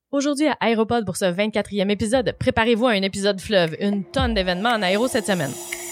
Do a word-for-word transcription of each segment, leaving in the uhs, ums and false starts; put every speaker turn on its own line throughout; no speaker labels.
Aujourd'hui à Aéropod pour ce vingt-quatrième épisode, préparez-vous à un épisode fleuve, une tonne d'événements en aéro cette semaine.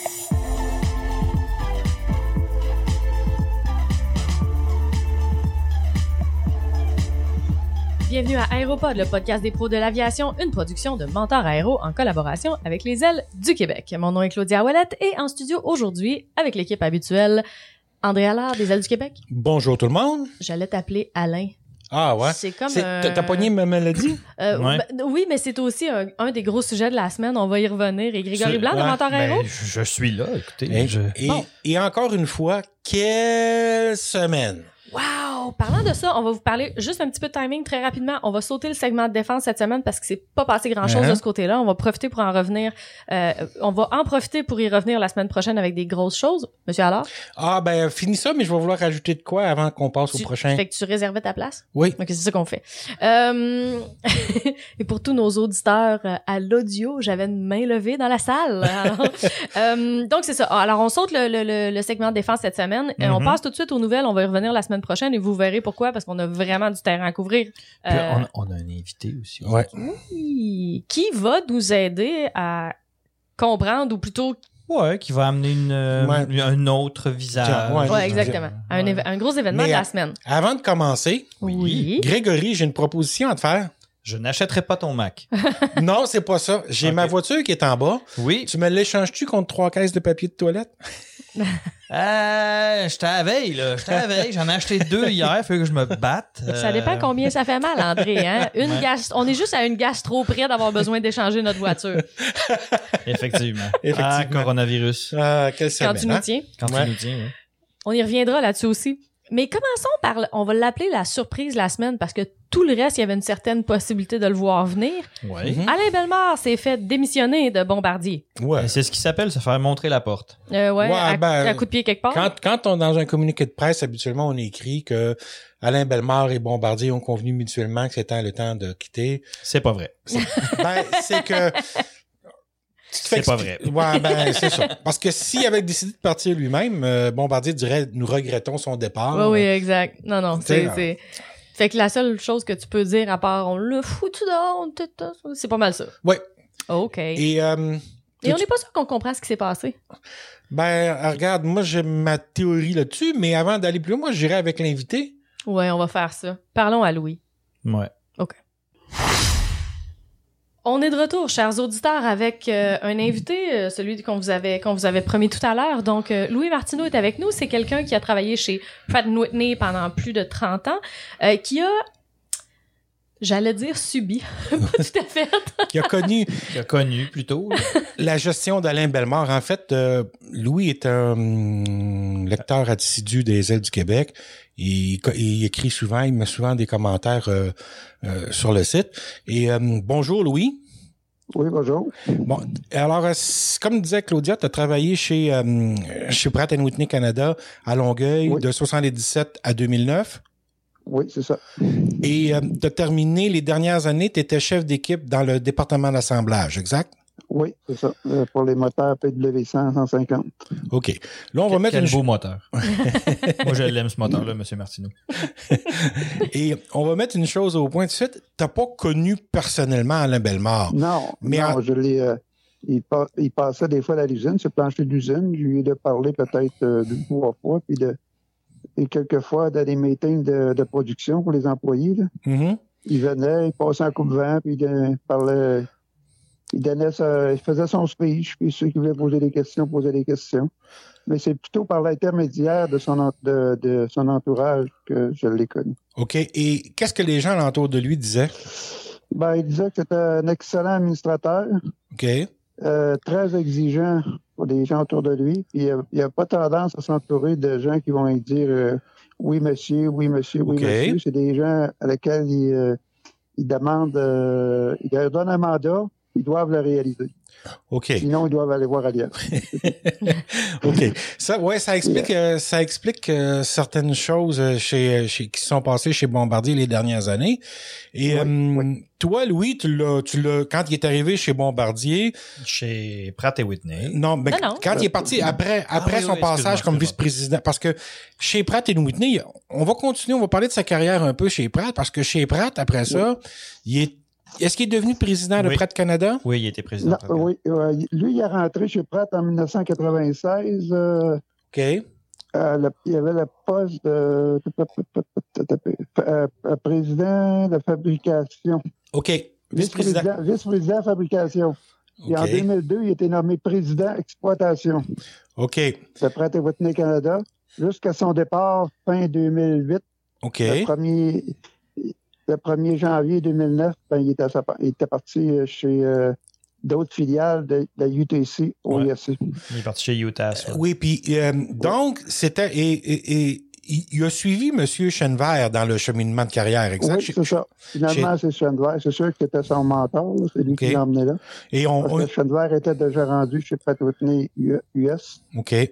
Bienvenue à Aéropod, le podcast des pros de l'aviation, une production de Mentor Aéro en collaboration avec les Ailes du Québec. Mon nom est Claudia Ouellette et en studio aujourd'hui, avec l'équipe habituelle, André Allard des Ailes du Québec.
Bonjour tout le monde.
J'allais t'appeler Alain.
Ah ouais?
C'est comme
c'est,
un...
T'as pogné ma mélodie?
Euh,
ouais.
ben, oui, mais c'est aussi un, un des gros sujets de la semaine. On va y revenir. Et Grégory
C'est,
Blanc de
ouais,
Mentor Aéro?
ben, je, je suis là, écoutez.
Et,
je...
et,
Bon.
et encore une fois, quelle semaine!
Wow! Parlant de ça, on va vous parler juste un petit peu de timing très rapidement. On va sauter le segment de défense cette semaine parce que c'est pas passé grand-chose
Uh-huh.
de ce côté-là. On va profiter pour en revenir. Euh, on va en profiter pour y revenir la semaine prochaine avec des grosses choses. Monsieur Allard?
Ah ben, finis ça, mais je vais vouloir rajouter de quoi avant qu'on passe
Tu,
au prochain.
Fait que tu réservais ta place?
Oui.
Ok, c'est ça qu'on fait. Euh... Et pour tous nos auditeurs euh, à l'audio, j'avais une main levée dans la salle. Alors, euh, donc c'est ça. Alors on saute le, le, le, le segment de défense cette semaine. Euh,
Mm-hmm.
On passe tout de suite aux nouvelles. On va y revenir la semaine prochaine et vous verrez pourquoi, parce qu'on a vraiment du terrain à couvrir.
Puis
Euh,
on, on a un invité aussi.
Ouais.
oui. Qui va nous aider à comprendre, ou plutôt,
Ouais, qui va amener une, euh,
Ouais.
un autre visage.
Ouais,
ouais, exactement, un,
Ouais.
éve- un gros événement
Mais
de la
à-
semaine.
Avant de commencer,
Oui.
Grégory, j'ai une proposition à te faire.
Je n'achèterai pas ton Mac.
Non, c'est pas ça. J'ai
Ok.
ma voiture qui est en bas.
Oui.
Tu me l'échanges-tu contre trois caisses de papier de toilette?
Euh, j'étais à la veille, là. J'étais à la veille. J'en ai acheté deux hier. Il faut que je me batte.
Ça dépend
Euh,
combien ça fait mal, André. Hein? Une
Ouais.
gas- on est juste à une gastro près d'avoir besoin d'échanger notre voiture.
Effectivement.
Effectivement.
Ah, coronavirus.
Ah, quelle
Quand
semaine,
tu nous
hein?
tiens.
Quand
Ouais.
tu nous tiens, oui.
On y reviendra là-dessus aussi. Mais commençons par, le- on va l'appeler la surprise la semaine, parce que tout le reste, il y avait une certaine possibilité de le voir venir.
Ouais.
Mhm.
Alain Bellemare s'est fait démissionner de Bombardier.
Ouais.
Et c'est ce qui s'appelle se faire montrer la porte.
Euh, ouais,
Ouais,
à,
ben,
à coup de pied quelque part.
Quand, quand on est dans un communiqué de presse, habituellement, on écrit que Alain Bellemare et Bombardier ont convenu mutuellement que c'était le temps de quitter.
C'est pas vrai.
Ben, c'est que... tu te fais
C'est pas
expli- Ouais, ben, c'est ça. Parce que s'il avait décidé de partir lui-même, euh, Bombardier dirait « Nous regrettons son départ. »
Oui, oui, exact. Non, non, c'est,
T'sais,
c'est... Fait que la seule chose que tu peux dire, à part on l'a foutu dehors, on t'a- t'a- c'est pas mal ça.
Ouais.
OK. Et,
Et, euh,
on n'est pas sûr qu'on comprend ce qui s'est passé.
ben, regarde, moi, j'ai ma théorie là-dessus, mais avant d'aller plus loin, moi, j'irais avec l'invité.
Ouais, on va faire ça. Parlons à Louis.
Ouais.
On est de retour, chers auditeurs, avec euh, un invité, euh, celui qu'on vous avait qu'on vous avait promis tout à l'heure. Donc, euh, Louis Martineau est avec nous. C'est quelqu'un qui a travaillé chez Pratt and Whitney pendant plus de trente ans, euh, qui a, j'allais dire, subi, pas tout à fait.
Qui a connu
Qui a connu plutôt. là.
la gestion d'Alain Bellemare. En fait, euh, Louis est un hum, lecteur assidu des Ailes du Québec. Il, il écrit souvent, il met souvent des commentaires euh, euh, sur le site. Et euh, bonjour Louis.
Oui, bonjour.
Bon, alors euh, c- comme disait Claudia, tu as travaillé chez euh, chez Pratt and Whitney Canada à Longueuil
Oui.
de soixante-dix-sept à deux mille neuf.
Oui, c'est ça.
Et euh, tu as terminé les dernières années, tu étais chef d'équipe dans le département d'assemblage, exact?
Oui, c'est ça. Euh, pour les moteurs P W cent, cent cinquante.
OK. Là, on va
Quel,
mettre
quel
une
beau moteur. Moi, je l'aime, ce moteur-là, M. Martineau.
Et on va mettre une chose au point tout de suite. T'as pas connu personnellement Alain Bellemare.
Non,
Mais
non,
en-
je l'ai. euh, il, pa- il passait des fois à l'usine, sur le plancher d'usine. Je lui ai de parler peut-être euh, deux ou trois fois, puis de et quelquefois dans des meetings de, de production pour les employés. Là.
Mhm.
Il venait, il passait un coup de vent, puis il euh, parlait. Il donnait sa, il faisait son speech, puis ceux qui voulaient poser des questions posaient des questions. Mais c'est plutôt par l'intermédiaire de son, en- de, de son entourage que je l'ai connu.
OK. Et qu'est-ce que les gens alentour de lui disaient?
Ben, il disait que c'était un excellent administrateur,
OK.
euh, très exigeant pour les gens autour de lui. Puis il n'a pas tendance à s'entourer de gens qui vont lui dire euh, oui, monsieur, oui, monsieur, oui,
OK.
monsieur. C'est des gens à lesquels il, euh, il demande, euh, il leur donne un mandat, ils doivent le réaliser.
OK.
Sinon, ils doivent aller voir ailleurs.
OK. Ça, ouais, ça explique, euh, ça explique euh, certaines choses euh, chez, chez, qui se sont passées chez Bombardier les dernières années. Et
Oui,
euh,
oui.
toi, Louis, tu l'as, tu l'as, quand il est arrivé chez Bombardier,
Chez Pratt et Whitney.
non, mais
Non, non.
quand il est parti après,
Ah
après
oui,
son
oui,
passage
excuse-moi,
comme
excuse-moi.
vice-président, parce que chez Pratt et Whitney, on va continuer, on va parler de sa carrière un peu chez Pratt, parce que chez Pratt, après ça, il est Est-ce qu'il est devenu président de
Oui.
Pratt Canada?
Oui, il était président.
Non,
de Pratt.
oui, euh, lui, il est rentré chez Pratt en dix-neuf cent quatre-vingt-seize. Euh,
OK.
euh, le- il y avait le poste de euh, euh, président de fabrication.
OK. Vice-président.
Vice-président, vice-président fabrication. Et en
OK.
deux mille deux, il a été nommé président exploitation
OK.
de Pratt et Whitney Canada jusqu'à son départ fin deux mille huit.
OK.
Le premier, le premier janvier deux mille neuf, ben, il, était à sa- il était parti chez euh, d'autres filiales de, de la U T C au
Ouais.
U S C.
Il est parti chez Utah. ça.
Oui, puis euh, donc, c'était... Et, et, et il il a suivi M. Chenvert dans le cheminement de carrière, exact?
Oui, c'est ça. Finalement, c'est Chenvert. C'est sûr que c'était son mentor. là. C'est lui
OK.
qui l'a emmené là.
Et on...
Parce
on-
que Chenvert était déjà rendu chez Pratt Whitney U S.
OK.
Fait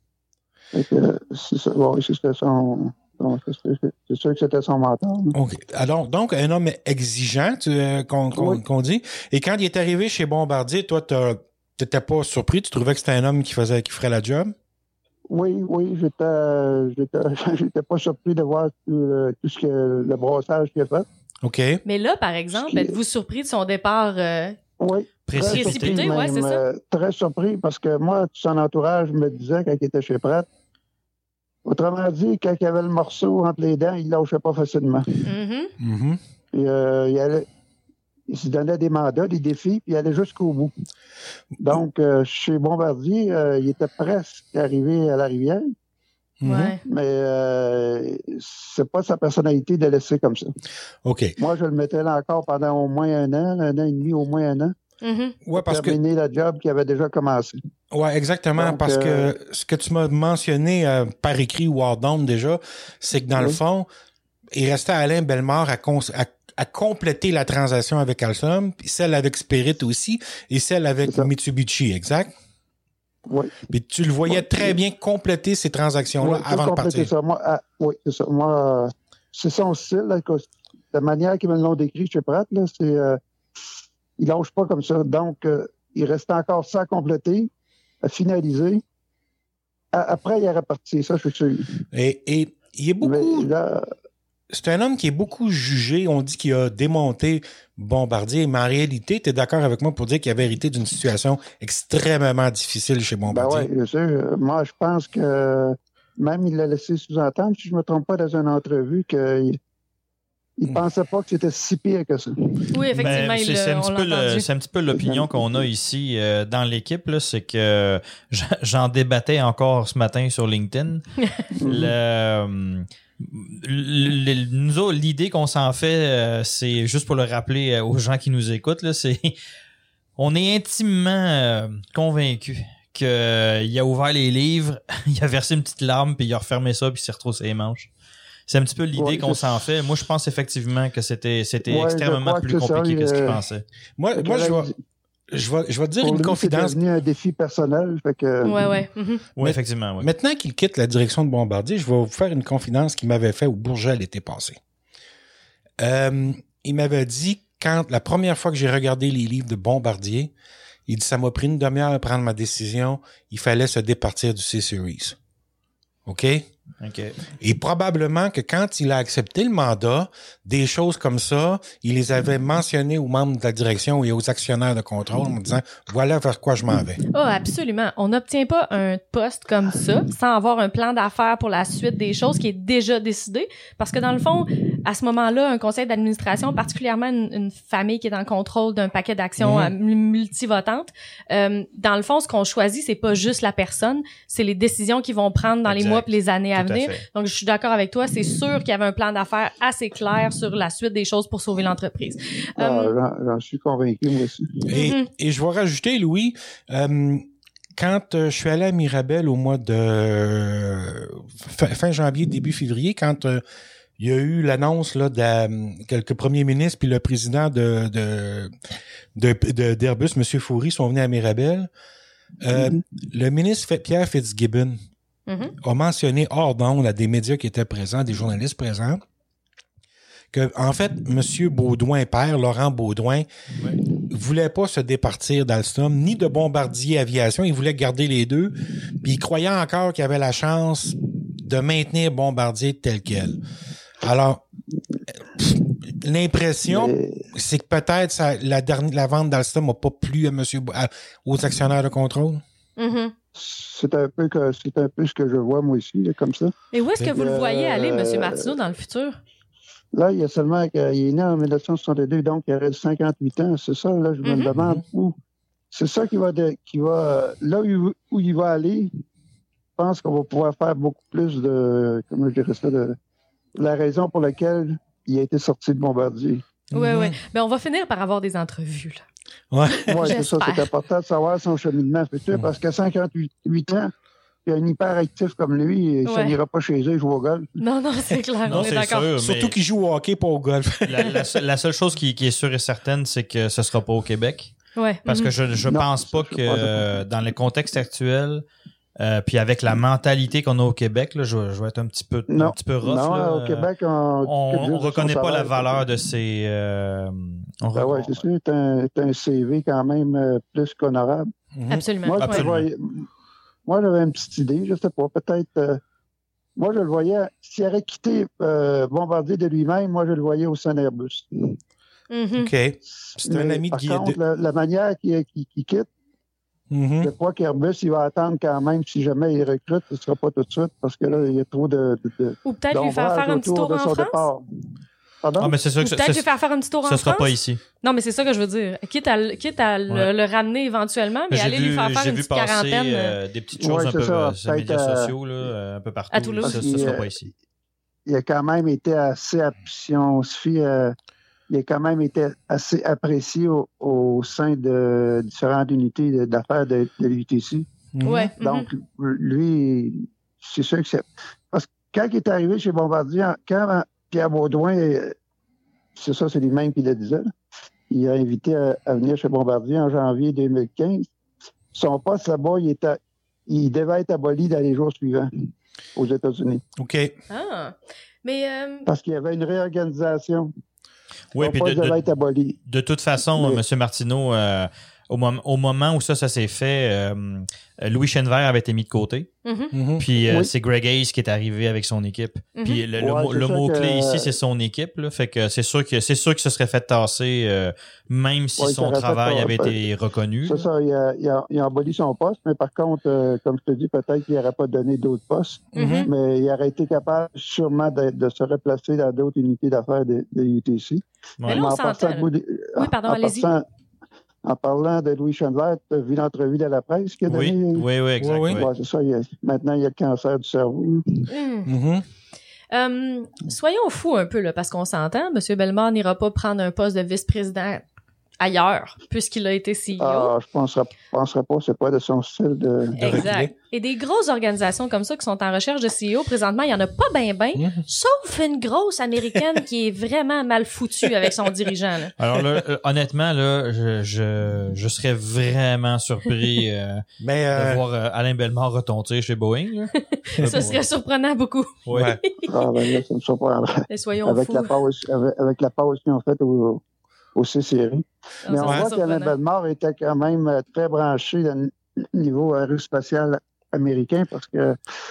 que, c'est ça. Ouais, c'était son... son- c'est- c'est sûr que c'était son mentor. là.
OK. Alors, donc, un homme exigeant, tu, euh, qu'on, qu'on,
Oui.
qu'on dit. Et quand il est arrivé chez Bombardier, toi, t'as- t'étais pas surpris? Tu trouvais que c'était un homme qui faisait, qui ferait la job?
Oui, oui, j'étais, j'étais, j'étais pas surpris de voir tout, le- tout ce que le brassage qu'il a fait.
OK.
Mais là, par exemple,
Ce qui est-
êtes-vous surpris de son départ? euh,
Oui. très
Précipité.
surpris
Précipité, ouais, c'est ça.
euh, très surpris parce que moi, tout son entourage me disait quand il était chez Pratt. Autrement dit, quand il avait le morceau entre les dents, il lâchait pas facilement.
mhm.
Mhm.
Puis, euh, il, allait, il se donnait des mandats, des défis, puis il allait jusqu'au bout. Donc, euh, chez Bombardier, euh, il était presque arrivé à la rivière,
Mhm.
Ouais.
mais euh, c'est pas sa personnalité de laisser comme ça.
OK.
Moi, je le mettais là encore pendant au moins un an, un an et demi, au moins un an,
Mhm.
Ouais, parce
pour
que...
terminer le job qui avait déjà commencé.
Ouais, exactement,
Donc,
parce
euh,
que ce que tu m'as mentionné euh, par écrit ou hors d'onde déjà, c'est que dans le
Oui.
fond, il restait à Alain Bellemare à, cons- à, à compléter la transaction avec Alstom, puis celle avec Spirit aussi, et celle avec
C'est ça.
Mitsubishi, exact?
Oui.
Puis tu le voyais
Oui.
très bien compléter ces transactions-là
Oui,
avant de
compléter
partir.
ça. Moi, ah, oui, c'est ça. Moi, euh, c'est son style. Là, que- la manière qu'ils me l'ont décrit chez Pratt, là, c'est euh, il lâche pas comme ça. Donc, euh, il restait encore ça à compléter, à finaliser. À- après, il est reparti. Ça, je suis sûr.
Et, et il est beaucoup...
Mais là,
C'est un homme qui est beaucoup jugé. On dit qu'il a démonté Bombardier, mais en réalité, tu es d'accord avec moi pour dire qu'il avait hérité d'une situation extrêmement difficile chez
ben
Bombardier.
ouais, bien sûr. Moi, je pense que même il l'a laissé sous-entendre, si je ne me trompe pas, dans une entrevue, qu'il il pensait pas que c'était si pire que ça.
Oui, effectivement,
Ben,
il,
c'est, c'est, un
on
petit
l'a
peu le-
entendu.
c'est un petit peu l'opinion qu'on a ici euh, dans l'équipe, là, c'est que j'en- j'en débattais encore ce matin sur LinkedIn. le, euh, le- le- nous autres, l'idée qu'on s'en fait, euh, c'est juste pour le rappeler euh, aux gens qui nous écoutent, là, c'est on est intimement euh, convaincus qu'il a ouvert les livres, il a versé une petite larme, puis il a refermé ça, puis il s'est retroussé ses manches. C'est un petit peu l'idée
Ouais,
qu'on
c'est-
s'en fait. Moi, je pense effectivement que c'était c'était
Ouais, je
extrêmement
crois que
plus
c'est ça,
compliqué que ce qu'il
euh,
pensait.
Moi, moi je, vais, je, vais, je vais te dire
Pour
une
lui,
confidence.
c'est devenu un défi personnel. Fait que,
Ouais, ouais. Mhm.
Oui,
Mais-
effectivement. Ouais.
Maintenant qu'il quitte la direction de Bombardier, je vais vous faire une confidence qu'il m'avait fait au Bourget l'été passé. Euh, il m'avait dit, quand la première fois que j'ai regardé les livres de Bombardier, il dit, ça m'a pris une demi-heure à prendre ma décision. Il fallait se départir du C-Series. OK?
OK.
Et probablement que quand il a accepté le mandat, des choses comme ça, il les avait mentionnées aux membres de la direction et aux actionnaires de contrôle en me disant, voilà vers quoi je m'en vais.
Oh, absolument. On n'obtient pas un poste comme ça sans avoir un plan d'affaires pour la suite des choses qui est déjà décidé. Parce que dans le fond, à ce moment-là, un conseil d'administration, particulièrement une, une famille qui est en contrôle d'un paquet d'actions
Mhm.
euh, multivotantes, euh, dans le fond, ce qu'on choisit, c'est pas juste la personne, c'est les décisions qu'ils vont prendre dans
Exact.
les mois et les années à
Tout à
venir.
fait.
Donc, je suis d'accord avec toi. C'est sûr qu'il y avait un plan d'affaires assez clair sur la suite des choses pour sauver l'entreprise.
ah,
Euh,
j'en, j'en suis convaincu, moi aussi.
Et,
Mhm.
et je vais rajouter, Louis, euh, quand euh, je suis allé à Mirabel au mois de euh, fin, fin janvier, début février, quand euh, il y a eu l'annonce là de euh, quelques premiers ministres puis le président de, de, de, de- d'Airbus, M. Foury, sont venus à Mirabel, euh,
Mhm.
le ministre F- Pierre Fitzgibbon
mhm.
a mentionné hors d'onde à des médias qui étaient présents, des journalistes présents, que, en fait, M. Baudouin, père, Laurent Baudouin,
Ouais.
voulait pas se départir d'Alstom, ni de Bombardier Aviation. Il voulait garder les deux. Puis il croyait encore qu'il avait la chance de maintenir Bombardier tel quel. Alors, L'impression,
Mais-
c'est que peut-être ça, la, dernière, la vente d'Alstom n'a pas plu à monsieur, à- aux actionnaires de contrôle.
Mhm.
C'est un peu que c'est un peu ce que je vois moi aussi, là, comme ça.
Et où est-ce que vous le
Euh,
voyez aller, M. Martineau, dans le futur?
Là, il y a seulement qu'il est né en dix-neuf cent soixante-deux, donc il aurait cinquante-huit ans. C'est ça, là, je me
Mhm.
demande où. C'est ça qui va, de, qui va là où, où il va aller. Je pense qu'on va pouvoir faire beaucoup plus de, comment je dirais ça, de la raison pour laquelle il a été sorti de Bombardier.
Oui,
Mhm.
oui. Ben, on va finir par avoir des entrevues, là.
Ouais.
Oui, c'est ça,
J'espère.
c'est important de savoir son cheminement futur, parce qu'à cinquante-huit ans, il y a un hyperactif comme lui, et ça
Ouais.
n'ira pas chez eux, il joue au golf.
Non, non, c'est clair.
Non,
on est
c'est
d'accord.
sûr.
Surtout
mais
qu'il joue au hockey, pas au golf.
la, la seule- la seule chose qui, qui est sûre et certaine, c'est que ce sera pas au Québec.
Ouais.
Parce que
Mhm.
je je
Non,
pense pas
ça, je
que
suis pas
euh, dans le contexte actuel, euh, puis avec la mentalité qu'on a au Québec, là, je, vais- je vais être un petit peu, un
Non,
petit peu rough.
non,
là.
au Québec, on
on,
s'occupe juste
on
de son
reconnaît pas la
salaire.
valeur de ces. euh, on
Ben
re-
ouais, c'est sûr, t'as un, t'as un C V quand même euh, plus qu'honorable.
Mhm.
Absolument.
Moi, je
Ouais.
Absolument.
voyais- moi, j'avais une petite idée, je sais pas, peut-être. euh, moi, je le voyais, s'il aurait quitté euh, Bombardier de lui-même, moi, je le voyais au sein Airbus.
Mhm.
OK. C'est un
Mais
ami de
par
Guy.
contre,
de-
la, la manière qu'il qu'il- qu'il quitte,
Mhm.
je crois qu'Airbus, il va attendre quand même, si jamais il recrute, ce ne sera pas tout de suite, parce que là, il y a trop de. de, de
Ou peut-être lui faire
d'ombrage
faire un petit
autour
tour
de
en
son
France?
départ. Pardon?
Ah, mais c'est sûr
Ou
que ce,
peut-être
ce-
lui faire faire un petit tour en
ce sera
France?
pas ici.
Non, mais c'est ça que je veux dire. Quitte à, le- quitte à le,
Ouais.
le ramener éventuellement, mais
J'ai
aller
vu,
lui faire faire
j'ai
une
vu
petite
passer
quarantaine. euh,
euh, des petites choses
Ouais,
un
c'est
peu
ça,
euh, sur les
peut-être,
médias
euh,
sociaux, là, euh, un peu partout.
à Toulouse.
Ça, ça
Parce
sera
qu'il,
pas
euh,
ici.
Il a quand même été assez, app- si on se fie, euh, il a quand même été assez apprécié au, au sein de différentes unités de- d'affaires de, de l'U T C.
Mhm.
Ouais. mhm.
Donc, lui, c'est sûr que c'est. Parce que quand il est arrivé chez Bombardier, quand Pierre Baudouin, euh, c'est ça, c'est lui-même qui le disait, là, il a invité à, à venir chez Bombardier en janvier deux mille quinze. Son poste là-bas, il, était, il devait être aboli dans les jours suivants aux États-Unis.
OK.
Ah. Mais, euh,
Parce qu'il y avait une réorganisation.
Oui,
Son
puis de,
poste
de,
devait être aboli.
de toute façon,
Mais-
M. Martineau, euh, au, mom- au moment où ça, ça s'est fait, euh, Louis Chenevert avait été mis de côté.
mhm,
Mhm.
Puis euh,
Oui.
c'est Greg Hayes qui est arrivé avec son équipe.
mhm.
Puis le, le
Ouais,
mot-
c'est
le
ça
mot-clé
que-
ici, c'est son équipe. Là, fait que c'est sûr que c'est sûr qu'il se serait fait tasser, euh, même si
Ouais, il
son
s'aurait fait
travail
tasser.
avait été reconnu.
C'est
là.
ça, il a, il, a, il a aboli son poste, mais par contre, euh, comme je te dis, peut-être qu'il n'aurait pas donné d'autres postes,
Mhm.
mais il aurait été capable sûrement de, de se replacer dans d'autres unités d'affaires de, de U T C.
Mais
Ouais.
là, on
en,
s'entend,
passant
là.
de bout de-
Oui, pardon,
en
allez-y.
passant- en parlant de Louis Chenevert, tu as vu l'entrevue de la presse qu'il a
Oui,
donnée?
oui, oui, exact.
Oui, oui.
oui.
Ouais, c'est ça, il a- maintenant il a le cancer du cerveau.
Mhm.
Mhm.
Euh, soyons fous un peu, là, parce qu'on s'entend. M. Bellemare n'ira pas prendre un poste de vice-président ailleurs, puisqu'il a été C E O.
Ah, je ne penserais, penserais pas, c'est pas de son style de...
Exact.
reculer.
Et des grosses organisations comme ça qui sont en recherche de C E O, présentement, il y en a pas ben ben,
Mhm.
sauf une grosse américaine qui est vraiment mal foutue avec son dirigeant. Là.
Alors là, euh, honnêtement, là, je, je, je serais vraiment surpris euh,
Mais,
de
euh,
voir euh, Alain Bellemare retomber chez Boeing. Là.
Ça serait surprenant beaucoup.
Ouais.
ouais.
Ah, ben là, ça me surprendrait.
Mais soyons
Avec
fous.
la, pause, avec, avec la pause qu'ils ont faite au, au C-Série.
Ah,
Mais
ça
on
serait
voit qu'Alain
surprenant.
Bellemare était quand même euh, très branché dans le niveau aérospatial américain parce que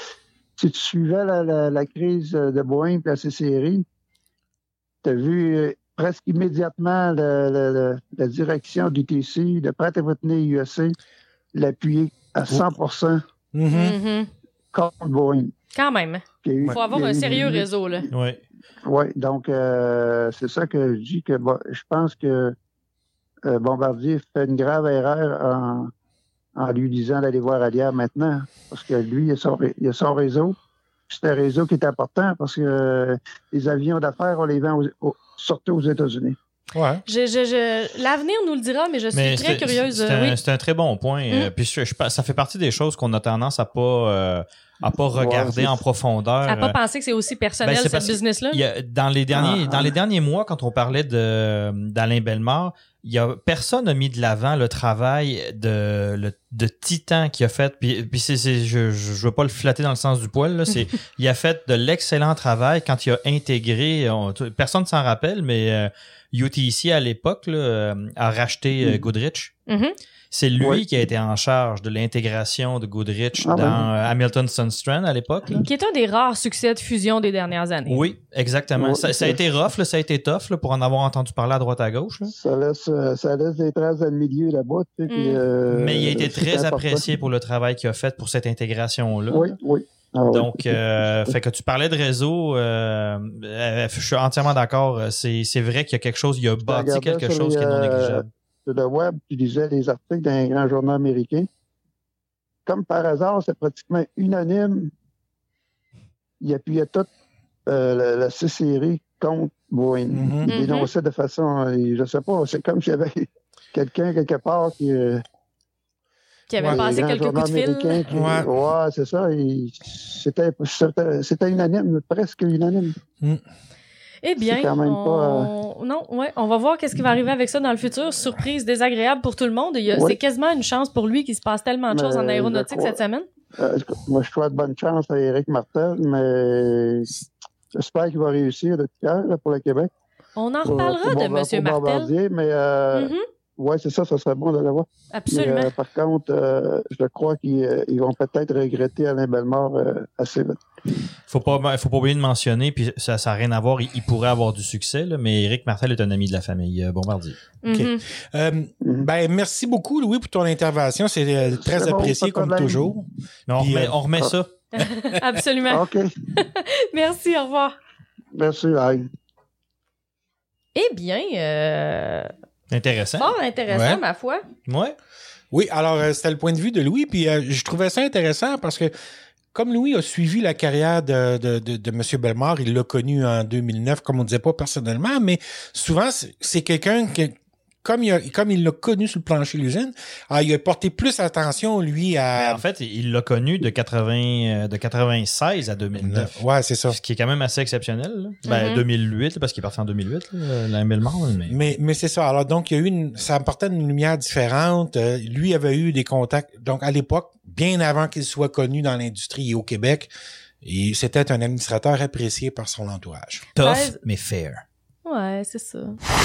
si tu suivais la, la, la crise de Boeing et la C-Série, tu as vu euh, presque immédiatement la, la, la, la direction du T C, de Pratt et Whitney U S A, l'appuyer à cent pour cent
Mhm.
Mhm.
contre Boeing.
Quand même.
Puis il y a eu-
Il faut avoir
il y a
un
eu-
sérieux réseau, là.
Ouais.
Oui, donc euh, c'est ça que je dis que bon, je pense que euh, Bombardier fait une grave erreur en, en lui disant d'aller voir ailleurs maintenant. Parce que lui, il a son, ré- il a son réseau. C'est un réseau qui est important parce que euh, les avions d'affaires, on les vend aux- aux- surtout aux États-Unis.
Ouais.
Je, je, je... L'avenir nous le dira, mais je suis
Mais
très
c'est-
curieuse.
C'est
euh,
un,
oui.
c'est un très bon point. Euh, puis je, je pense- ça fait partie des choses qu'on a tendance à pas euh, à pas regarder
Ouais,
en
c'est-
profondeur.
À pas
Euh,
penser que c'est aussi personnel,
Ben, c'est
cette
parce que
business-là.
il y a, dans les derniers
Ah,
dans
ah.
les derniers mois, quand on parlait de d'Alain Bellemare, il y a personne n'a mis de l'avant le travail de le, de titan qu'il a fait. Puis, puis c'est, c'est je, je je veux pas le flatter dans le sens du poil là. C'est il a fait de l'excellent travail quand il a intégré. On, tout- personne s'en rappelle, mais euh, U T C à l'époque là, euh, a racheté euh, Goodrich.
Mhm.
C'est lui
Oui.
qui a été en charge de l'intégration de Goodrich
Ah,
dans
ben.
euh, Hamilton Sundstrand à l'époque. là.
Qui est un des rares succès de fusion des dernières années.
Oui, Exactement.
Ouais,
ça, ça a
ça-
été rough, là, ça a été tough là, pour en avoir entendu parler à droite à gauche. Là.
Ça laisse, euh, ça laisse des traces dans le milieu là-bas. Tu sais, puis,
Mm.
euh,
Mais il a été
c'est
très
important.
apprécié pour le travail qu'il a fait pour cette intégration-là.
Oui, oui. Ah, oui.
Donc, euh, fait que tu parlais de réseau, euh, euh, je suis entièrement d'accord. C'est, c'est vrai qu'il y a quelque chose, il a bâti
regardais
quelque
sur
chose
les,
qui est non
euh,
négligeable.
Sur le web, tu lisais les articles d'un grand journal américain. Comme par hasard, c'est pratiquement unanime. Il appuyait toute euh, la, la C-série contre Boeing.
Mhm.
Il dénonçait de façon, euh, je sais pas, c'est comme s'il y avait quelqu'un quelque part qui... euh,
Qui avait
Ouais,
passé
les
quelques
grands
coups de
journaux
fil.
américains qui-
Ouais.
ouais, c'est ça. il- C'était, c'était, c'était unanime, presque unanime.
Eh bien,
C'est quand même
on... non, ouais, on va voir qu'est-ce qui va arriver avec ça dans le futur. Surprise désagréable pour tout le monde. Il y a-
Oui.
C'est quasiment une chance pour lui qu'il se passe tellement de
Mais
choses en aéronautique
je crois-
cette semaine.
Euh, moi, je souhaite bonne chance à Éric Martel, mais j'espère qu'il va réussir de tout cœur là, pour le Québec.
On en
Pour-
reparlera
pour
de
Bombar-
M.
pour
Martel.
Bombardier, mais euh,
Mhm,
ouais, c'est ça, ça serait bon de l'avoir. Mais,
absolument.
euh, par contre, euh, je crois qu'ils euh, ils vont peut-être regretter Alain Bellemare euh, assez vite.
Faut pas, faut pas oublier de mentionner, puis ça, ça a rien à voir. Il, il pourrait avoir du succès, là, mais Éric Martel est un ami de la famille euh, Bombardier.
OK.
Mhm.
Euh,
Mhm.
ben, merci beaucoup, Louis, pour ton intervention. C'est euh, très
C'est bon,
apprécié,
pas de
comme
problème.
toujours.
Mais on
Puis,
remet,
euh,
on remet
ah.
ça.
Absolument.
OK.
Merci, au revoir.
Merci. Bye.
Eh bien, euh,
Intéressant.
fort intéressant,
Ouais.
ma foi.
Ouais.
Oui, alors, euh, c'était le point de vue de Louis, puis euh, je trouvais ça intéressant parce que comme Louis a suivi la carrière de, de, de, de M. Bellemare, il l'a connu en deux mille neuf, comme on ne disait pas personnellement, mais souvent, c'est, c'est quelqu'un que, comme il, a, comme il l'a connu sur le plancher de l'usine, ah, il a porté plus attention, lui,
Mais
à...
en fait, il l'a connu de quatre-vingts, euh, de quatre-vingt-seize à deux mille neuf.
Ouais, c'est ça.
Ce qui est quand même assez exceptionnel. Là. Ben,
Mhm.
deux mille huit, là, parce qu'il est parti en deux mille huit, là, Alain Bellemare. Mais...
Mais, mais c'est ça. Alors, donc, il y a eu une, ça apportait une lumière différente. Euh, lui avait eu des contacts. Donc, à l'époque, bien avant qu'il soit connu dans l'industrie et au Québec, et c'était un administrateur apprécié par son entourage.
Tough,
seize
mais fair.
Ouais, c'est ça.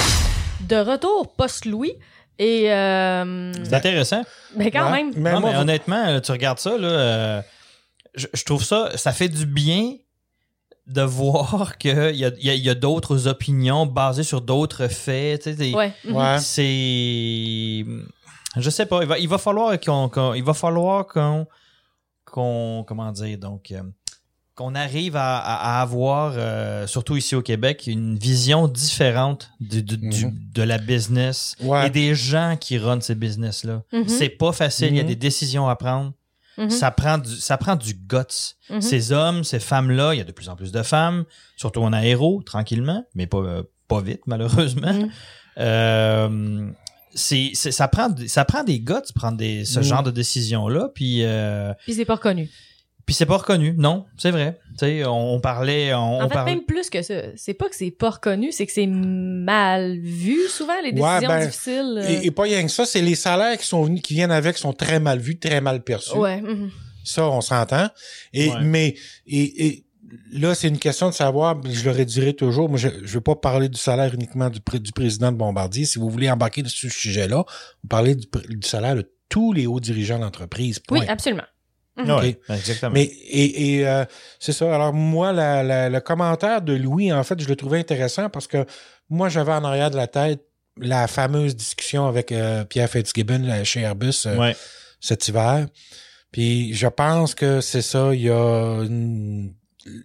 De retour post-Louis, et... Euh,
C'est intéressant.
ben quand
Ouais.
même.
Mais
non,
moi,
mais honnêtement, là, tu regardes ça, là, euh, je, je trouve ça, ça fait du bien de voir qu'il y a, il y a, il y a d'autres opinions basées sur d'autres faits. Tu sais, des-
Ouais. mhm.
ouais.
C'est, je sais pas, il va, il va falloir qu'on, qu'on- il va falloir qu'on, qu'on, comment dire, donc, euh, qu'on arrive à, à- à avoir, euh, surtout ici au Québec, une vision différente du, du- du-
Mhm.
de la business
Ouais.
et des gens qui runnent ces business-là.
Mhm.
C'est pas facile, il y a
Mhm.
des décisions à prendre.
Mhm.
Ça prend du, ça prend du guts.
Mhm.
Ces hommes, ces femmes-là, il y a de plus en plus de femmes, surtout en aéro, tranquillement, mais pas, euh, pas vite, malheureusement.
Mhm.
Euh, c'est, c'est, ça prend, ça prend des guts de prendre des, ce
Mhm.
genre de décisions-là, puis, euh,
Puis c'est pas reconnu.
puis c'est pas reconnu. Non, c'est vrai. Tu sais, on, on parlait, on,
En
on
fait,
parlait.
même plus que ça. C'est pas que c'est pas reconnu, c'est que c'est mal vu souvent, les décisions
Ouais, ben,
difficiles. euh.
Et, et pas rien que ça, c'est les salaires qui sont venus, qui viennent avec, sont très mal vus, très mal perçus.
Ouais. mhm.
Ça, on s'entend. Et,
Ouais.
mais, et, et là, c'est une question de savoir, je le redirai toujours, moi, je, je veux pas parler du salaire uniquement du, pré- du président de Bombardier. Si vous voulez embarquer sur ce sujet-là, vous parlez du, pr- du salaire de tous les hauts dirigeants d'entreprise. Point.
Oui, absolument.
Ouais, exactement.
Mais et, et euh, c'est ça. Alors moi, la, la, le commentaire de Louis, en fait, je le trouvais intéressant parce que moi, j'avais en arrière de la tête la fameuse discussion avec euh, Pierre Fitzgibbon là, chez Airbus euh,
ouais.
cet hiver. Puis je pense que c'est ça. Il y a une-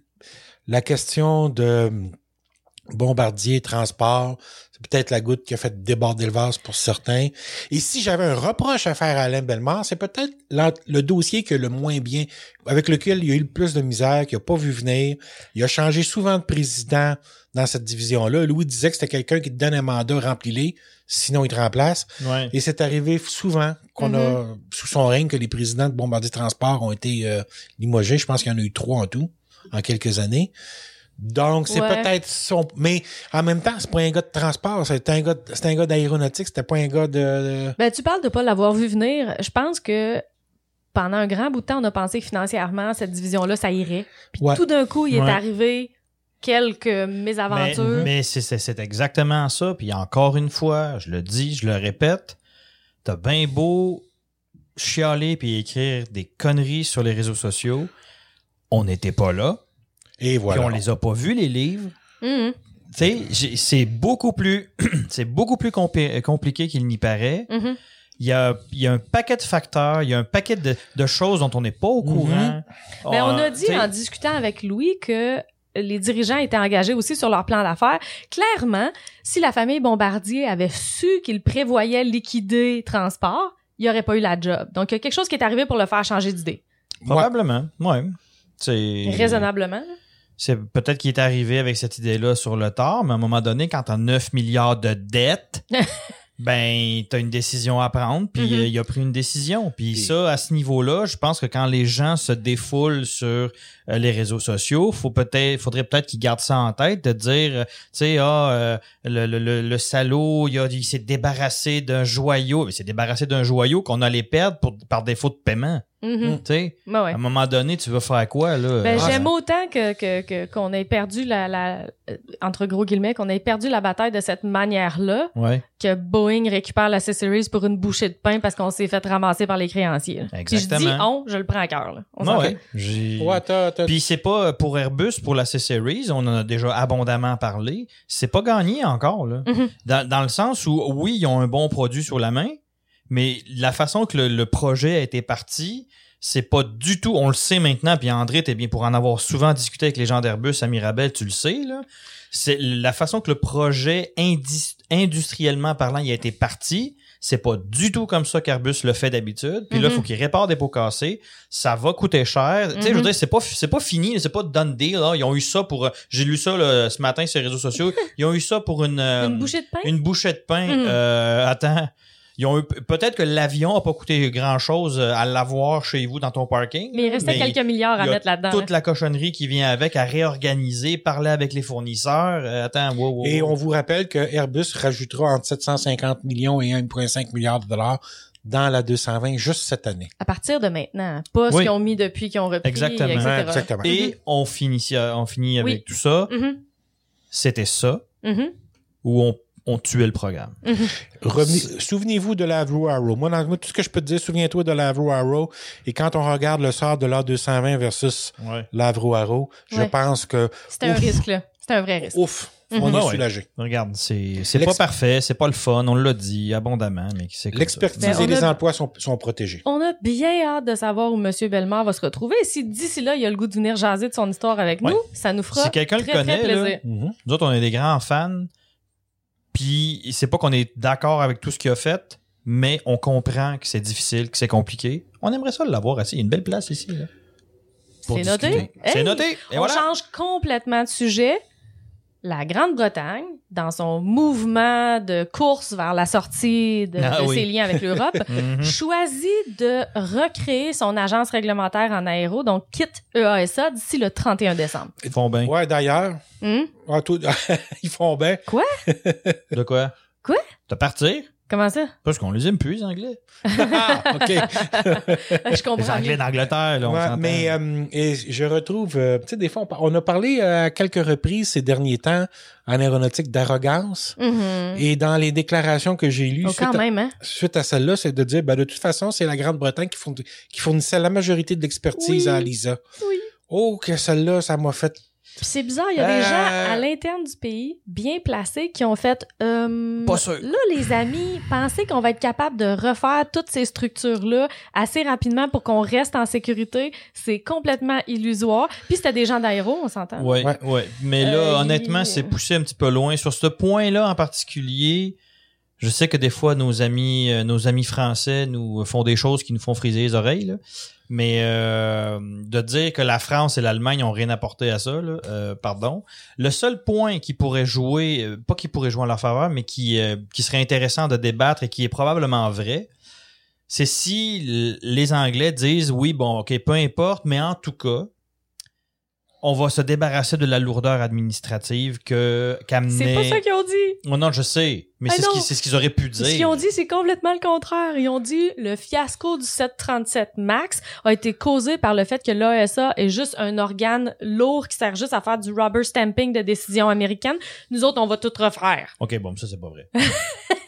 la question de Bombardier, transport, c'est peut-être la goutte qui a fait déborder le vase pour certains. Et si j'avais un reproche à faire à Alain Bellemare, c'est peut-être l'ent- le dossier qui a le moins bien, avec lequel il y a eu le plus de misère, qu'il n'a pas vu venir. Il a changé souvent de président dans cette division-là. Louis disait que c'était quelqu'un qui te donne un mandat, remplis-les, sinon il te remplace.
Ouais.
Et c'est arrivé souvent qu'on a, sous son règne, que les présidents de Bombardier Transport ont été euh, limogés. Je pense qu'il y en a eu trois en tout, en quelques années. Donc, c'est
Ouais.
peut-être son... Mais en même temps, c'est pas un gars de transport, c'est un gars, de- c'est un gars d'aéronautique, c'était pas un gars de...
Ben, tu parles de pas l'avoir vu venir. Je pense que pendant un grand bout de temps, on a pensé que financièrement, cette division-là, ça irait. Puis
Ouais.
tout d'un coup, il
Ouais.
est arrivé quelques
Mais,
mésaventures.
mais c'est, c'est, c'est exactement ça. Puis encore une fois, je le dis, je le répète, t'as bien beau chialer puis écrire des conneries sur les réseaux sociaux. On n'était pas là.
Et voilà.
Puis on les a pas vus, les livres.
Mhm.
Tu sais, j'ai- c'est beaucoup plus, c'est beaucoup plus compli- compliqué qu'il n'y paraît.
Mhm.
Il y a, il y a un paquet de facteurs, il y a un paquet de, de choses dont on n'est pas au courant.
Mais on a
Euh,
dit
tu sais,
en discutant avec Louis que les dirigeants étaient engagés aussi sur leur plan d'affaires. Clairement, si la famille Bombardier avait su qu'ils prévoyaient liquider Transport, il n'y aurait pas eu la job. Donc, il y a quelque chose qui est arrivé pour le faire changer d'idée.
Probablement, ouais. C'est
Raisonnablement.
C'est peut-être qu'il est arrivé avec cette idée-là sur le tard, mais à un moment donné, quand t'as neuf milliards de dettes, ben t'as une décision à prendre, puis
Mhm.
euh, il a pris une décision. Puis
Puis-
ça, à ce niveau-là, je pense que quand les gens se défoulent sur euh, les réseaux sociaux, faut peut-être, faudrait peut-être qu'ils gardent ça en tête, de dire, euh, tu sais, ah, euh, le, le, le, le salaud, il, a, il s'est débarrassé d'un joyau, mais il s'est débarrassé d'un joyau qu'on allait perdre pour, par défaut de paiement.
Mhm.
Tu sais,
Ben ouais.
à un moment donné, tu veux faire quoi là
Ben,
Ah,
j'aime
ça-
autant que, que, que, qu'on ait perdu la, la, euh, entre gros guillemets, qu'on ait perdu la bataille de cette manière-là,
Ouais.
que Boeing récupère l'accessories pour une bouchée de pain parce qu'on s'est fait ramasser par les créanciers. là. Puis je dis
Exactement.
on, je le prends à cœur, là. On
Ouais,
s'en
ouais.
fait.
J'ai-
Ouais, t'as, t'as-
Puis c'est pas pour Airbus, pour la C-Series, on en a déjà abondamment parlé. C'est pas gagné encore, là.
Mhm.
Dans, dans le sens où, oui, ils ont un bon produit sur la main, mais la façon que le, le projet a été parti, c'est pas du tout, on le sait maintenant, puis André, t'es bien pour en avoir souvent discuté avec les gens d'Airbus à Mirabel, tu le sais, là. C'est la façon que le projet indi- industriellement parlant, il a été parti. C'est pas du tout comme ça qu'Airbus le fait d'habitude. Puis là,
Mhm.
faut qu'il répare des pots cassés. Ça va coûter cher. Tu sais, je veux
Mhm.
dire, c'est pas, c'est pas fini, c'est pas done deal, là. Ils ont eu ça pour, euh, j'ai lu ça, là, ce matin sur les réseaux sociaux. Ils ont eu ça pour une, euh,
Une bouchée de pain?
une bouchée de pain.
Mhm.
Euh, attends. Ils ont eu, peut-être que l'avion a pas coûté grand chose à l'avoir chez vous dans ton parking.
Mais il restait
mais
quelques milliards à
il y a
mettre là-dedans.
toute la cochonnerie qui vient avec, à réorganiser, parler avec les fournisseurs. Euh, attends, wow, wow,
Et
wow.
on vous rappelle que Airbus rajoutera entre sept cent cinquante millions et un virgule cinq milliard de dollars dans la deux cent vingt juste cette année.
À partir de maintenant. Pas ce
Oui.
qu'ils ont mis depuis qu'ils ont repris,
Exactement.
et cetera.
Ouais, exactement.
Et on finit, on finit avec
Oui.
tout ça.
Mhm.
C'était ça,
Mhm.
où on, on tuait le programme.
Revenez- souvenez-vous de l'Avro Arrow. Moi, dans, moi, tout ce que je peux te dire, souviens-toi de l'Avro Arrow. Et quand on regarde le sort de l'A deux cent vingt versus
Ouais.
l'Avro Arrow, je
Ouais.
pense que,
C'était un
Ouf.
risque, là. C'était un vrai risque.
ouf,
Mhm.
on
Ah
est
ouais.
soulagé.
Regarde, c'est, c'est
L'ex-
pas parfait, c'est pas le fun, on l'a dit abondamment, mais c'est comme
L'expertise
Ben, on
et les
a-
emplois sont, sont protégés.
On a bien hâte de savoir où M. Bellemare va se retrouver. Si d'ici là, il a le goût de venir jaser de son histoire avec
Ouais.
nous, ça nous fera
Si quelqu'un le
très, très
connaît, là,
plaisir.
Mhm.
Nous autres, on est des grands fans. Puis, c'est pas qu'on est d'accord avec tout ce qu'il a fait, mais on comprend que c'est difficile, que c'est compliqué. On aimerait ça l'avoir assis. Il y a une belle place ici. Là, pour
C'est noté.
discuter.
Hey,
C'est noté. Et
on
voilà.
change complètement de sujet. La Grande-Bretagne, dans son mouvement de course vers la sortie de,
Ah
de
oui.
ses liens avec l'Europe,
Mhm.
choisit de recréer son agence réglementaire en aéro, donc quitte E A S A d'ici le trente et un décembre.
Ils font bien.
Ouais, d'ailleurs,
Hum?
ah, tout- ils font bien.
De quoi?
Quoi?
De partir?
Comment ça?
Parce qu'on les aime plus, les Anglais.
Ah, OK.
Je
Les
comprends
Anglais
mieux.
d'Angleterre, là, on
Ouais,
s'entend.
mais euh, et je retrouve, euh, tu sais, des fois, on, par- on a parlé euh, à quelques reprises ces derniers temps en aéronautique d'arrogance.
Mhm.
Et dans les déclarations que j'ai lues
Oh,
suite,
quand
à,
même, hein?
suite à celle-là, c'est de dire, ben, de toute façon, c'est la Grande-Bretagne qui, fourni- qui fournissait la majorité de l'expertise
Oui.
à Lisa.
Oui.
Oh, que celle-là, ça m'a fait...
Puis c'est bizarre, il y a des
Euh,
gens à l'interne du pays, bien placés, qui ont fait... euh,
Pas sûr.
Là, les amis, pensez qu'on va être capable de refaire toutes ces structures-là assez rapidement pour qu'on reste en sécurité. C'est complètement illusoire. Puis c'était des gens d'aéro, on s'entend?
Ouais,
Ouais.
ouais. Mais là,
Euh,
honnêtement,
il-
c'est poussé un petit peu loin. Sur ce point-là en particulier, je sais que des fois, nos amis, euh, nos amis français nous font des choses qui nous font friser les oreilles, là. Mais euh, de dire que la France et l'Allemagne ont rien apporté à ça, là, euh, pardon. Le seul point qui pourrait jouer, euh, pas qui pourrait jouer en leur faveur, mais qui, euh, qui serait intéressant de débattre et qui est probablement vrai, c'est si l- les Anglais disent oui, bon, ok, peu importe, mais en tout cas, on va se débarrasser de la lourdeur administrative que qu'amener.
C'est pas ça qu'ils ont dit.
Oh non, je sais, mais
Ah
c'est ce
non.
qu'ils c'est ce qu'ils auraient pu dire.
Ce qu'ils ont dit, c'est complètement le contraire. Ils ont dit le fiasco du sept trente-sept MAX a été causé par le fait que l'A S A est juste un organe lourd qui sert juste à faire du rubber stamping de décisions américaines. Nous autres, on va tout refaire.
Ok, bon, ça c'est pas vrai.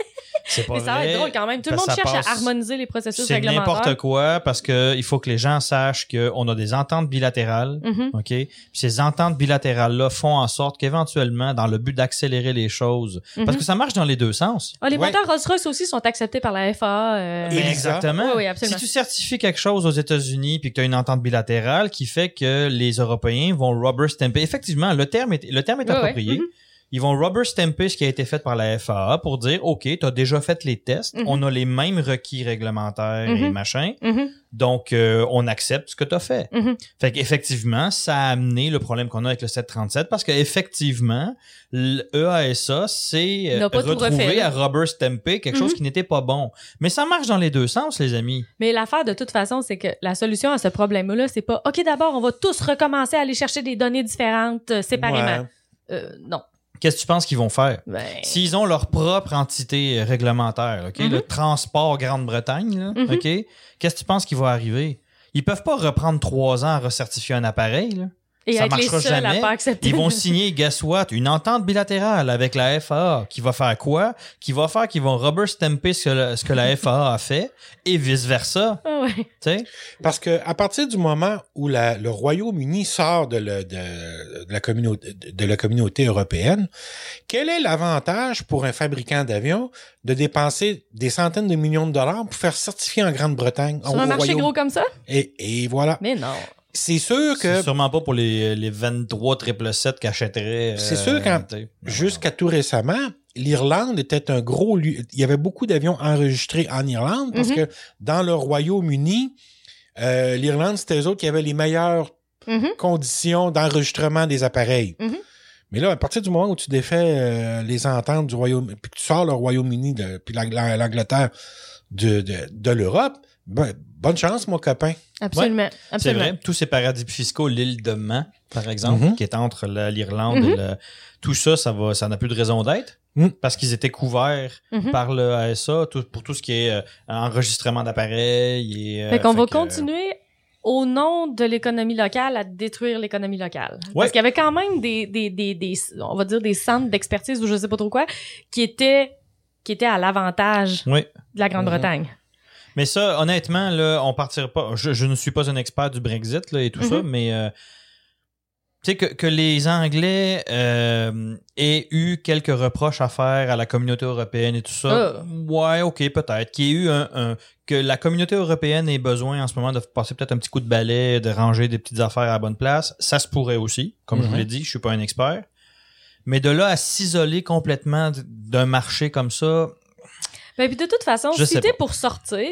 C'est pas
Mais ça va
vrai.
être drôle quand même. Tout le
Parce
monde
que ça
cherche à
passe-
harmoniser les processus
C'est
réglementaires.
n'importe quoi parce que il faut que les gens sachent qu'on a des ententes bilatérales,
Mhm.
ok. Puis ces ententes bilatérales là font en sorte qu'éventuellement, dans le but d'accélérer les choses,
Mhm.
parce que ça marche dans les deux sens.
Ah, les
Ouais.
moteurs Rolls-Royce aussi sont acceptés par la F A A. euh,
Et Elisa.
Exactement.
Oui, oui, absolument.
Si tu certifies quelque chose aux États-Unis puis que tu as une entente bilatérale qui fait que les Européens vont rubber stamper, effectivement, le terme est le terme est
Ouais,
approprié.
ouais. Mhm.
Ils vont rubber stamper ce qui a été fait par la F A A pour dire OK, tu as déjà fait les tests,
Mhm.
on a les mêmes requis réglementaires et
Mhm.
machin.
Mhm.
Donc, euh, on accepte ce que tu as fait.
Mhm.
Fait qu'effectivement, ça a amené le problème qu'on a avec le sept trente-sept parce qu'effectivement, l'E A S A s'est euh,
N'a pas tout refait,
retrouvé
là.
à rubber stamper quelque chose
Mhm.
qui n'était pas bon. Mais ça marche dans les deux sens, les amis.
Mais l'affaire, de toute façon, c'est que la solution à ce problème-là, c'est pas, OK, d'abord, on va tous recommencer à aller chercher des données différentes euh, séparément.
Ouais.
Euh, non.
Qu'est-ce que tu penses qu'ils vont faire?
Ben,
S'ils ont leur propre entité réglementaire, OK,
Mhm.
le transport Grande-Bretagne, là,
Mhm.
OK, qu'est-ce que tu penses qui va arriver? Ils peuvent pas reprendre trois ans à recertifier un appareil, là.
et
ça
être les
marchera
seuls
jamais.
à pas accepter.
Ils vont signer, guess what, une entente bilatérale avec la F A A qui va faire quoi? Qui va faire qu'ils vont rubber stamper ce que, la, ce que la F A A a fait et vice-versa.
Ah ouais.
Tu sais?
Parce que à partir du moment où la, le Royaume-Uni sort de, le, de, de la communauté, de la communauté européenne, quel est l'avantage pour un fabricant d'avions de dépenser des centaines de millions de dollars pour faire certifier en Grande-Bretagne?
Sur
au
un marché
Royaume-
gros comme ça?
Et, et voilà.
Mais non.
C'est sûr
C'est
que
sûrement pas pour les, les vingt-trois triple sept qu'achèteraient.
C'est sûr quand-
tu sais.
jusqu'à tout récemment, l'Irlande était un gros lieu. Il y avait beaucoup d'avions enregistrés en Irlande parce
Mhm.
que dans le Royaume-Uni, euh, l'Irlande, c'était eux autres qui avaient les meilleures
Mhm.
conditions d'enregistrement des appareils.
Mhm.
Mais là, à partir du moment où tu défais euh, les ententes du Royaume, puis que tu sors le Royaume-Uni, de, puis la- la- l'Angleterre de, de, de l'Europe, ben, bonne chance, mon copain.
Absolument.
C'est
Absolument.
vrai. Tous ces paradis fiscaux, l'île de Man, par exemple,
Mhm.
qui est entre la- l'Irlande
Mhm.
et le, tout ça, ça va, ça n'a plus de raison d'être.
Mhm.
Parce qu'ils étaient couverts
Mhm.
par le A S A tout- pour tout ce qui est euh, enregistrement d'appareils et. euh,
Fait qu'on va
que-
continuer au nom de l'économie locale à détruire l'économie locale.
Ouais.
Parce qu'il y avait quand même des, des, des, des, on va dire des centres d'expertise ou je sais pas trop quoi, qui étaient, qui étaient à l'avantage
Oui.
de la Grande-Bretagne.
Mais ça, honnêtement, là, on partira pas. Je, je ne suis pas un expert du Brexit là, et tout
Mhm.
ça, mais euh, tu sais que, que les Anglais euh, aient eu quelques reproches à faire à la communauté européenne et tout ça. Ouais, ok, peut-être. Qu'il y ait eu un, un que la communauté européenne ait besoin en ce moment de passer peut-être un petit coup de balai, de ranger des petites affaires à la bonne place. Ça se pourrait aussi. Comme je vous
Mhm.
l'ai dit, je suis pas un expert. Mais de là à s'isoler complètement d- d'un marché comme ça,
Ben, puis de toute façon,
Je
si
sais
t'es
pas.
pour sortir,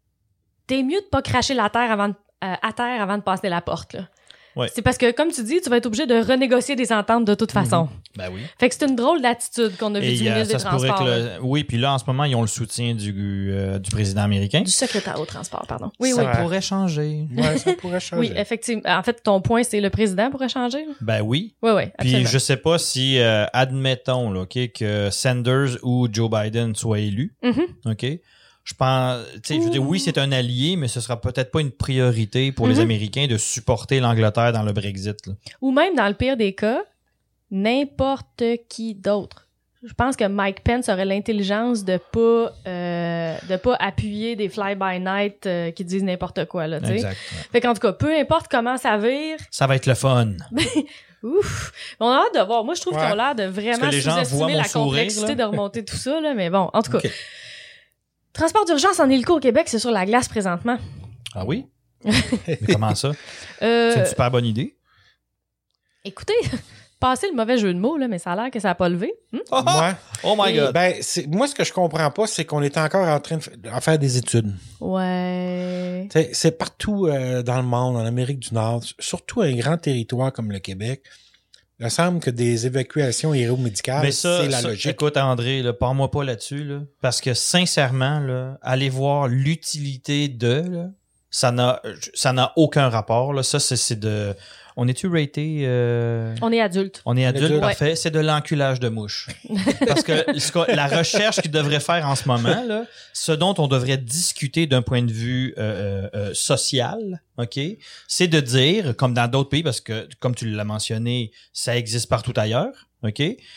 t'es mieux de pas cracher la terre avant de- euh, à terre avant de passer la porte, là.
Ouais.
C'est parce que, comme tu dis, tu vas être obligé de renégocier des ententes de toute façon.
ben oui.
Fait que c'est une drôle d'attitude qu'on a vu
Et
du
il y a-
ministre
ça
des
se pourrait
Transports.
que
là.
le- oui, puis là en ce moment ils ont le soutien du euh, du président américain.
Du secrétaire au transport, pardon. Oui,
ça
oui.
Ouais.
pourrait changer.
Ouais, ça pourrait changer.
Oui, effectivement. En fait, ton point, c'est le président pourrait changer. là?
Ben oui.
Oui, oui,
Puis
absolument.
je sais pas si euh, admettons là, OK, que Sanders ou Joe Biden soient élus,
Mhm.
OK? Je pense tu sais je veux dire oui, c'est un allié mais ce sera peut-être pas une priorité pour les
Mhm.
Américains de supporter l'Angleterre dans le Brexit là.
Ou même, dans le pire des cas, n'importe qui d'autre. Je pense que Mike Pence aurait l'intelligence de pas euh, de pas appuyer des fly-by-night euh, qui disent n'importe quoi, là, tu sais.
Exact. ouais.
Fait qu'en tout cas, peu importe comment ça vire,
Ça va être le fun.
ouf, on a hâte de voir. Moi, je trouve
Ouais.
qu'ils ont l'air de vraiment
Est-ce que les gens voient
sous-estimer
mon
la
sourire,
complexité
là?
de remonter tout ça, là, mais bon, en tout cas.
Ok.
Transport d'urgence en hélico au Québec, c'est sur la glace présentement.
Ah oui? Mais comment ça?
Euh,
C'est une super bonne idée.
écoutez, passez le mauvais jeu de mots, là, mais ça a l'air que ça a pas levé. Hmm?
Moi,
Oh my
Et-
god.
ben, c'est, moi, ce que je comprends pas, c'est qu'on est encore en train de, fa- de faire des études.
Ouais.
T'sais, c'est partout euh, dans le monde, en Amérique du Nord, surtout un grand territoire comme le Québec. Il semble que des évacuations aéromédicales,
Mais ça,
c'est la
ça,
logique.
écoute André, là, parle-moi pas là-dessus, là, parce que sincèrement, là, aller voir l'utilité de, là, ça n'a, ça n'a aucun rapport. Là. Ça, c'est, c'est de, on est-tu raté euh...
On est adulte.
On est adulte,
adulte.
parfait. C'est de l'enculage de mouche. Parce que ce qu'on- la recherche qu'ils devraient faire en ce moment, là, ce dont on devrait discuter d'un point de vue euh, euh, social, ok, c'est de dire, comme dans d'autres pays, parce que comme tu l'as mentionné, ça existe partout ailleurs, ok.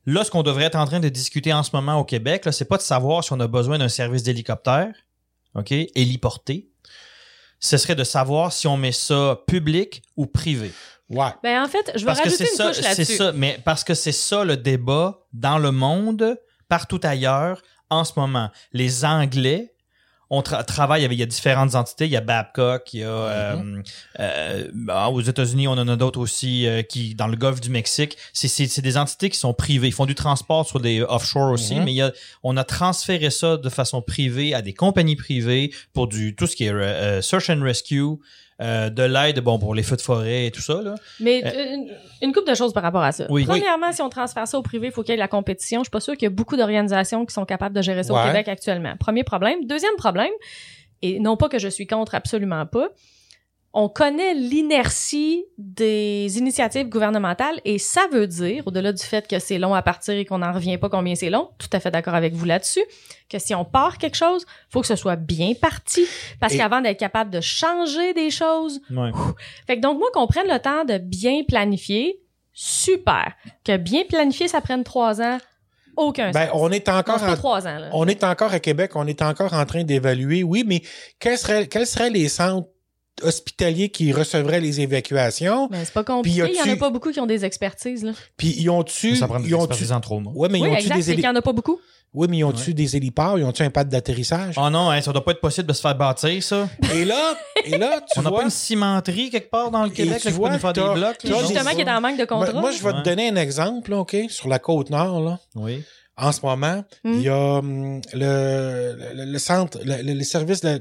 là, ce qu'on devrait être en train de discuter en ce moment au Québec, là, c'est pas de savoir si on a besoin d'un service d'hélicoptère, OK, héliporté. Ce serait de savoir si on met ça public ou privé.
Ouais.
Ben, en fait, je vais
Parce que
rajouter
c'est
une
ça,
couche là-dessus.
c'est ça, mais parce que c'est ça le débat dans le monde, partout ailleurs, en ce moment. Les Anglais, on tra- travaille avec, il y a différentes entités, il y a Babcock, il y a, euh, euh, bah, aux États-Unis, on en a d'autres aussi, euh, qui, dans le golfe du Mexique, c'est, c'est, c'est des entités qui sont privées. Ils font du transport sur des offshore aussi,
Mm-hmm.
mais il y a, on a transféré ça de façon privée à des compagnies privées pour du, tout ce qui est, euh, search and rescue, Euh, de l'aide, bon, pour les feux de forêt et tout ça, là.
Mais
Euh,
euh, une, une couple de choses par rapport à ça.
Oui.
Premièrement, si on transfère ça au privé, il faut qu'il y ait la compétition. Je suis pas sûre qu'il y a beaucoup d'organisations qui sont capables de gérer ça
Ouais.
au Québec actuellement. Premier problème. Deuxième problème, et non pas que je suis contre, absolument pas, on connaît l'inertie des initiatives gouvernementales et ça veut dire, au-delà du fait que c'est long à partir et qu'on n'en revient pas combien c'est long, tout à fait d'accord avec vous là-dessus, que si on part quelque chose, faut que ce soit bien parti parce
Et-
qu'avant d'être capable de changer des choses,
Ouais.
fait que donc, moi, qu'on prenne le temps de bien planifier, super. Que bien planifier, ça prenne trois ans, aucun
Ben,
sens.
on est
Non,
encore
c'est pas
en,
trois ans, là.
on est encore à Québec, on est encore en train d'évaluer. Oui, mais quels seraient, quels seraient les centres hospitaliers qui recevraient les évacuations?
Mais c'est pas
Puis
compliqué,
y
il y en a
a-tu-
pas beaucoup qui ont des expertises, là.
Puis ils ont-tu,
Ça prend des
ils ont-tu,
expertises en trauma.
ouais, mais ils
Oui,
ont-tu
exact,
des
c'est
héli-
qu'il y en a pas beaucoup.
oui, mais ils ont-tu des héliports? Ils ont-tu un pad d'atterrissage?
Oh non, hein, ça doit pas être possible de se faire bâtir, ça.
Et là, et là, tu
On n'a
vois.
pas une cimenterie quelque part dans le Québec
tu
là, qui
vois,
peut nous faire des
t'as-
blocs.
Puis
là,
t'as
non?
justement, qui est en manque de
moi,
contrat.
moi, je vais
Ouais.
te donner un exemple, là, OK? Sur la Côte-Nord, là.
Oui.
En ce moment,
Mm.
il y a hum, le, le, le centre, le, le, les services, de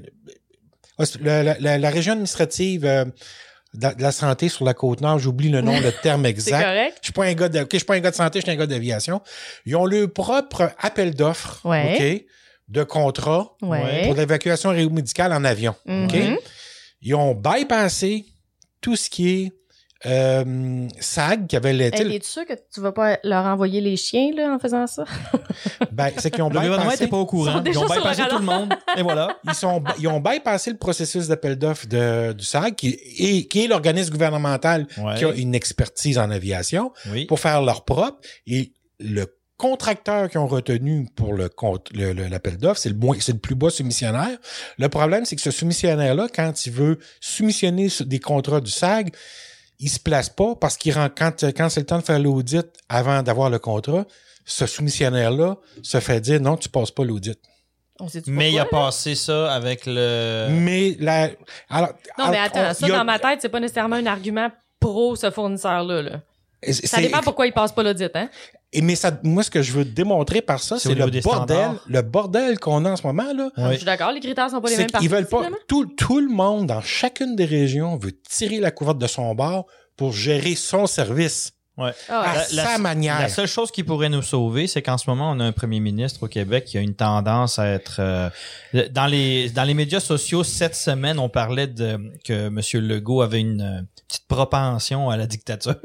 la, la, la, la région administrative euh, de, la, de la santé sur la Côte-Nord, j'oublie le nom, le terme
C'est
exact.
correct.
Je suis pas un gars de, OK, je suis pas un gars de santé, je suis un gars d'aviation. Ils ont leur propre appel d'offres,
Ouais.
OK, de contrat
Ouais.
pour l'évacuation médicale en avion.
Mhm.
OK? Ils ont bypassé tout ce qui est euh, S A G qui avait
Hey,
l'été.
es-tu sûr que tu vas pas leur envoyer les chiens, là, en faisant ça?
Ben, c'est qu'ils ont
Le gouvernement
bypassé.
n'était pas au
Ils
courant.
sont
Ils,
déjà
ont
sur le
bypassé tout le
radar.
monde. Et voilà.
Ils, sont, ils ont bypassé le processus d'appel d'offres de, du S A G, qui, est, qui est l'organisme gouvernemental
Ouais.
qui a une expertise en aviation,
Oui.
pour faire leur propre. Et le contracteur qu'ils ont retenu pour le, compte- le, le- l'appel d'offres, c'est le, moins, c'est le plus bas soumissionnaire. Le problème, c'est que ce soumissionnaire-là, quand il veut soumissionner sur des contrats du S A G, il se place pas parce qu'il rend, quand, quand c'est le temps de faire l'audit avant d'avoir le contrat, ce soumissionnaire-là se fait dire non, tu passes pas l'audit.
On sait-tu
Mais il a
pourquoi, là?
passé ça avec le...
Mais la, alors,
Non, mais
alors,
attends,
on-
ça,
il y a-
dans ma tête, c'est pas nécessairement un argument pro ce fournisseur-là, là. Ça
c'est-
dépend pourquoi il passe pas l'audit, hein?
Et mais ça, moi, ce que je veux démontrer par ça,
C'est
c'est,
au niveau
le
des
bordel,
standards.
le bordel qu'on a en ce moment, là.
Je
Oui.
suis d'accord, les critères sont pas les
C'est
mêmes partout.
qu'ils veulent pas,
visiblement.
tout, tout le monde dans chacune des régions veut tirer la couverte de son bord pour gérer son service
Ouais.
Ah,
à
ouais.
La-
sa
la-
manière.
La seule chose qui pourrait nous sauver, c'est qu'en ce moment, on a un premier ministre au Québec qui a une tendance à être... euh, dans les dans les médias sociaux, cette semaine, on parlait de que M. Legault avait une euh, petite propension à la dictature.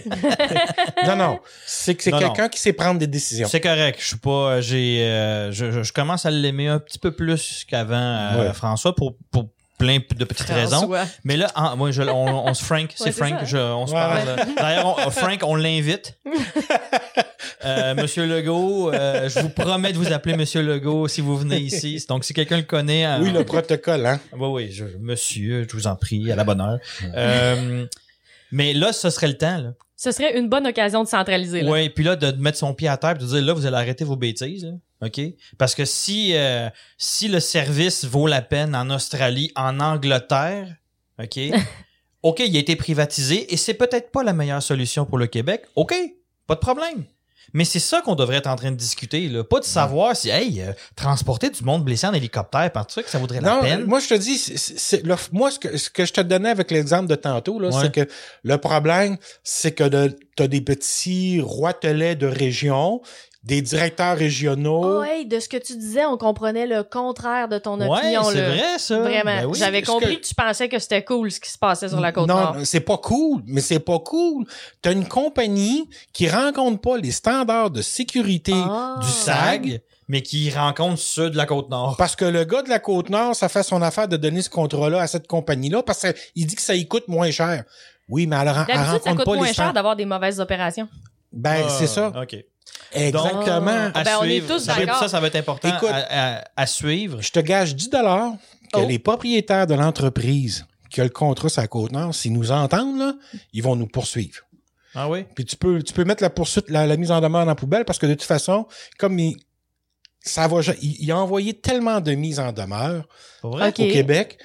Non, non. C'est que c'est
Non,
quelqu'un
non.
qui sait prendre des décisions.
C'est correct. Je suis pas... j'ai euh, je, je, je commence à l'aimer un petit peu plus qu'avant, euh,
Ouais.
François, pour, pour plein de petites raisons.
François.
Mais là, en- moi, je, on, on se Frank, c'est
Ouais, c'est
Frank,
ça.
je- on se
Ouais,
parle. euh, D'ailleurs, on- Frank, on l'invite. Euh, Monsieur Legault, euh, je vous promets de vous appeler Monsieur Legault si vous venez ici. Donc, si quelqu'un le connaît, euh,
Oui, le protocole, hein.
oui, oui, je, Monsieur, je vous en prie, à la bonne heure. Euh, mais là, ce serait le temps. Là.
Ce serait une bonne occasion de centraliser, là.
Ouais, puis là, de mettre son pied à terre, et de dire là, vous allez arrêter vos bêtises, là. OK? Parce que si euh, si le service vaut la peine en Australie, en Angleterre, OK? OK, il a été privatisé et c'est peut-être pas la meilleure solution pour le Québec. OK, pas de problème. Mais c'est ça qu'on devrait être en train de discuter, là. Pas de savoir si, hey, euh, transporter du monde blessé en hélicoptère, par ça que ça vaudrait la
Non,
peine.
moi, je te dis, c'est, c'est- le- moi, ce que, ce que je te donnais avec l'exemple de tantôt, là,
Ouais.
c'est que le problème, c'est que de- t'as des petits roitelets de régions, des directeurs régionaux.
Oh, hey, de ce que tu disais, on comprenait le contraire de ton
Ouais,
opinion,
c'est
là.
vrai, ça.
Vraiment.
Ben oui.
J'avais
ce
compris
que-
que... tu pensais que c'était cool ce qui se passait sur la côte
non,
nord.
c'est pas cool, mais c'est pas cool. T'as une compagnie qui rencontre pas les standards de sécurité
Ah.
du
Du
S A G.
SAG, mais qui rencontre ceux de la Côte-Nord.
Parce que le gars de la Côte-Nord, ça fait son affaire de donner ce contrat-là à cette compagnie-là parce qu'il dit que ça y coûte moins cher. Oui, mais elle, elle
D'habitude, ça
rencontre
coûte
pas
moins
les
cher
standards.
d'avoir des mauvaises opérations.
Ben,
Ah,
c'est ça.
OK.
Exactement.
À
Ben, on est
suivre.
tous
ça, va être-
d'accord.
ça, ça va être important
Écoute,
à, à, à suivre.
Je te gage dix dollars que
Oh.
les propriétaires de l'entreprise qui a le contrat sur la Côte-Nord, s'ils nous entendent, là, ils vont nous poursuivre.
Ah oui?
Puis tu peux, tu peux mettre la poursuite, la, la mise en demeure dans la poubelle parce que de toute façon, comme il, ça va, il, il a envoyé tellement de mises en demeure
Pour vrai?
Ok.
au Québec.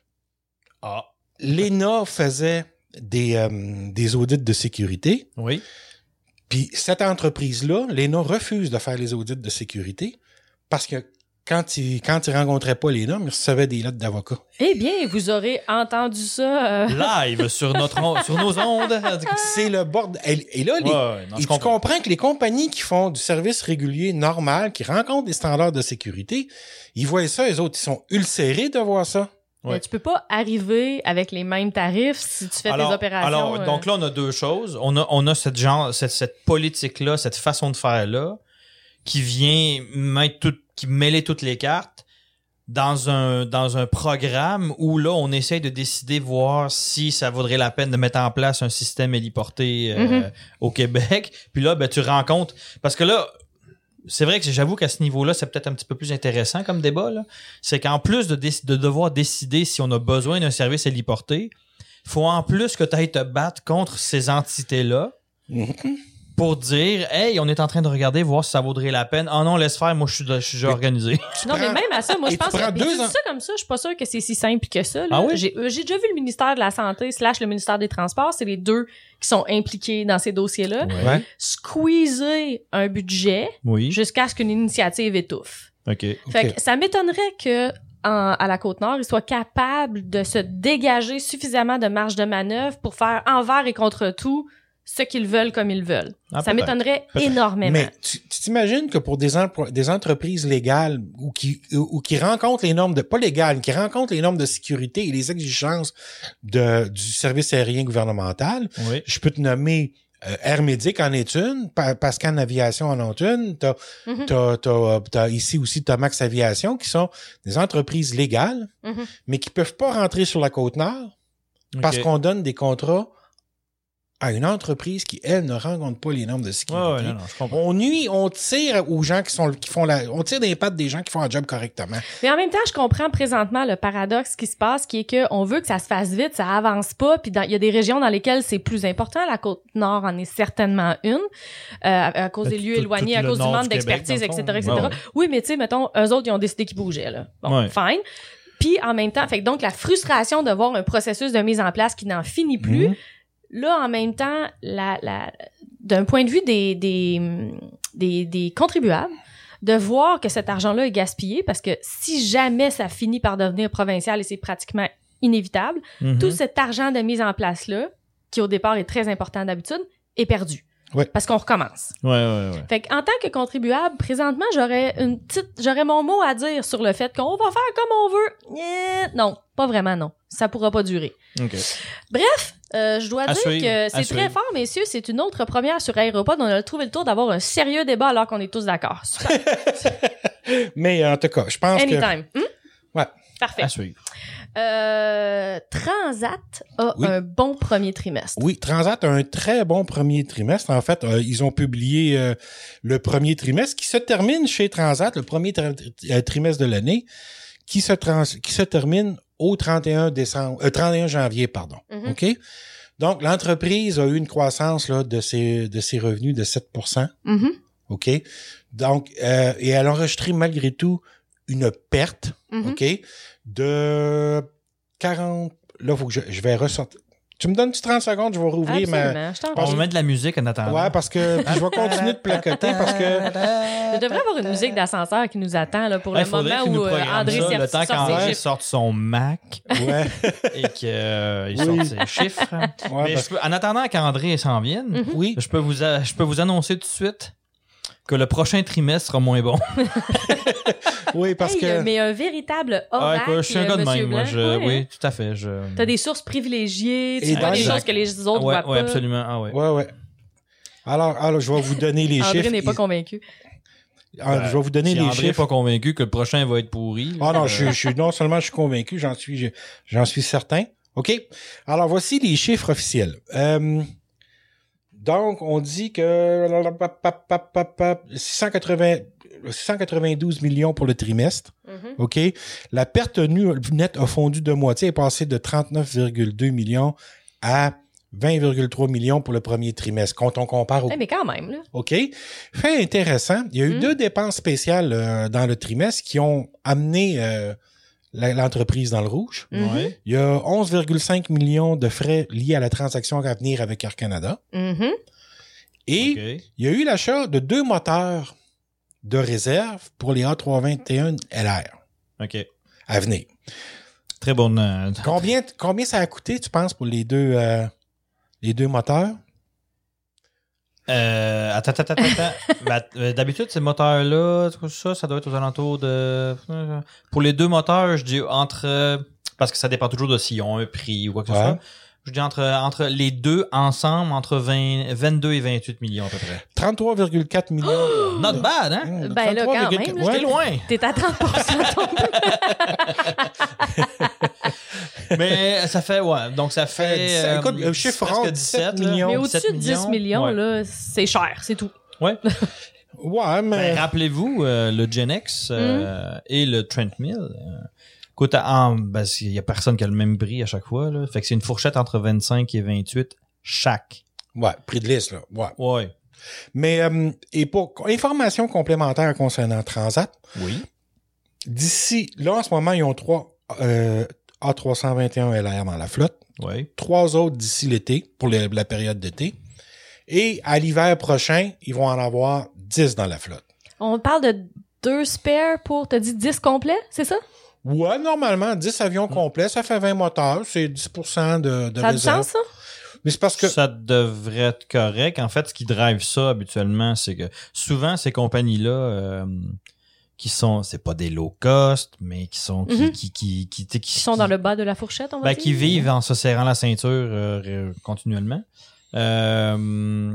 Ah.
L'E N A faisait des, euh, des audits de sécurité.
Oui.
Puis cette entreprise-là, l'E N A refuse de faire les audits de sécurité parce que quand ils quand ils rencontraient pas l'E N A, ils recevaient des lettres d'avocats.
Eh bien, vous aurez entendu ça. euh,
Live sur, notre on- sur nos ondes.
C'est le bordel. Et, et là, les,
Ouais, non,
et
je
tu
comprends.
comprends que les compagnies qui font du service régulier normal, qui rencontrent des standards de sécurité, ils voient ça, les autres, ils sont ulcérés de voir ça.
Ouais.
mais tu peux pas arriver avec les mêmes tarifs si tu fais
alors,
tes opérations.
alors
euh,
donc là, on a deux choses. On a, on a cette genre, cette, cette politique-là, cette façon de faire-là, qui vient mettre tout, qui mêler toutes les cartes dans un, dans un programme où là, on essaye de décider, voir si ça vaudrait la peine de mettre en place un système héliporté euh,
Mhm.
au Québec. Puis là, ben, tu rencontres, parce que là, c'est vrai que j'avoue qu'à ce niveau-là, c'est peut-être un petit peu plus intéressant comme débat, là. C'est qu'en plus de, déc- de devoir décider si on a besoin d'un service héliporté, il faut en plus que tu ailles te battre contre ces entités-là pour dire, hey, on est en train de regarder, voir si ça vaudrait la peine. Oh non, laisse faire, moi, je suis, je suis déjà organisé.
Non, mais
prends-
même à ça, moi,
et
je
tu
pense
prends
que mais
deux
tu dis
ans-
ça comme ça, je suis pas sûre que c'est si simple que ça. Là.
Ah oui?
J'ai, euh, j'ai déjà vu le ministère de la Santé slash le ministère des Transports, c'est les deux qui sont impliqués dans ces dossiers-là,
Ouais.
squeezer un budget
Oui.
jusqu'à ce qu'une initiative étouffe.
OK.
Fait
Ok.
que ça m'étonnerait que en- à la Côte-Nord, ils soient capables de se dégager suffisamment de marge de manœuvre pour faire envers et contre tout ce qu'ils veulent comme ils veulent.
Ah,
ça
peut-être.
m'étonnerait
Peut-être.
énormément.
Mais tu, tu t'imagines que pour des, emplo- des entreprises légales ou qui, ou, ou qui rencontrent les normes de, pas légales, qui rencontrent les normes de sécurité et les exigences de, du service aérien gouvernemental,
Oui.
je peux te nommer euh, Air Médic en est une, Pa- Pascan Aviation en ont une, t'as,
Mhm.
t'as, t'as, t'as ici aussi Tomax Aviation qui sont des entreprises légales,
Mhm.
mais qui peuvent pas rentrer sur la Côte-Nord parce
OK.
qu'on donne des contrats à une entreprise qui, elle, ne rencontre pas les normes de sécurité.
Ouais, ouais, non, non, je comprends.
On nuit, on tire aux gens qui sont qui font la, on tire des pattes des gens qui font un job correctement.
Mais en même temps, je comprends présentement le paradoxe qui se passe, qui est que on veut que ça se fasse vite, ça avance pas, puis dans- il y a des régions dans lesquelles c'est plus important. La Côte-Nord en est certainement une, euh, à, à cause
Ben,
des lieux
tout-
éloignés,
tout
à
le
cause du
nord
manque
du Québec,
d'expertise,
dans
et
le fond.
cetera, et cetera.
Ouais, ouais.
Oui, mais tu sais, mettons, eux autres, ils ont décidé qu'ils bougeaient, là. Bon,
Ouais.
fine. Puis en même temps, fait que donc la frustration de voir un processus de mise en place qui n'en finit plus,
Mhm.
là, en même temps, la, la, d'un point de vue des, des, des, des contribuables, de voir que cet argent-là est gaspillé, parce que si jamais ça finit par devenir provincial et c'est pratiquement inévitable,
Mhm.
tout cet argent de mise en place-là, qui au départ est très important d'habitude, est perdu.
Ouais.
Parce qu'on recommence.
Ouais, ouais, ouais.
Fait qu'en tant que contribuable, présentement, j'aurais une petite, j'aurais mon mot à dire sur le fait qu'on va faire comme on veut. Eh, non, pas vraiment non. Ça pourra pas durer.
OK.
Bref, euh, je dois
À
dire
suivre,
que
à
c'est
suivre.
très fort, messieurs. C'est une autre première sur Aéropod. On a trouvé le tour d'avoir un sérieux débat alors qu'on est tous d'accord. Super.
Mais en tout cas, je pense que
Anytime. Hmm?
Ouais.
Parfait.
À suivre.
Euh, Transat a
Oui.
un bon premier trimestre.
oui, Transat a un très bon premier trimestre. En fait, euh, ils ont publié euh, le premier trimestre qui se termine chez Transat, le premier tri- euh, trimestre de l'année, qui se trans- qui se termine au trente et un décembre, euh, trente et un janvier, pardon.
Mhm.
OK? Donc, l'entreprise a eu une croissance là, de ses, de ses revenus de sept pour cent.
Mhm.
OK? Donc, euh, et elle a enregistré malgré tout une perte,
Mhm.
OK, de quarante... Là, faut que je, je vais ressortir. Tu me donnes trente secondes, je vais rouvrir ma...
Absolument. Je t'en
On
prie.
va mettre de la musique en attendant.
Ouais, parce que puis je vais continuer de placoter parce que...
Je devrais avoir une musique d'ascenseur qui nous attend là, pour
Ouais,
le
il faudrait
moment
qu'il nous
où euh,
programme
André
ça,
s'est
le temps
sorti ses
qu'André
chiffres.
sorte son Mac
Ouais,
et qu'il
Oui.
sorte ses chiffres.
ouais,
Mais
parce-
je peux- en attendant qu'André s'en vienne,
Mhm.
oui.
je, peux vous a- je peux vous annoncer tout de suite que le prochain trimestre sera moins bon.
Oui, parce
Hey,
que...
mais un véritable
Ah,
oracle,
écoute, je suis un gars de
Monsieur
même, moi.
Blanc.
Je,
Ouais,
oui,
hein.
tout à fait. Je...
T'as des sources privilégiées, tu
Et
vois
dans
des
les-
choses que les autres
ouais,
voient
ouais,
pas.
absolument. Ah, ouais.
Ouais, ouais. Alors, alors, je vais vous donner les
André
chiffres.
n'est pas convaincu.
Ah, je vais vous donner
Si
les
André n'est
chiffres.
pas convaincu que le prochain va être pourri.
Ah non,
euh,
je, je suis non seulement je suis convaincu, j'en suis je- j'en suis certain. OK? Alors voici les chiffres officiels. Euh, Donc, on dit que six cent quatre-vingts six cent quatre-vingt-douze millions pour le trimestre.
Mm-hmm.
OK? La perte nette a fondu de moitié, est passée de trente-neuf virgule deux millions à vingt virgule trois millions pour le premier trimestre, quand on compare au...
Eh, mais quand même, là.
OK? Fait intéressant. Il y a eu
Mm.
deux dépenses spéciales euh, dans le trimestre qui ont amené euh, la- l'entreprise dans le rouge.
Mhm.
Ouais.
Il y a onze virgule cinq millions de frais liés à la transaction à venir avec Air Canada.
Mhm.
Et
OK.
il y a eu l'achat de deux moteurs de réserve pour les A trois vingt et un L R
OK.
à venir.
Très bonne. euh,
Combien, combien ça a coûté, tu penses, pour les deux, euh, les deux moteurs?
Euh, attends, attends, attends, attends. Ben, euh, d'habitude, ces moteurs-là, tout ça, ça doit être aux alentours de... Pour les deux moteurs, je dis entre... euh, Parce que ça dépend toujours de s'ils ont un prix ou quoi que ce
Ouais.
soit. Je dis entre, entre les deux ensemble, entre vingt, vingt-deux et vingt-huit millions à peu près.
trente-trois virgule quatre millions.
Not bad, hein?
Mmh,
Ben là, quand
trente-trois virgule quatre
même,
ouais.
J'étais loin.
T'es à trente pour cent ton
Mais ça fait, ouais. Donc ça fait...
Fait,
euh,
écoute, le chiffre
presque
rond,
dix-sept
dix-sept millions.
Mais
dix-sept
au-dessus de dix millions,
ouais.
là, c'est cher, c'est tout.
Ouais.
Ouais, mais...
Ben, rappelez-vous, euh, le Gen X euh, et le Trent Mill... Euh, coûte en, ben, il y a personne qui a le même prix à chaque fois, là. Fait que c'est une fourchette entre vingt-cinq et vingt-huit chaque.
Ouais, prix de liste, là. Ouais.
Ouais.
Mais, euh, et pour information complémentaire concernant Transat,
Oui.
d'ici, là, en ce moment, ils ont trois euh, A trois cent vingt et un L R dans la flotte.
Oui.
Trois autres d'ici l'été, pour le- la période d'été. Et à l'hiver prochain, ils vont en avoir dix dans la flotte.
On parle de deux spares pour, t'as dit dix complets, c'est ça?
Ouais, normalement, dix avions complets, ça fait vingt moteurs, c'est dix pour cent de, de
Ça a du
réserve.
sens, ça?
Mais c'est parce que...
Ça devrait être correct. En fait, ce qui drive ça habituellement, c'est que souvent, ces compagnies-là, euh, qui sont, c'est pas des low cost, mais qui sont, qui,
Mhm.
qui, qui, qui, qui,
Qui sont dans le bas de la fourchette, on va
ben,
dire?
qui vivent en se serrant la ceinture euh, ré- continuellement. Euh,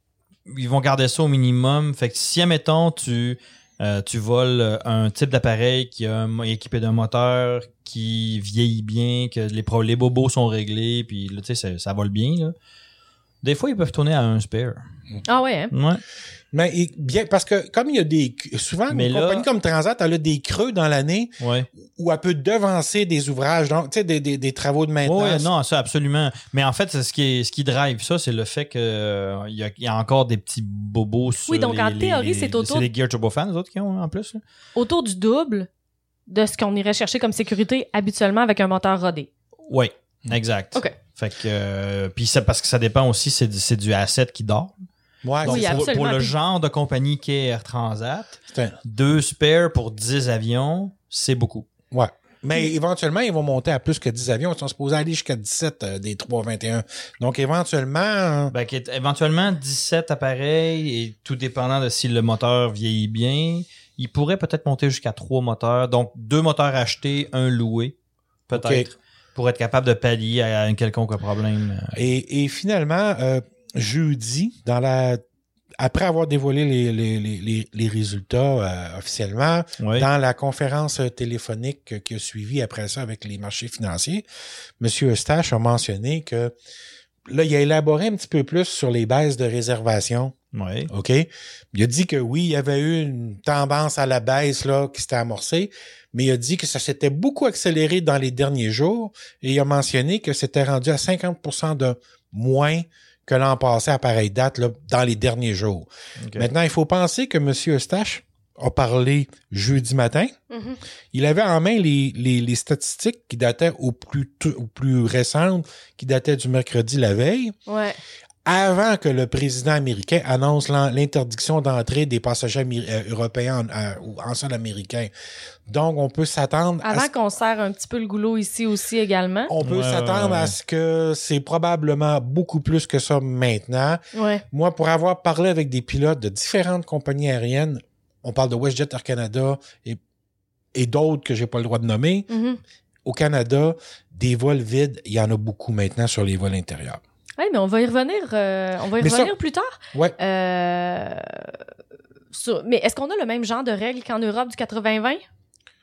ils vont garder ça au minimum. Fait que si, admettons, tu, euh, tu voles un type d'appareil qui a un- équipé d'un moteur qui vieillit bien, que les, pro- les bobos sont réglés, puis là, tu sais, ça, ça vole bien, là. Des fois, ils peuvent tourner à un spare.
Ah ouais, hein?
Ouais.
Mais et bien, parce que comme il y a des... Souvent,
Mais
une
là-
compagnie comme Transat, elle a des creux dans l'année
Ouais.
où elle peut devancer des ouvrages, donc, tu sais, des, des, des travaux de maintenance.
Ouais, non, ça, absolument. Mais en fait, c'est ce qui est, ce qui drive ça, c'est le fait que euh, il y, a, il y a encore des petits bobos sur
Oui, donc
les,
en
les-
théorie,
les-
c'est autour-
C'est les Gear Turbofan, les autres qui ont en plus. Là.
Autour du double de ce qu'on irait chercher comme sécurité habituellement avec un moteur rodé.
Oui, exact.
OK.
Fait que euh, puis c'est parce que ça dépend aussi, c'est du, c'est du asset qui dort.
Ouais,
Donc,
Oui,
c'est ça.
pour,
absolument.
pour le
Puis-
genre de compagnie qu'est Air Transat,
C'est un-
deux spares pour dix avions, c'est beaucoup.
ouais. Mais éventuellement, ils vont monter à plus que dix avions. Ils sont supposés aller jusqu'à dix-sept euh, des trois vingt et un. Donc, éventuellement... euh,
Ben, qui est éventuellement dix-sept appareils et tout dépendant de si le moteur vieillit bien, il pourrait peut-être monter jusqu'à trois moteurs. Donc, deux moteurs achetés, un loué, peut-être,
OK.
pour être capable de pallier à un quelconque problème.
Et, et finalement, euh, jeudi, dans la après avoir dévoilé les, les, les, les, les résultats euh, officiellement,
Oui.
dans la conférence téléphonique qui a suivi après ça avec les marchés financiers, M. Eustache a mentionné que là, il a élaboré un petit peu plus sur les baisses de réservation.
Oui.
OK? Il a dit que oui, il y avait eu une tendance à la baisse là qui s'était amorcée, mais il a dit que ça s'était beaucoup accéléré dans les derniers jours et il a mentionné que c'était rendu à cinquante pour cent de moins que l'an passé à pareille date là, dans les derniers jours.
OK.
Maintenant, il faut penser que M. Eustache a parlé jeudi matin.
Mhm.
Il avait en main les, les, les statistiques qui dataient au plus, t- au plus récentes, qui dataient du mercredi la veille,
Ouais.
avant que le président américain annonce l'en- l'interdiction d'entrée des passagers améri- euh, européens en, euh, ou en sol américain. Donc, on peut s'attendre à
Avant
ce,
qu'on serre un petit peu le goulot ici aussi également.
on peut
Ouais,
s'attendre
ouais, ouais.
à ce que c'est probablement beaucoup plus que ça maintenant.
Ouais.
Moi, pour avoir parlé avec des pilotes de différentes compagnies aériennes, on parle de WestJet, Air Canada et, et d'autres que j'ai pas le droit de nommer.
Mhm.
Au Canada, des vols vides, il y en a beaucoup maintenant sur les vols intérieurs.
Oui, mais on va y revenir, euh, on va y
Mais ça-
revenir plus tard.
Ouais.
Euh, sur- mais est-ce qu'on a le même genre de règles qu'en Europe du quatre-vingts vingt?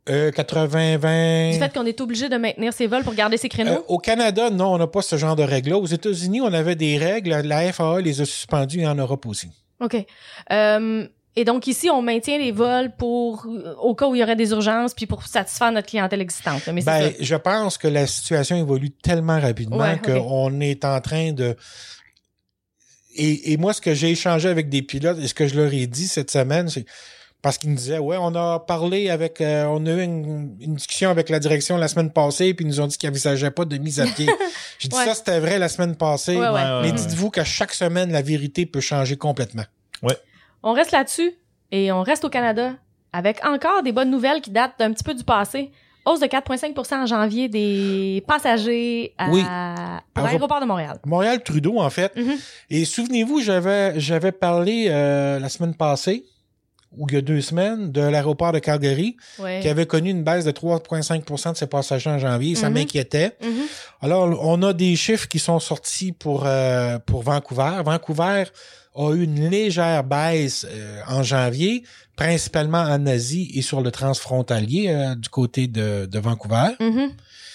Euh, quatre-vingts vingt.
Du fait qu'on est obligé de maintenir ses vols pour garder ses créneaux?
Euh, au Canada, non, on n'a pas ce genre de règles-là. Aux États-Unis, on avait des règles. La F A A les a suspendues et en Europe aussi.
OK. Euh, et donc ici, on maintient les vols pour au cas où il y aurait des urgences puis pour satisfaire notre clientèle existante. Mais c'est
Ben,
ça.
je pense que la situation évolue tellement rapidement
Ouais,
qu'on
okay.
est en train de... Et, et moi, ce que j'ai échangé avec des pilotes et ce que je leur ai dit cette semaine, c'est parce qu'ils me disaient, ouais, on a parlé avec, euh, on a eu une, une discussion avec la direction la semaine passée, puis ils nous ont dit qu'ils n'envisageaient pas de mise à pied. J'ai dit
ouais.
ça, c'était vrai la semaine passée,
ouais, ouais.
mais
ouais,
dites-vous qu'à chaque semaine, la vérité peut changer complètement.
Ouais.
On reste là-dessus et on reste au Canada avec encore des bonnes nouvelles qui datent d'un petit peu du passé. Hausse de quatre virgule cinq pour cent en janvier des passagers à,
oui.
pour l'aéroport de Montréal.
Montréal-Trudeau, en fait.
Mm-hmm.
Et souvenez-vous, j'avais, j'avais parlé euh, la semaine passée, ou il y a deux semaines, de l'aéroport de Calgary,
ouais.
qui avait connu une baisse de trois virgule cinq pour cent de ses passagers en janvier. Ça mm-hmm. m'inquiétait.
Mm-hmm.
Alors, on a des chiffres qui sont sortis pour, euh, pour Vancouver. Vancouver a eu une légère baisse euh, en janvier, principalement en Asie et sur le transfrontalier euh, du côté de, de Vancouver.
Mm-hmm.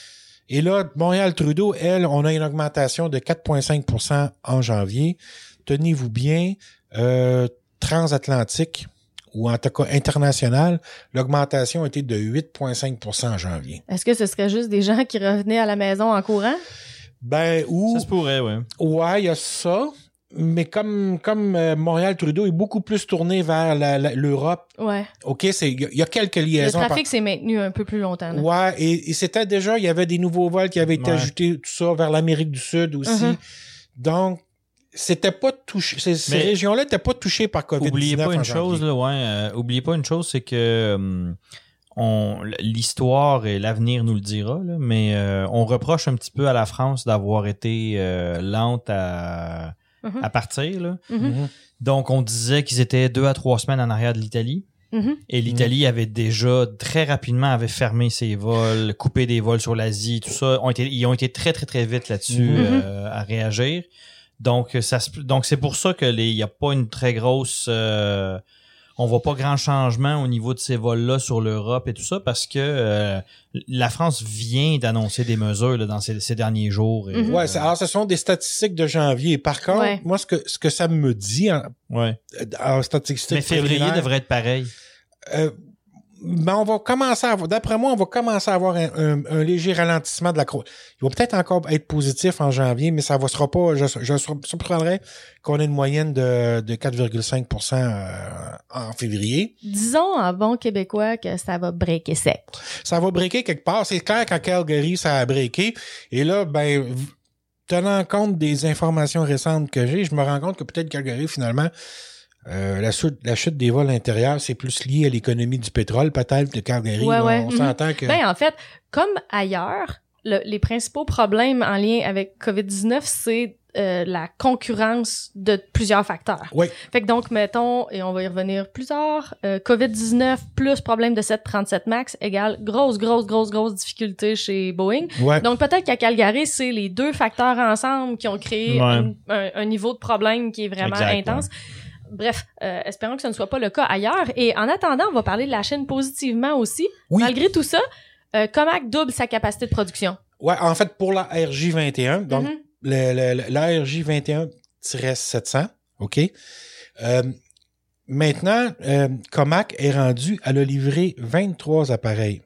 Et là, Montréal-Trudeau, elle, on a une augmentation de quatre virgule cinq pour cent en janvier. Tenez-vous bien, euh, transatlantique, ou en tout cas international, l'augmentation a été de huit virgule cinq pour cent en janvier.
Est-ce que ce serait juste des gens qui revenaient à la maison en courant?
Ben, ou...
Ça se pourrait, oui.
Ouais, il y a ça. Mais comme comme euh, Montréal-Trudeau est beaucoup plus tourné vers la, la, l'Europe,
ouais.
OK, c'est il y, y a quelques liaisons.
Le trafic par... s'est maintenu un peu plus longtemps. Là.
Ouais, et, et c'était déjà, il y avait des nouveaux vols qui avaient été ouais. ajoutés, tout ça, vers l'Amérique du Sud aussi. Mm-hmm. Donc, c'était pas touché. Ces, ces régions-là n'étaient pas touchées par covid dix-neuf.
Oubliez pas une chose, là, ouais. Euh, oubliez pas une chose, c'est que hum, on, l'histoire et l'avenir nous le dira, là, mais euh, on reproche un petit peu à la France d'avoir été euh, lente à, mm-hmm. à partir. Là.
Mm-hmm.
Donc, on disait qu'ils étaient deux à trois semaines en arrière de l'Italie.
Mm-hmm.
Et l'Italie mm-hmm. avait déjà très rapidement avait fermé ses vols, coupé des vols sur l'Asie, tout ça. Ont été, ils ont été très, très, très vite là-dessus mm-hmm. euh, à réagir. Donc, ça, donc c'est pour ça que les, il n'y a pas une très grosse... Euh, on voit pas grand changement au niveau de ces vols-là sur l'Europe et tout ça parce que euh, la France vient d'annoncer des mesures là, dans ces, ces derniers jours. Et,
mm-hmm. Ouais,
euh,
alors ce sont des statistiques de janvier. Par contre, ouais. moi, ce que ce que ça me dit en,
ouais.
en statistiques...
Mais février devrait être pareil.
Euh, ben on va commencer à avoir, d'après moi, on va commencer à avoir un, un, un léger ralentissement de la croissance. Il va peut-être encore être positif en janvier, mais ça ne sera pas, je, je surprendrais qu'on ait une moyenne de, de quatre virgule cinq pour cent euh, en février.
Disons en bon québécois que ça va breaker sec.
Ça va breaker quelque part. C'est clair qu'à Calgary, ça a breaké. Et là, ben, tenant compte des informations récentes que j'ai, je me rends compte que peut-être Calgary, finalement, Euh, la, chute, la chute des vols intérieurs, c'est plus lié à l'économie du pétrole, peut-être, de Calgary.
Ouais,
là,
ouais.
on
Mm-hmm.
s'entend que...
Ben, en fait, comme ailleurs, le, les principaux problèmes en lien avec covid dix-neuf, c'est euh, la concurrence de plusieurs facteurs.
Oui.
Fait que donc, mettons, et on va y revenir plus tard, euh, covid dix-neuf plus problème de sept trente-sept MAX égale grosse, grosse, grosse, grosse difficulté chez Boeing.
Ouais.
Donc, peut-être qu'à Calgary, c'est les deux facteurs ensemble qui ont créé
ouais.
un, un, un niveau de problème qui est vraiment
exact,
intense.
Ouais.
Bref, euh, espérons que ce ne soit pas le cas ailleurs. Et en attendant, on va parler de la Chine positivement aussi.
Oui.
Malgré tout ça, euh, Comac double sa capacité de production.
Ouais, en fait, pour la R J vingt et un, donc mm-hmm. le, le, la R J vingt et un sept cents, OK? Euh, maintenant, euh, Comac est rendu, elle a livré vingt-trois appareils.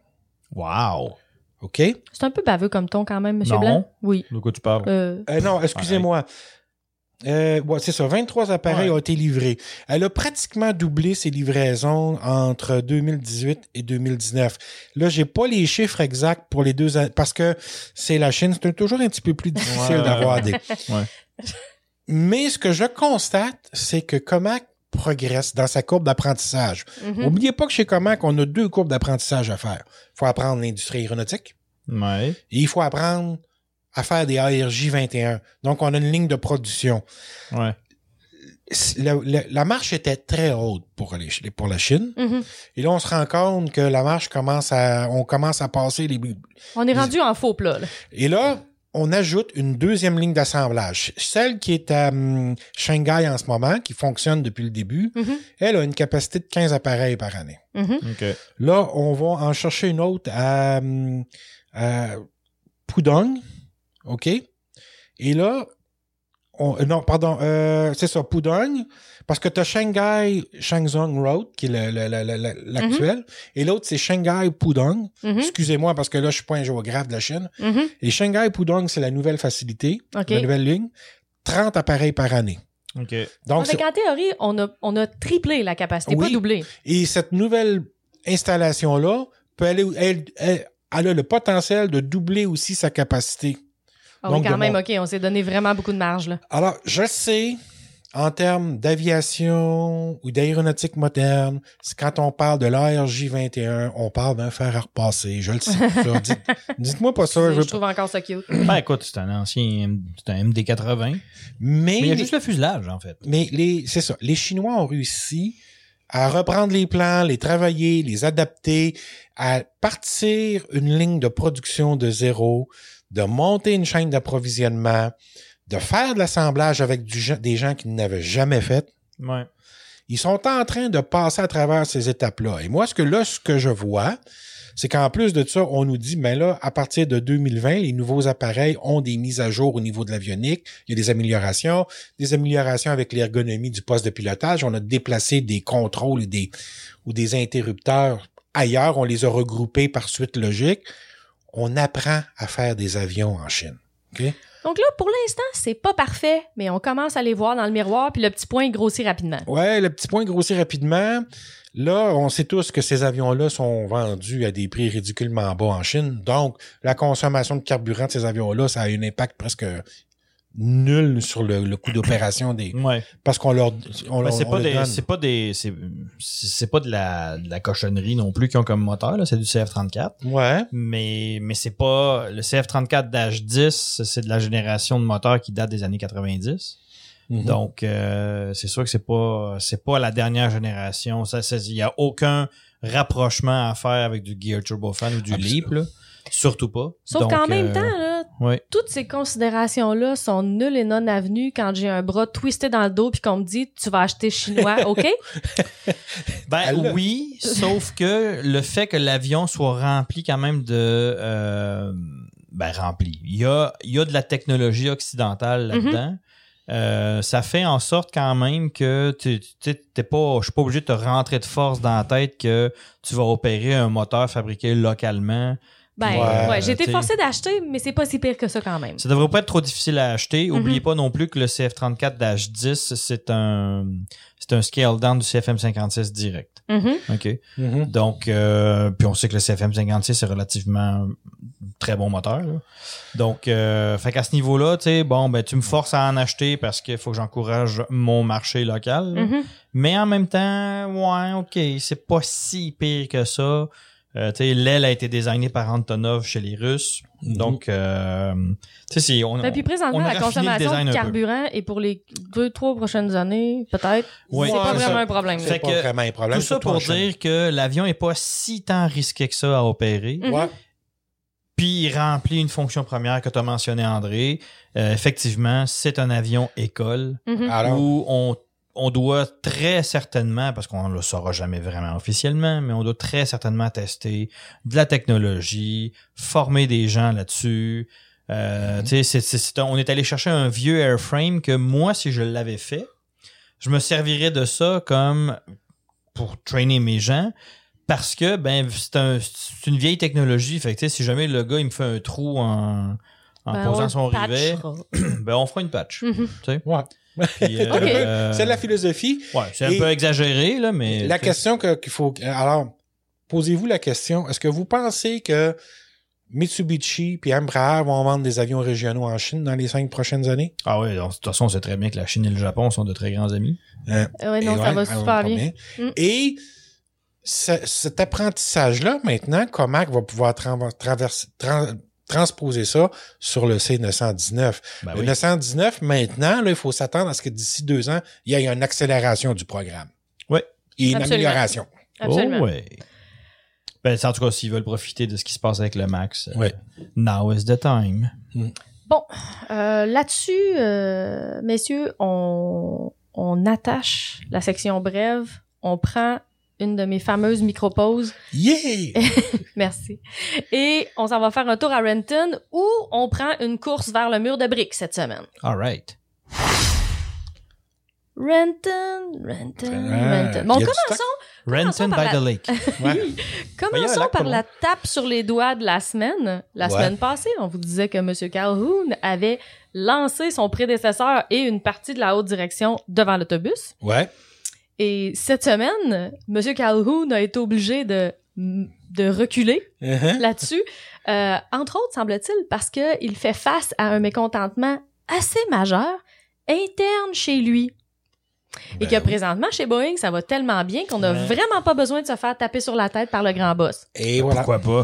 Wow!
OK?
C'est un peu baveux comme ton quand même, M.
Non.
Blanc. Oui.
De quoi tu parles?
Euh...
Euh, non, excusez-moi. Euh, ouais, c'est ça, vingt-trois appareils ouais. ont été livrés. Elle a pratiquement doublé ses livraisons entre deux mille dix-huit et deux mille dix-neuf. Là, j'ai pas les chiffres exacts pour les deux ans, parce que c'est la Chine, c'est toujours un petit peu plus difficile
ouais.
d'avoir des...
Ouais.
Mais ce que je constate, c'est que Comac progresse dans sa courbe d'apprentissage.
Mm-hmm.
Oubliez pas que chez Comac, on a deux courbes d'apprentissage à faire. Il faut apprendre l'industrie aéronautique.
Ouais.
Et il faut apprendre à faire des A R J vingt et un. Donc, on a une ligne de production.
Ouais.
La, la, la marche était très haute pour, les, pour la Chine.
Mm-hmm.
Et là, on se rend compte que la marche commence à... On commence à passer les...
On est
les,
rendu en faux plat. Là.
Et là, on ajoute une deuxième ligne d'assemblage. Celle qui est à um, Shanghai en ce moment, qui fonctionne depuis le début, mm-hmm. elle a une capacité de quinze appareils par année.
Mm-hmm.
Okay.
Là, on va en chercher une autre à, à Pudong, OK? Et là, on, non, pardon, euh, c'est ça, Pudong, parce que tu as Shanghai Shangzhou Road, qui est le, le, le, le, l'actuel, mm-hmm. et l'autre, c'est Shanghai Pudong. Mm-hmm. Excusez-moi, parce que là, je suis pas un géographe de la Chine. Mm-hmm. Et Shanghai Pudong, c'est la nouvelle facilité, okay. la nouvelle ligne, trente appareils par année.
OK.
Donc, donc en théorie, on a, on a triplé la capacité, oui, pas doublé.
Et cette nouvelle installation-là peut aller, elle, elle, elle a le potentiel de doubler aussi sa capacité.
Ah oui, quand même, mon... OK, on s'est donné vraiment beaucoup de marge, là.
Alors, je sais, en termes d'aviation ou d'aéronautique moderne, c'est quand on parle de l'A R J vingt et un, on parle d'un fer à repasser. Je le sais. Dites, dites-moi pas ça.
Je,
je
trouve pas... encore ça cute.
Ben, écoute, c'est un ancien, c'est un M D quatre-vingts. Mais, mais il y a juste le fuselage, en fait.
Mais les, c'est ça. Les Chinois ont réussi à reprendre les plans, les travailler, les adapter, à partir une ligne de production de zéro, de monter une chaîne d'approvisionnement, de faire de l'assemblage avec du, des gens qui n'avaient jamais fait.
Ouais.
Ils sont en train de passer à travers ces étapes-là. Et moi, ce que là, ce que je vois, c'est qu'en plus de ça, on nous dit, mais là, à partir de deux mille vingt, les nouveaux appareils ont des mises à jour au niveau de l'avionique. Il y a des améliorations, des améliorations avec l'ergonomie du poste de pilotage. On a déplacé des contrôles et des, ou des interrupteurs ailleurs. On les a regroupés par suite logique. On apprend à faire des avions en Chine. OK?
Donc là, pour l'instant, c'est pas parfait, mais on commence à les voir dans le miroir, puis le petit point grossit rapidement.
Ouais, le petit point grossit rapidement. Là, on sait tous que ces avions-là sont vendus à des prix ridiculement bas en Chine. Donc, la consommation de carburant de ces avions-là, ça a un impact presque nul sur le, le coût d'opération des.
Ouais.
Parce qu'on leur, on,
ben, c'est,
on
pas
leur
des,
donne.
c'est pas des, c'est, c'est pas de la, de la cochonnerie non plus qu'ils ont comme moteur, là. C'est du C F trente-quatre.
Ouais.
Mais, mais c'est pas, le C F trente-quatre dix, c'est de la génération de moteurs qui date des années quatre-vingt-dix. Mm-hmm. Donc, euh, c'est sûr que c'est pas, c'est pas la dernière génération. Ça, c'est, il y a aucun rapprochement à faire avec du Geared Turbofan ou du Absolument. Leap, là. Surtout pas.
Sauf
Donc,
qu'en même
euh,
temps, là,
ouais.
toutes ces considérations-là sont nulles et non avenues quand j'ai un bras twisté dans le dos puis qu'on me dit tu vas acheter chinois, OK?
Ben oui, sauf que le fait que l'avion soit rempli quand même de euh, ben rempli. Il y a, il y a de la technologie occidentale là-dedans. Mm-hmm. Euh, ça fait en sorte quand même que tu t'es pas, je suis pas obligé de te rentrer de force dans la tête que tu vas opérer un moteur fabriqué localement.
Ben, ouais, ouais j'ai été forcé d'acheter, mais c'est pas si pire que ça quand même.
Ça devrait pas être trop difficile à acheter. Mm-hmm. Oubliez pas non plus que le C F trente-quatre dix, c'est un, c'est un scale down du C F M cinquante-six direct.
Mm-hmm.
OK.
Mm-hmm.
Donc, euh, puis on sait que le C F M cinquante-six est relativement très bon moteur, là. Donc, euh, fait qu'à ce niveau-là, tu sais, bon, ben, tu me forces à en acheter parce qu'il faut que j'encourage mon marché local.
Mm-hmm.
Mais en même temps, ouais, OK, c'est pas si pire que ça. Euh, tu sais, l'aile a été designée par Antonov chez les Russes. Mm-hmm. Donc, euh, tu sais, si on,
ben, puis présentement,
on a
la consommation de carburant est pour les deux, trois prochaines années, peut-être.
Oui,
c'est pas
ouais,
vraiment
ça,
un problème.
C'est pas vraiment un problème.
Tout ça pour dire que l'avion est pas si tant risqué que ça à opérer.
Mm-hmm.
Ouais.
Puis il remplit une fonction première que tu as mentionné, André. Euh, effectivement, c'est un avion école
Mm-hmm.
Alors,
où on on doit très certainement, parce qu'on ne le saura jamais vraiment officiellement, mais on doit très certainement tester de la technologie, former des gens là-dessus. Euh, mm-hmm. Tu sais, c'est, c'est, c'est un, on est allé chercher un vieux airframe que moi, si je l'avais fait, je me servirais de ça comme pour trainer mes gens. Parce que ben c'est, un, c'est une vieille technologie. Fait que, si jamais le gars il me fait un trou en, en
ben,
posant son rivet, ben on fera une patch.
Mm-hmm.
Tu sais?
Ouais.
Puis, euh,
okay.
euh,
c'est de la philosophie.
Ouais, c'est un
Et
peu exagéré, là, mais.
La question que, qu'il faut. Alors, posez-vous la question, est-ce que vous pensez que Mitsubishi puis Embraer vont vendre des avions régionaux en Chine dans les cinq prochaines années?
Ah oui, de toute façon, on sait très bien que la Chine et le Japon sont de très grands amis.
Euh,
ouais, non, ça ouais, va super bien. bien.
Mm. Et ce, cet apprentissage-là, maintenant, Comac va pouvoir tra- traverser. Tra- transposer ça sur le C neuf cent dix-neuf.
Ben
le
oui.
neuf cent dix-neuf, maintenant, là, il faut s'attendre à ce que d'ici deux ans, il y ait une accélération du programme.
Oui.
Et une
Absolument.
amélioration.
Absolument.
Oh, ouais. Ben, en tout cas, s'ils veulent profiter de ce qui se passe avec le Max,
ouais.
uh, now is the time.
Mm.
Bon, euh, là-dessus, euh, messieurs, on, on attache la section brève. On prend une de mes fameuses micro-pauses.
Yeah!
Merci. Et on s'en va faire un tour à Renton où on prend une course vers le mur de briques cette semaine.
All right.
Renton, Renton,
Ah,
Renton. Bon,
y a du
commençons,
Renton
par
by
la-
the lake.
Ouais.
commençons
lac
par
pas
la tape sur les doigts de la semaine. La
Ouais.
semaine passée, on vous disait que M. Calhoun avait lancé son prédécesseur et une partie de la haute direction devant l'autobus.
Ouais.
Et cette semaine, M. Calhoun a été obligé de, de reculer
Uh-huh.
là-dessus. Euh, entre autres, semble-t-il, parce qu'il fait face à un mécontentement assez majeur interne chez lui. Et
Ben
que
oui.
présentement, chez Boeing, ça va tellement bien qu'on n'a
Ouais.
vraiment pas besoin de se faire taper sur la tête par le grand boss.
Et voilà.
Pourquoi pas?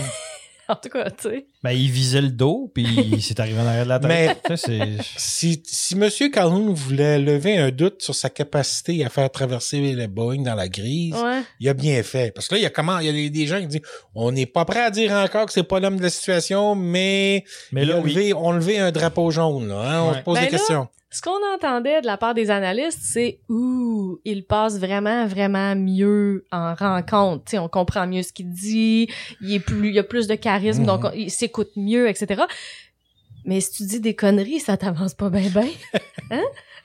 En tout cas, tu sais.
Ben, il visait le dos, puis il s'est arrivé en arrière de la tête.
Mais-
Ça, c'est...
Si, si M. Calhoun voulait lever un doute sur sa capacité à faire traverser le Boeing dans la grise,
Ouais.
il a bien fait. Parce que là, il y a comment, il y a des, des gens qui disent, on n'est pas prêt à dire encore que c'est pas l'homme de la situation, mais,
Mais
il
là,
a
oui.
levé, on levé un drapeau jaune, là, hein, on
Ouais.
se pose
Ben
des
là,
questions.
Ce qu'on entendait de la part des analystes, c'est « Ouh, il passe vraiment, vraiment mieux en rencontre. » Tu sais, on comprend mieux ce qu'il dit, il est plus, il y a plus de charisme,
Mhm.
donc on- il s'écoute mieux, et cetera. Mais si tu dis des conneries, ça t'avance pas bien, bien. Hein?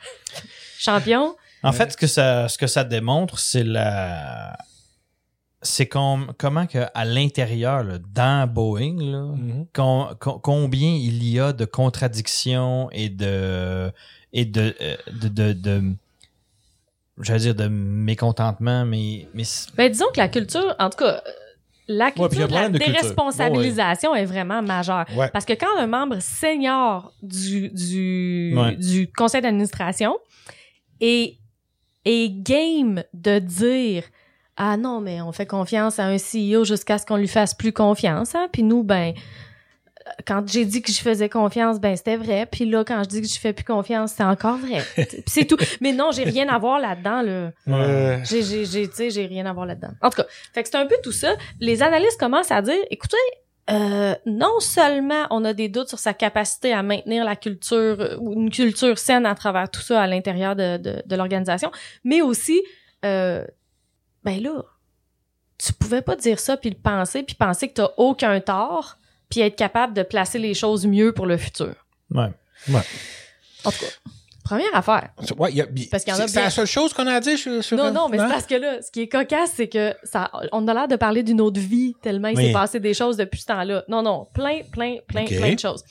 Champion?
En fait, ce que ça, ce que ça démontre, c'est la... C'est com- comment que à l'intérieur, là, dans Boeing, là,
Mhm.
com- com- combien il y a de contradictions et de et de euh, de, de, de j'allais dire de mécontentement, mais mais c'est-
Ben, disons que la culture, en tout cas, euh, la
puis il y a
culture de la
problème de culture.
déresponsabilisation est vraiment majeure.
Ouais.
Parce que quand un membre senior du, du,
Ouais.
du conseil d'administration est, est game de dire « Ah non, mais on fait confiance à un C E O jusqu'à ce qu'on lui fasse plus confiance. Hein? » Puis nous, ben, quand j'ai dit que je faisais confiance, ben c'était vrai. Puis là, quand je dis que je fais plus confiance, c'est encore vrai. Puis c'est tout. Mais non, j'ai rien à voir là-dedans, là.
Euh,
J'ai, j'ai, j'ai, tu sais, j'ai rien à voir là-dedans. En tout cas, fait que c'est un peu tout ça. Les analystes commencent à dire, écoutez, euh, non seulement on a des doutes sur sa capacité à maintenir la culture euh, ou une culture saine à travers tout ça à l'intérieur de, de, de l'organisation, mais aussi, euh, ben là, tu pouvais pas dire ça puis le penser puis penser que t'as aucun tort puis être capable de placer les choses mieux pour le futur.
ouais.
En tout cas, première affaire.
ouais, il y a,
Parce qu'il y en a
c'est, c'est
bien-
la seule chose qu'on a à dire sur, sur
Non, non, mais c'est
hein?
parce que là, ce qui est cocasse, c'est que ça, on a l'air de parler d'une autre vie tellement il
Oui.
s'est passé des choses depuis ce temps-là. Non, non, plein, plein, plein,
Ok.
plein de choses.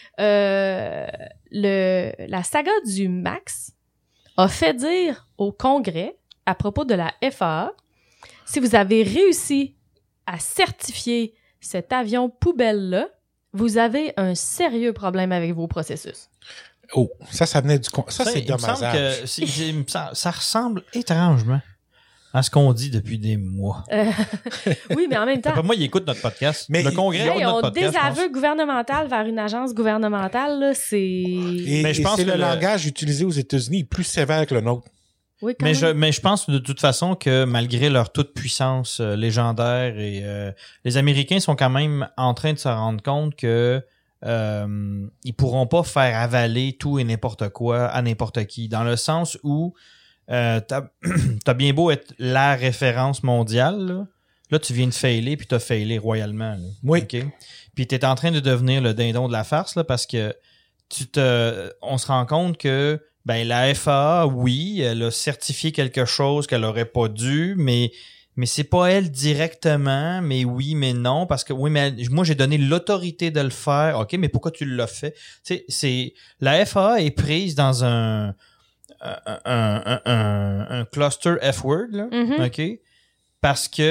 Euh, le, la saga du Max a fait dire au Congrès, à propos de la F A A, si vous avez réussi à certifier cet avion poubelle-là, vous avez un sérieux problème avec vos processus.
Oh, ça, ça venait du con. Ça, c'est
il me semble
dommageable.
que c'est- c'est- il me semble- ça ressemble étrangement à ce qu'on dit depuis des mois.
Euh, oui, mais en même temps,
Après moi, il écoute notre podcast.
Mais
le
il-
Congrès
hey,
écoute notre
on
podcast. je pense.
désaveu gouvernemental vers une agence gouvernementale, là, c'est...
Et,
Mais je
et
pense
c'est
que
le
le-
langage utilisé aux États-Unis est plus sévère que le nôtre.
Oui, quand
Mais
même.
je, mais je pense de toute façon que malgré leur toute puissance euh, légendaire, et euh, les Américains sont quand même en train de se rendre compte que euh, ils pourront pas faire avaler tout et n'importe quoi à n'importe qui. Dans le sens où euh, t'as t'as bien beau être la référence mondiale, là, là tu viens de failer puis t'as failé royalement. Là,
Oui.
OK? Puis t'es en train de devenir le dindon de la farce là, parce que tu te, on se rend compte que ben la F A A, oui, elle a certifié quelque chose qu'elle aurait pas dû, mais mais c'est pas elle directement, mais oui, mais non, parce que oui, mais elle- moi j'ai donné l'autorité de le faire. Ok, mais pourquoi tu l'as fait? Tu sais, c'est la F A A est prise dans un un, un, un, un cluster F-word, là,
Mhm.
ok, parce que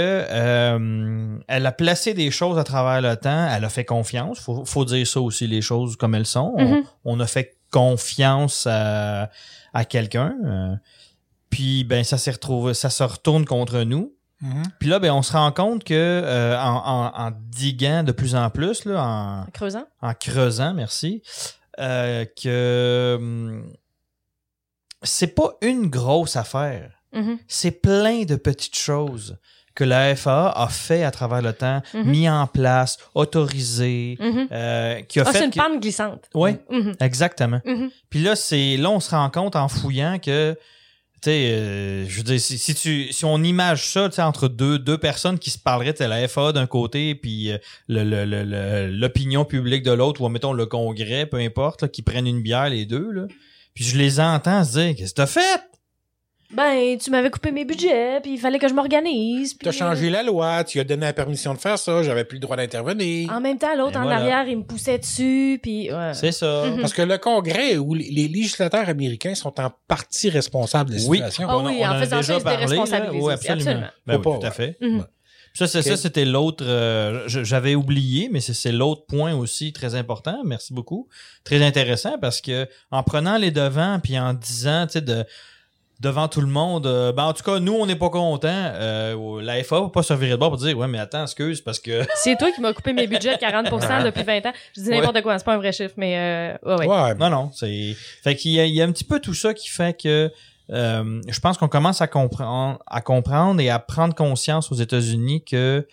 euh, elle a placé des choses à travers le temps, elle a fait confiance. Faut, faut dire ça aussi, les choses comme elles sont. On-
Mhm.
on a fait confiance à, à quelqu'un. euh, puis ben ça s'est retrouvé, ça se retourne contre nous.
Mhm.
Puis là, ben on se rend compte que euh, en, en, en diguant de plus en plus, là, en,
En creusant.
en creusant, merci, euh, que hum, c'est pas une grosse affaire.
Mhm.
C'est plein de petites choses. que la F A A a fait à travers le temps,
Mm-hmm.
mis en place, autorisé,
Mm-hmm.
euh, qui a
Ah,
fait
c'est une
que-
pente glissante.
Oui,
Mm-hmm.
exactement.
Mm-hmm.
Puis là, c'est là on se rend compte en fouillant que tu sais, euh, je veux dire, si, si tu si on image ça, tu sais, entre deux deux personnes qui se parleraient, tu sais, la F A A d'un côté, puis euh, le, le, le, le- l'opinion publique de l'autre, ou mettons le Congrès, peu importe, là, qui prennent une bière les deux, là. Puis je les entends se dire, qu'est-ce que t'as fait?
Ben, tu m'avais coupé mes budgets, puis il fallait que je m'organise.
Tu as
puis-
changé la loi, tu as donné la permission de faire ça, j'avais plus le droit d'intervenir.
En même temps, l'autre
Et
en
voilà.
arrière, il me poussait dessus, puis... ouais.
C'est ça.
Mhm.
Parce que le Congrès ou les les législateurs américains sont en partie responsables des
Oui.
situations.
Ah
On a-
oui,
on
en
en a
faisant
déjà
ça, ils se
parlé, là.
déresponsabilisent
Oui,
aussi,
absolument.
absolument.
Ben
Faut
oui,
pas,
tout à
ouais.
fait.
Mhm.
Ouais. Ça, c'est,
Ok.
ça, c'était l'autre. euh, je- j'avais oublié, mais c'est, c'est l'autre point aussi très important. Merci beaucoup. Très intéressant parce que en prenant les devants puis en disant, tu sais, de devant tout le monde, euh, ben en tout cas, nous, on n'est pas contents. Euh, la F A A va pas se virer de bord pour dire, ouais, mais attends, excuse, parce que
C'est toi qui m'as coupé mes budgets de quarante pour cent depuis vingt ans. Je dis n'importe quoi, c'est pas un vrai chiffre, mais... Euh, ouais, ouais.
Ouais,
non, non, c'est. Fait qu'il y a, il y a un petit peu tout ça qui fait que euh, je pense qu'on commence à comprendre, à comprendre et à prendre conscience aux États-Unis que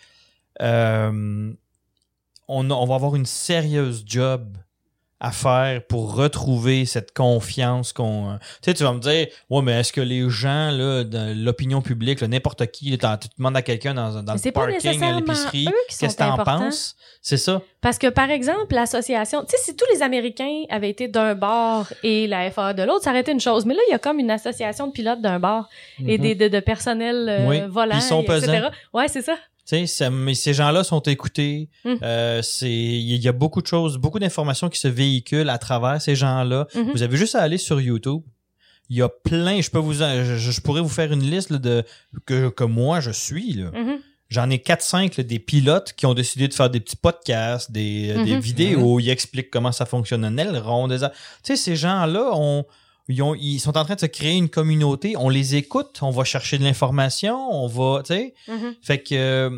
euh, on, a- on va avoir une sérieuse job à faire pour retrouver cette confiance qu'on... euh, Tu sais, tu vas me dire, ouais, mais est-ce que les gens, là, de l'opinion publique, là, n'importe qui, là, t'en- tu demandes à quelqu'un dans, dans
Mais
le
c'est pas
parking, à
nécessairement
l'épicerie,
eux qui sont
qu'est-ce que t'en
importants.
penses? C'est ça.
Parce que, par exemple, l'association... Tu sais, si tous les Américains avaient été d'un bord et la F A A de l'autre, ça aurait été une chose. Mais là, il y a comme une association de pilotes d'un bord et des, de, de personnel euh,
Oui,
volant,
puis ils sont
et et cetera.
pesants.
Ouais, c'est ça.
Tu sais, ça- mais ces gens-là sont écoutés.
Mm.
Euh, c'est, il y a beaucoup de choses, beaucoup d'informations qui se véhiculent à travers ces gens-là.
Mhm.
Vous avez juste à aller sur YouTube. Il y a plein. Je peux vous, en- je, je pourrais vous faire une liste là, de que que moi je suis là.
Mhm.
J'en ai quatre cinq des pilotes qui ont décidé de faire des petits podcasts, des,
Mhm.
des vidéos où ils expliquent comment ça fonctionne un aileron. Des a- tu sais, ces gens-là ont Ils, ont, ils sont en train de se créer une communauté. On les écoute, on va chercher de l'information, on va, tu sais.
Mhm.
Fait que, euh,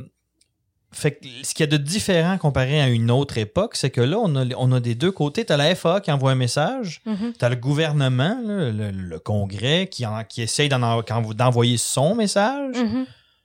fait que ce qu'il y a de différent comparé à une autre époque, c'est que là, on a, on a des deux côtés. T'as la F A A qui envoie un message,
Mhm.
t'as le gouvernement, là, le, le Congrès, qui, en, qui essaye d'en, en- d'envoyer son message.
Mhm.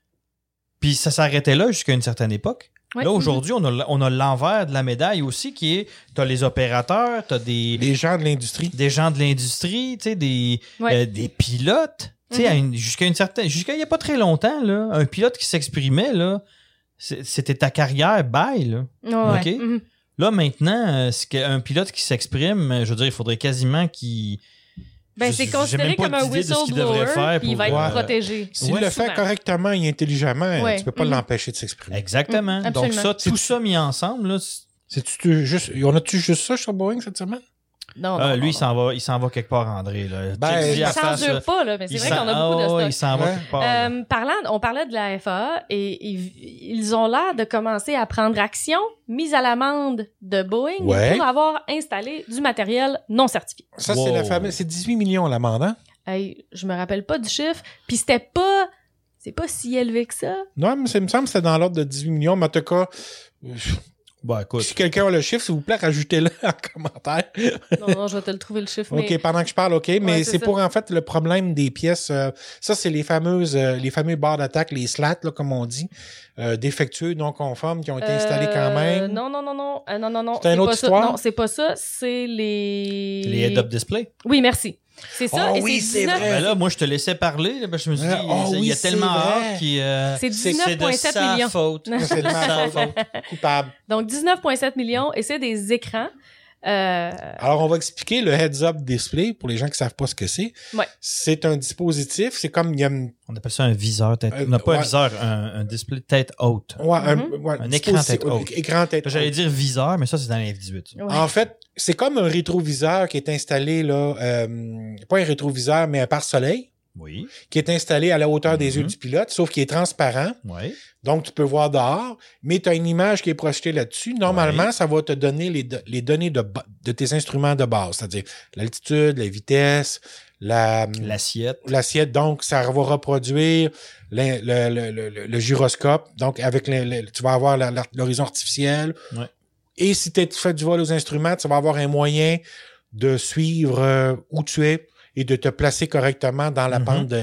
Puis ça s'arrêtait là jusqu'à une certaine époque.
Ouais.
Là, aujourd'hui, on a, on a l'envers de la médaille aussi, qui est, t'as les opérateurs, t'as des,
Les gens de l'industrie.
des gens de l'industrie, tu sais, des,
Ouais.
euh, des pilotes. Tu sais,
Mhm.
à une- jusqu'à une certaine, jusqu'à il y a pas très longtemps, là, un pilote qui s'exprimait, là, c'est- c'était ta carrière, bye, là.
Ouais,
OK.
ouais. Mhm.
Là, maintenant, euh, c'est qu'un pilote qui s'exprime, euh, je veux dire, il faudrait quasiment qu'il...
Ben,
Je-
c'est
j'ai
considéré
même pas
comme un
d'idée de ce qu'il devrait
whistleblower,
faire
puis il
pour,
va être
euh,
protégé.
S'il
Ouais,
le fait
souvent.
correctement et intelligemment,
Ouais.
tu peux pas
Mhm.
l'empêcher de s'exprimer.
Exactement.
Mhm,
Donc
absolument.
ça, tout ça mis ensemble, là, c'est-
C'est-tu juste, on a-tu juste ça sur Boeing cette semaine?
Non, non,
ah,
non,
lui, il
non.
s'en va, il s'en va quelque part, André, là.
Ben,
Check-y
il
à
Il
face,
censure
là.
pas, là, mais c'est
Il
vrai
s'en-
qu'on a beaucoup de
ah, ouais,
stock.
il s'en va
Ouais.
quelque part, là.
Euh, parlant, on parlait de la F A A et ils, ils ont l'air de commencer à prendre action, mise à l'amende de Boeing
Ouais.
pour avoir installé du matériel non certifié.
Ça,
Wow.
c'est la fameuse, c'est dix-huit millions l'amende, hein?
Hey, je me rappelle pas du chiffre, puis c'était pas, c'est pas si élevé que ça.
Non, mais ça me semble que c'était dans l'ordre de dix-huit millions, mais en tout cas, euh,
Bah, écoute.
si quelqu'un a le chiffre, s'il vous plaît, rajoutez-le en commentaire.
Non, non, je vais te le trouver le chiffre.
OK,
mais...
pendant que je parle, OK, mais
Ouais,
c'est
c'est ça.
pour, en fait, le problème des pièces. euh, ça, c'est les fameuses, euh, les fameux barres d'attaque, les slats, là, comme on dit, euh, défectueux, non conformes, qui ont été installés quand
Euh,
même.
Non, non, non, non, euh, non, non, non.
C'est une autre
pas ça.
histoire?
Non, c'est pas ça. C'est les.
Les head-up display.
Oui, merci. C'est ça.
Oh
et
oui, c'est
dix-neuf
vrai.
Ben là, moi, je te laissais parler. Là, parce que je me suis dit,
Ah, oh
il y a
oui,
tellement
c'est vrai.
hâte qui. Euh,
C'est
c'est
dix-neuf
de
virgule sept
sa
millions.
faute.
C'est de ma
sa
faute. Coupable.
Donc, dix-neuf virgule sept millions et c'est des écrans. Euh,
Alors, on va expliquer le heads-up display pour les gens qui savent pas ce que c'est.
Ouais.
C'est un dispositif, c'est comme il y a une,
On appelle ça un viseur tête.
Euh,
On n'a pas
ouais.
un viseur, un, un display tête haute.
ouais, un,
Mhm.
ouais,
Un
dispositif-
écran tête haute.
Écran tête
J'allais
haute.
dire viseur, mais ça, c'est dans les F dix-huit. ça.
ouais.
En fait, c'est comme un rétroviseur qui est installé là, euh, pas un rétroviseur, mais un pare-soleil
Oui.
qui est installé à la hauteur des
Mhm.
yeux du pilote, sauf qu'il est transparent,
Oui.
donc tu peux voir dehors, mais tu as une image qui est projetée là-dessus. Normalement, ça va te donner les, do- les données de, ba- de tes instruments de base, c'est-à-dire l'altitude, la vitesse, la,
L'assiette.
l'assiette. Donc, ça va reproduire l'in- le, le, le, le, le gyroscope. Donc, avec le, le- tu vas avoir la- la- l'horizon artificiel.
Ouais.
Et si tu fais du vol aux instruments, tu vas avoir un moyen de suivre euh, où tu es et de te placer correctement dans la
Mhm.
pente de,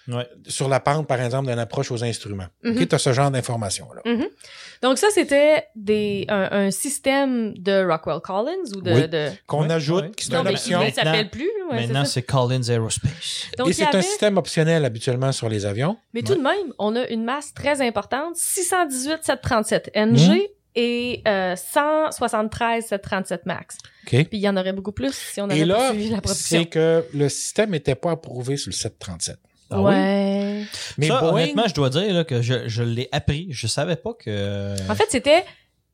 Ouais.
sur la pente, par exemple, d'une approche aux instruments.
Mm-hmm.
OK, tu as ce genre d'informations-là.
Mm-hmm. Donc ça, c'était des un, un système de Rockwell Collins ou de...
Oui.
de...
Qu'on
Ouais,
ajoute,
ouais.
qui c'est
Non,
une
mais
option.
il ne s'appelle plus. Ouais,
Maintenant,
c'est,
c'est Collins Aerospace.
Donc,
Et
il
c'est
y avait...
un système optionnel habituellement sur les avions.
Mais tout
Ouais.
de même, on a une masse très importante, six cent dix-huit sept cent trente-sept N G
Mmh.
et euh, cent soixante-treize sept cent trente-sept Max.
OK.
Puis il y en aurait beaucoup plus si on avait
Et là,
poursuivi la production.
c'est que le système n'était pas approuvé sur le sept cent trente-sept.
Ah oui?
Ouais.
Mais
ça,
Boeing,
honnêtement, je dois dire là, que je, je l'ai appris. Je savais pas que...
En fait, c'était...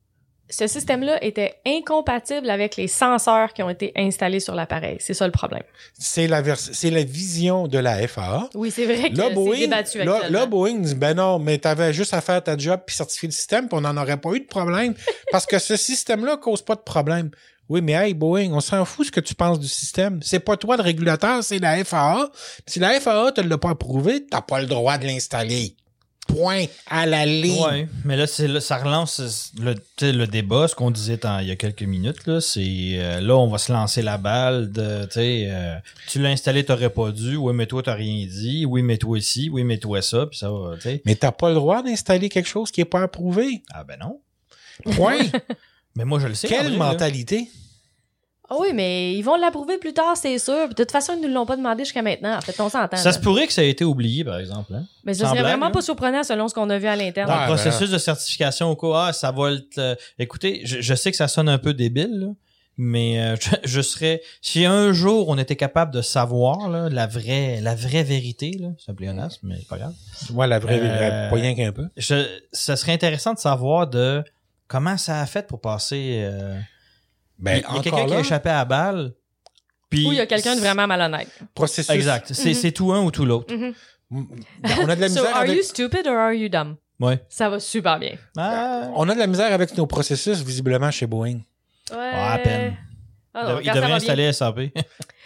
Ce système-là était incompatible avec les senseurs qui ont été installés sur l'appareil. C'est ça le problème.
c'est la, vers- c'est la vision de la F A A.
Oui, c'est vrai que
Là,
c'est
Boeing,
débattu
là,
actuellement.
là, Boeing dit, ben non, mais t'avais juste à faire ta job puis certifier le système puis on n'en aurait pas eu de problème parce que ce système-là cause pas de problème. Oui, mais hey, Boeing, on s'en fout ce que tu penses du système. C'est pas toi le régulateur, c'est la F A A. Si la F A A te l'a pas approuvé, t'as pas le droit de l'installer. Point. À la ligne.
Ouais, mais là, c'est là, ça relance le, tu sais, le débat, ce qu'on disait en- il y a quelques minutes, là, c'est euh, là, on va se lancer la balle de, tu sais, euh, tu l'as installé, t'aurais pas dû, oui, mais toi, t'as rien dit, oui, mais toi ici, oui, mais toi ça, puis ça va, tu sais.
Mais t'as pas le droit d'installer quelque chose qui est pas approuvé.
Ah ben non.
Point.
Mais moi, je le sais.
Quelle
André, là.
mentalité?
Ah oui, mais ils vont l'approuver plus tard, c'est sûr. Puis de toute façon, ils ne nous l'ont pas demandé jusqu'à maintenant. En fait, on s'entend.
Ça
là.
se pourrait que ça ait été oublié, par exemple. Hein?
Mais ce
Sans
serait
blague,
vraiment
là.
pas surprenant selon ce qu'on a vu à l'interne.
Dans
Ouais,
le
ben
processus de certification au cas, ah, ça va être... euh, écoutez, je, je sais que ça sonne un peu débile, là, mais euh, je, je serais... Si un jour on était capable de savoir là, la vraie la vraie vérité, là, c'est un pléonasme, mais c'est pas grave.
Ouais, la vraie,
Euh,
pas rien qu'un peu.
Je, ça serait intéressant de savoir de comment ça a fait pour passer... euh,
Ben,
il y a quelqu'un
encore
qui a
là,
échappé à la balle, puis...
Ou il y a quelqu'un de vraiment malhonnête.
processus.
Exact. C'est
Mhm.
c'est tout un ou tout l'autre.
Mhm.
On a de la
So,
misère
are
avec...
you stupid or are you dumb?
Ouais.
Ça va super bien.
Ah,
On a de la misère avec nos processus, visiblement, chez Boeing.
Ouais.
à peine.
Ah non,
il
quand ça
devrait
va
installer S A P.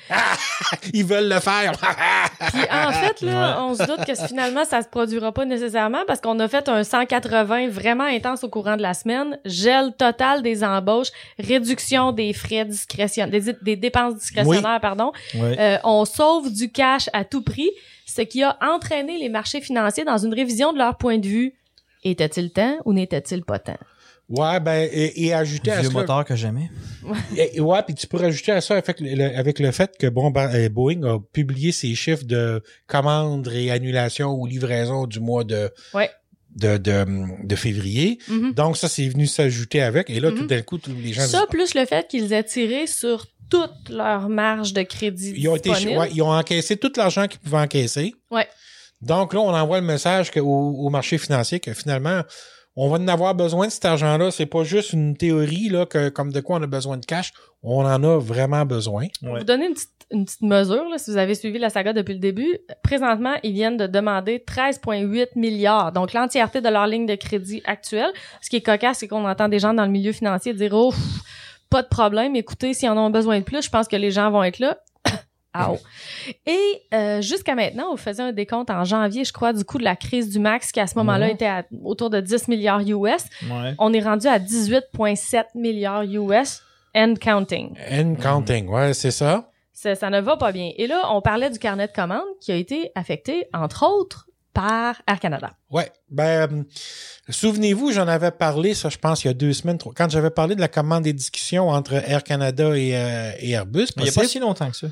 Ils veulent le faire.
Puis en fait, là,
Ouais.
on se doute que finalement, ça se produira pas nécessairement parce qu'on a fait un cent quatre-vingts vraiment intense au courant de la semaine, gel total des embauches, réduction des frais discrétionnaires, des, des dépenses discrétionnaires, pardon.
Ouais.
Euh, on sauve du cash à tout prix, ce qui a entraîné les marchés financiers dans une révision de leur point de vue. Était-il temps ou n'était-il pas temps?
Ouais, ben, et, et ajouter à
Vieux
cela...
moteur que jamais.
Et- ouais, puis tu peux rajouter à ça avec le, le- avec le fait que bon, ben, euh, Boeing a publié ses chiffres de commandes et annulations ou livraisons du mois de,
Ouais.
de, de, de février.
Mhm.
Donc ça, c'est venu s'ajouter avec. Et là,
Mhm.
tout d'un coup, tous les gens
Ça,
disent,
plus le fait qu'ils aient tiré sur toute leur marge de crédit
ils ont été,
disponible.
ouais, ils ont encaissé tout l'argent qu'ils pouvaient encaisser.
Ouais.
Donc là, on envoie le message que, au, au marché financier que finalement, on va en avoir besoin de cet argent-là. C'est pas juste une théorie là que comme de quoi on a besoin de cash. On en a vraiment besoin.
Pour
Ouais.
vous donner une petite, une petite mesure, là, si vous avez suivi la saga depuis le début, présentement, ils viennent de demander treize virgule huit milliards, donc l'entièreté de leur ligne de crédit actuelle. Ce qui est cocasse, c'est qu'on entend des gens dans le milieu financier dire « Oh, pff, pas de problème, écoutez, s'ils en ont besoin de plus, je pense que les gens vont être là. » Ah, oh. Et euh, jusqu'à maintenant, on faisait un décompte en janvier, je crois, du coût de la crise du Max, qui à ce moment-là
Mhm.
était à, autour de dix milliards U S.
Ouais.
On est rendu à dix-huit virgule sept milliards U S and counting.
And counting, ouais, c'est ça.
Ça, ça ne va pas bien. Et là, on parlait du carnet de commandes qui a été affecté, entre autres, par Air Canada.
Ouais, ben euh, souvenez-vous, j'en avais parlé, ça je pense il y a deux semaines, trois- quand j'avais parlé de la commande des discussions entre Air Canada et, euh, et Airbus.
Mais il n'y a pas
possible,
si longtemps que ça.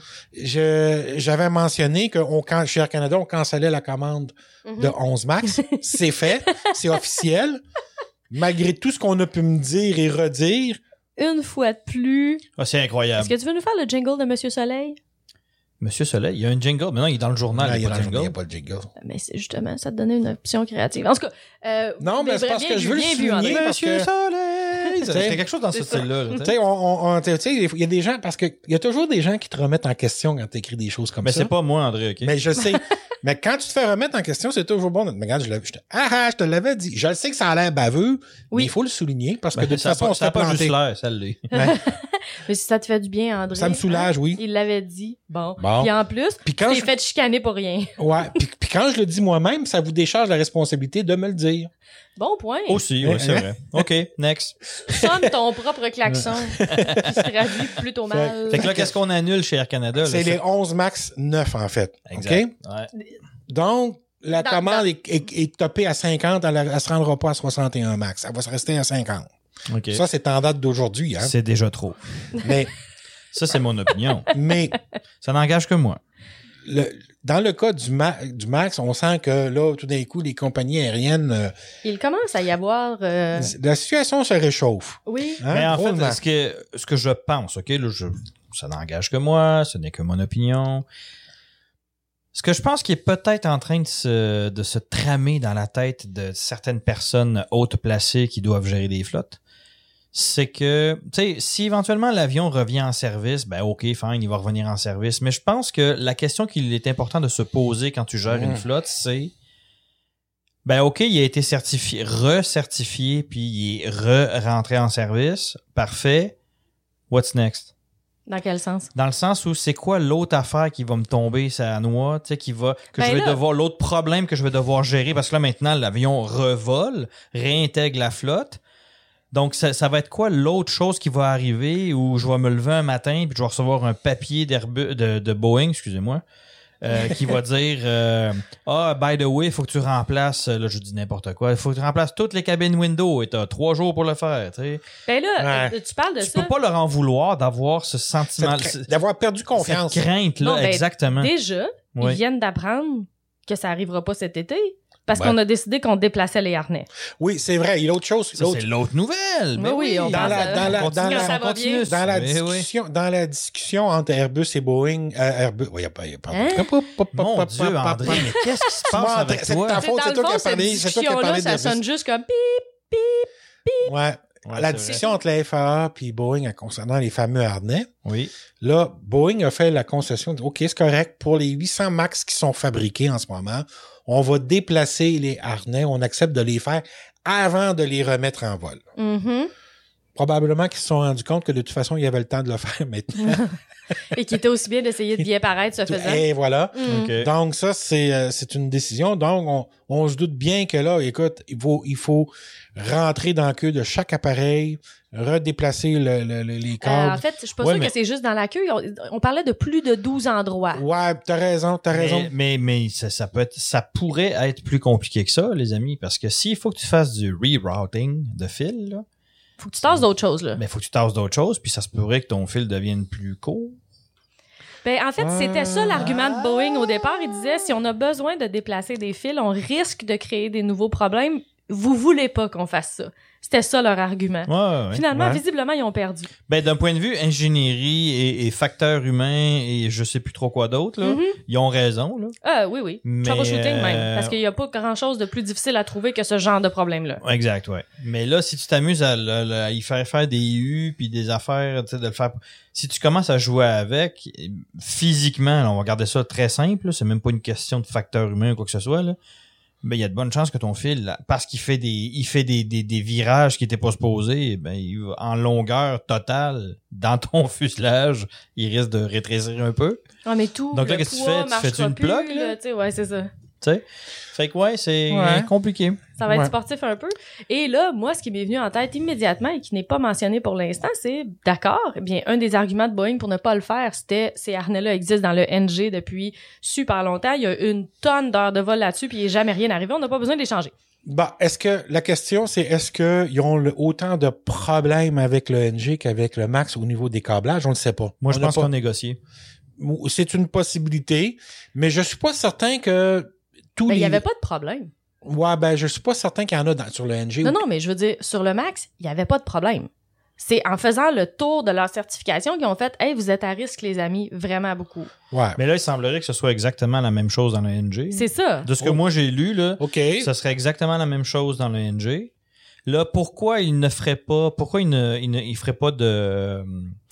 je j'avais mentionné que on, can- chez Air Canada, on cancellait la commande de onze Max. C'est fait, c'est officiel. Malgré tout ce qu'on a pu me dire et redire,
Une fois de plus.
Ah, c'est incroyable.
Est-ce que tu veux nous faire le jingle de Monsieur Soleil?
Monsieur Soleil, il y a un jingle. Mais non, il est dans le journal.
non,
il
il
n'y
y
a
a
pas de
dans le- il y a
jingle.
pas de jingle.
Mais c'est justement, ça te donnait une option créative. En tout cas, euh,
Non, mais c'est parce que je veux le
bien vu, André.
souligner. parce
Monsieur
que-
Soleil! Ça
T'sais,
serait quelque chose dans ce
c'est ça.
style-là. là,
Tu
t'sais.
sais, on, on, on- tu sais, il y a des gens, parce que il y a toujours des gens qui te remettent en question quand tu écris des choses comme
Mais
ça.
c'est pas moi, André, OK?
Mais je sais. Mais quand tu te fais remettre en question, c'est toujours bon. Mais regarde, je, l'avais- je te, ah, ah, je te l'avais dit. Je le sais que ça a l'air baveux,
Oui.
mais il faut le souligner parce que
Ben,
de toute
ça a
façon,
pas-
on
ça a
s'est
pas
planté.
juste l'air, ça l'est.
Ouais.
Mais si ça te fait du bien, André.
Ça me soulage,
hein,
oui.
Il l'avait dit. Bon.
Bon.
Puis en plus,
Puis
tu
quand
t'es
je,
fait chicaner pour rien.
ouais, puis, puis quand je le dis moi-même, ça vous décharge la responsabilité de me le dire.
Bon point.
Aussi, oui, c'est vrai. OK, next.
Sonne ton propre klaxon qui se traduit plutôt mal.
Fait que là, qu'est-ce qu'on annule chez Air Canada? là,
C'est
ça?
les onze Max neuf, en fait.
Exact.
OK?
Ouais.
Donc, la
Dans-
commande
dans-
est, est, est topée à cinquante, elle, elle se rendra pas à soixante et un max. Elle va se rester à cinquante.
OK.
Ça, c'est en date d'aujourd'hui. Hein?
C'est déjà trop.
Mais,
Ça, c'est mon opinion.
mais
Ça n'engage que moi.
le, dans le cas du, ma, du max, on sent que là, tout d'un coup, les compagnies aériennes, euh,
Il commence à y avoir... euh,
la situation se réchauffe.
Oui.
Hein?
Mais en
Drôlement.
fait, ce que, ce que je pense, OK, là, je, ça n'engage que moi, ce n'est que mon opinion. Ce que je pense qui est peut-être en train de se, de se tramer dans la tête de certaines personnes hautes placées qui doivent gérer des flottes, c'est que, tu sais, si éventuellement l'avion revient en service, ben OK, fine, il va revenir en service. Mais je pense que la question qu'il est important de se poser quand tu gères
Mmh.
une flotte, c'est, ben OK, il a été certifié, recertifié, puis il est re-rentré en service. Parfait. What's next?
Dans quel sens?
Dans le sens où c'est quoi l'autre affaire qui va me tomber sa noix, tu sais, qui va, que
Ben
je vais
là-
devoir, l'autre problème que je vais devoir gérer, parce que là, maintenant, l'avion revole, réintègre la flotte. Donc, ça, ça va être quoi l'autre chose qui va arriver où je vais me lever un matin puis je vais recevoir un papier d'Airbus, de, de Boeing, excusez-moi, euh, qui va dire euh, ah, by the way, il faut que tu remplaces, là, je dis n'importe quoi, il faut que tu remplaces toutes les cabines window et tu as trois jours pour le faire, tu sais.
Ben là,
Ouais.
euh, tu parles de
Tu
ça.
peux pas leur en vouloir d'avoir ce sentiment,
Cette cra-
cette
D'avoir perdu confiance.
crainte-là,
Non, ben,
exactement.
Déjà,
Oui.
ils viennent d'apprendre que ça arrivera pas cet été. Parce
Ouais.
qu'on a décidé qu'on déplaçait les harnais.
Oui, c'est vrai. Il y a autre chose.
Ça,
l'autre-
c'est l'autre nouvelle. Mais
Oui, oui, on
dans
parle
la,
de-
dans la,
on
dans
continue,
la,
ça va bien.
dans la
Mais oui.
discussion, dans la discussion entre Airbus et Boeing, euh, Airbus, oui, y a pas, y a pas.
Hein?
Mon Dieu, André, mais qu'est-ce qui se passe
Moi,
avec
André, c'est
toi?
ta
Tu sais,
faute,
dans
c'est
le
toi qui
fond,
as
cette
parlé, c'est toi qui as
discussion-là,
parlé
ça
d'Airbus.
sonne juste comme pip.
Ouais.
Ouais,
la
c'est
discussion entre la F A A puis Boeing euh, concernant les fameux harnais.
Oui.
Là, Boeing a fait la concession de, OK, c'est correct, pour les huit cents max qui sont fabriqués en ce moment, on va déplacer les harnais, on accepte de les faire avant de les remettre en vol.
Mhm.
Probablement qu'ils se sont rendus compte que de toute façon, il y avait le temps de le faire maintenant.
Et qui était aussi bien d'essayer de bien paraître ce faisant.
Et voilà.
Mhm.
OK.
Donc, ça, c'est euh, c'est une décision. Donc, on, on se doute bien que là, écoute, il faut, il faut rentrer dans le queue de chaque appareil, redéplacer le, le- le- les
Euh,
câbles.
en fait, je suis pas
Ouais,
sûre
mais-
que c'est juste dans la queue. On, on parlait de plus de douze endroits.
Ouais, t'as raison, t'as raison.
Mais, mais, mais ça, ça peut être, ça pourrait être plus compliqué que ça, les amis, parce que s'il faut que tu fasses du rerouting de fil, là,
Faut que tu tasses d'autres choses, là.
ben, faut que tu tasses d'autres choses, puis ça se pourrait que ton fil devienne plus court.
Ben, en fait, c'était ça l'argument de Boeing au départ. Il disait, si on a besoin de déplacer des fils, on risque de créer des nouveaux problèmes. Vous voulez pas qu'on fasse ça. C'était ça leur argument.
Ouais, ouais.
Finalement,
Ouais.
visiblement, ils ont perdu.
Ben, d'un point de vue ingénierie et, et facteurs humains et je sais plus trop quoi d'autre, là,
Mhm.
ils ont raison, là.
Ah, oui, oui.
Mais,
Troubleshooting
euh,
même. Parce qu'il n'y a pas grand-chose de plus difficile à trouver que ce genre de problème-là.
Exact, ouais. Mais là, si tu t'amuses à, le- le- à y faire faire des U puis des affaires, tu sais, de le faire. Si tu commences à jouer avec, physiquement, là, on va garder ça très simple, là, c'est même pas une question de facteur humain ou quoi que ce soit, là. Ben, il y a de bonnes chances que ton fil, là, parce qu'il fait des, il fait des, des, des virages qui étaient pas supposés, ben, il va en longueur totale dans ton fuselage, il risque de rétrécir un peu.
Ah, mais tout.
Donc là,
le
qu'est-ce que tu
poids
fais? Tu
marchera
fais-tu une
plus,
plug, là?
Tu sais, ouais, c'est ça.
Tu sais? Fait que ouais, c'est
Ouais.
compliqué.
Ça va être
Ouais.
sportif un peu. Et là, moi, ce qui m'est venu en tête immédiatement et qui n'est pas mentionné pour l'instant, c'est d'accord. Eh bien, un des arguments de Boeing pour ne pas le faire, c'était ces harnais-là existent dans le N G depuis super longtemps. Il y a une tonne d'heures de vol là-dessus, puis il n'est jamais rien arrivé. On n'a pas besoin de les changer.
Bah, est-ce que la question, c'est est-ce qu'ils ont le- autant de problèmes avec le N G qu'avec le Max au niveau des câblages? On ne le sait pas.
Moi, je
On n'a
pense
pas-
qu'on négocie.
C'est une possibilité, mais je suis pas certain que tous
Ben, il
les.
n'y avait pas de problème.
Ouais, ben, je suis pas certain qu'il y en a dans- sur le N G.
Non, non, mais je veux dire, sur le Max, il n'y avait pas de problème. C'est en faisant le tour de leur certification qu'ils ont fait « Hey, vous êtes à risque, les amis, vraiment beaucoup.
Ouais.
Mais là, il semblerait que ce soit exactement la même chose dans le N G. »
C'est ça.
De ce que
Oh.
moi j'ai lu, là,
OK.
ça serait exactement la même chose dans le N G. Là, pourquoi il ne ferait pas, pourquoi il ne, il ne, il ferait pas de,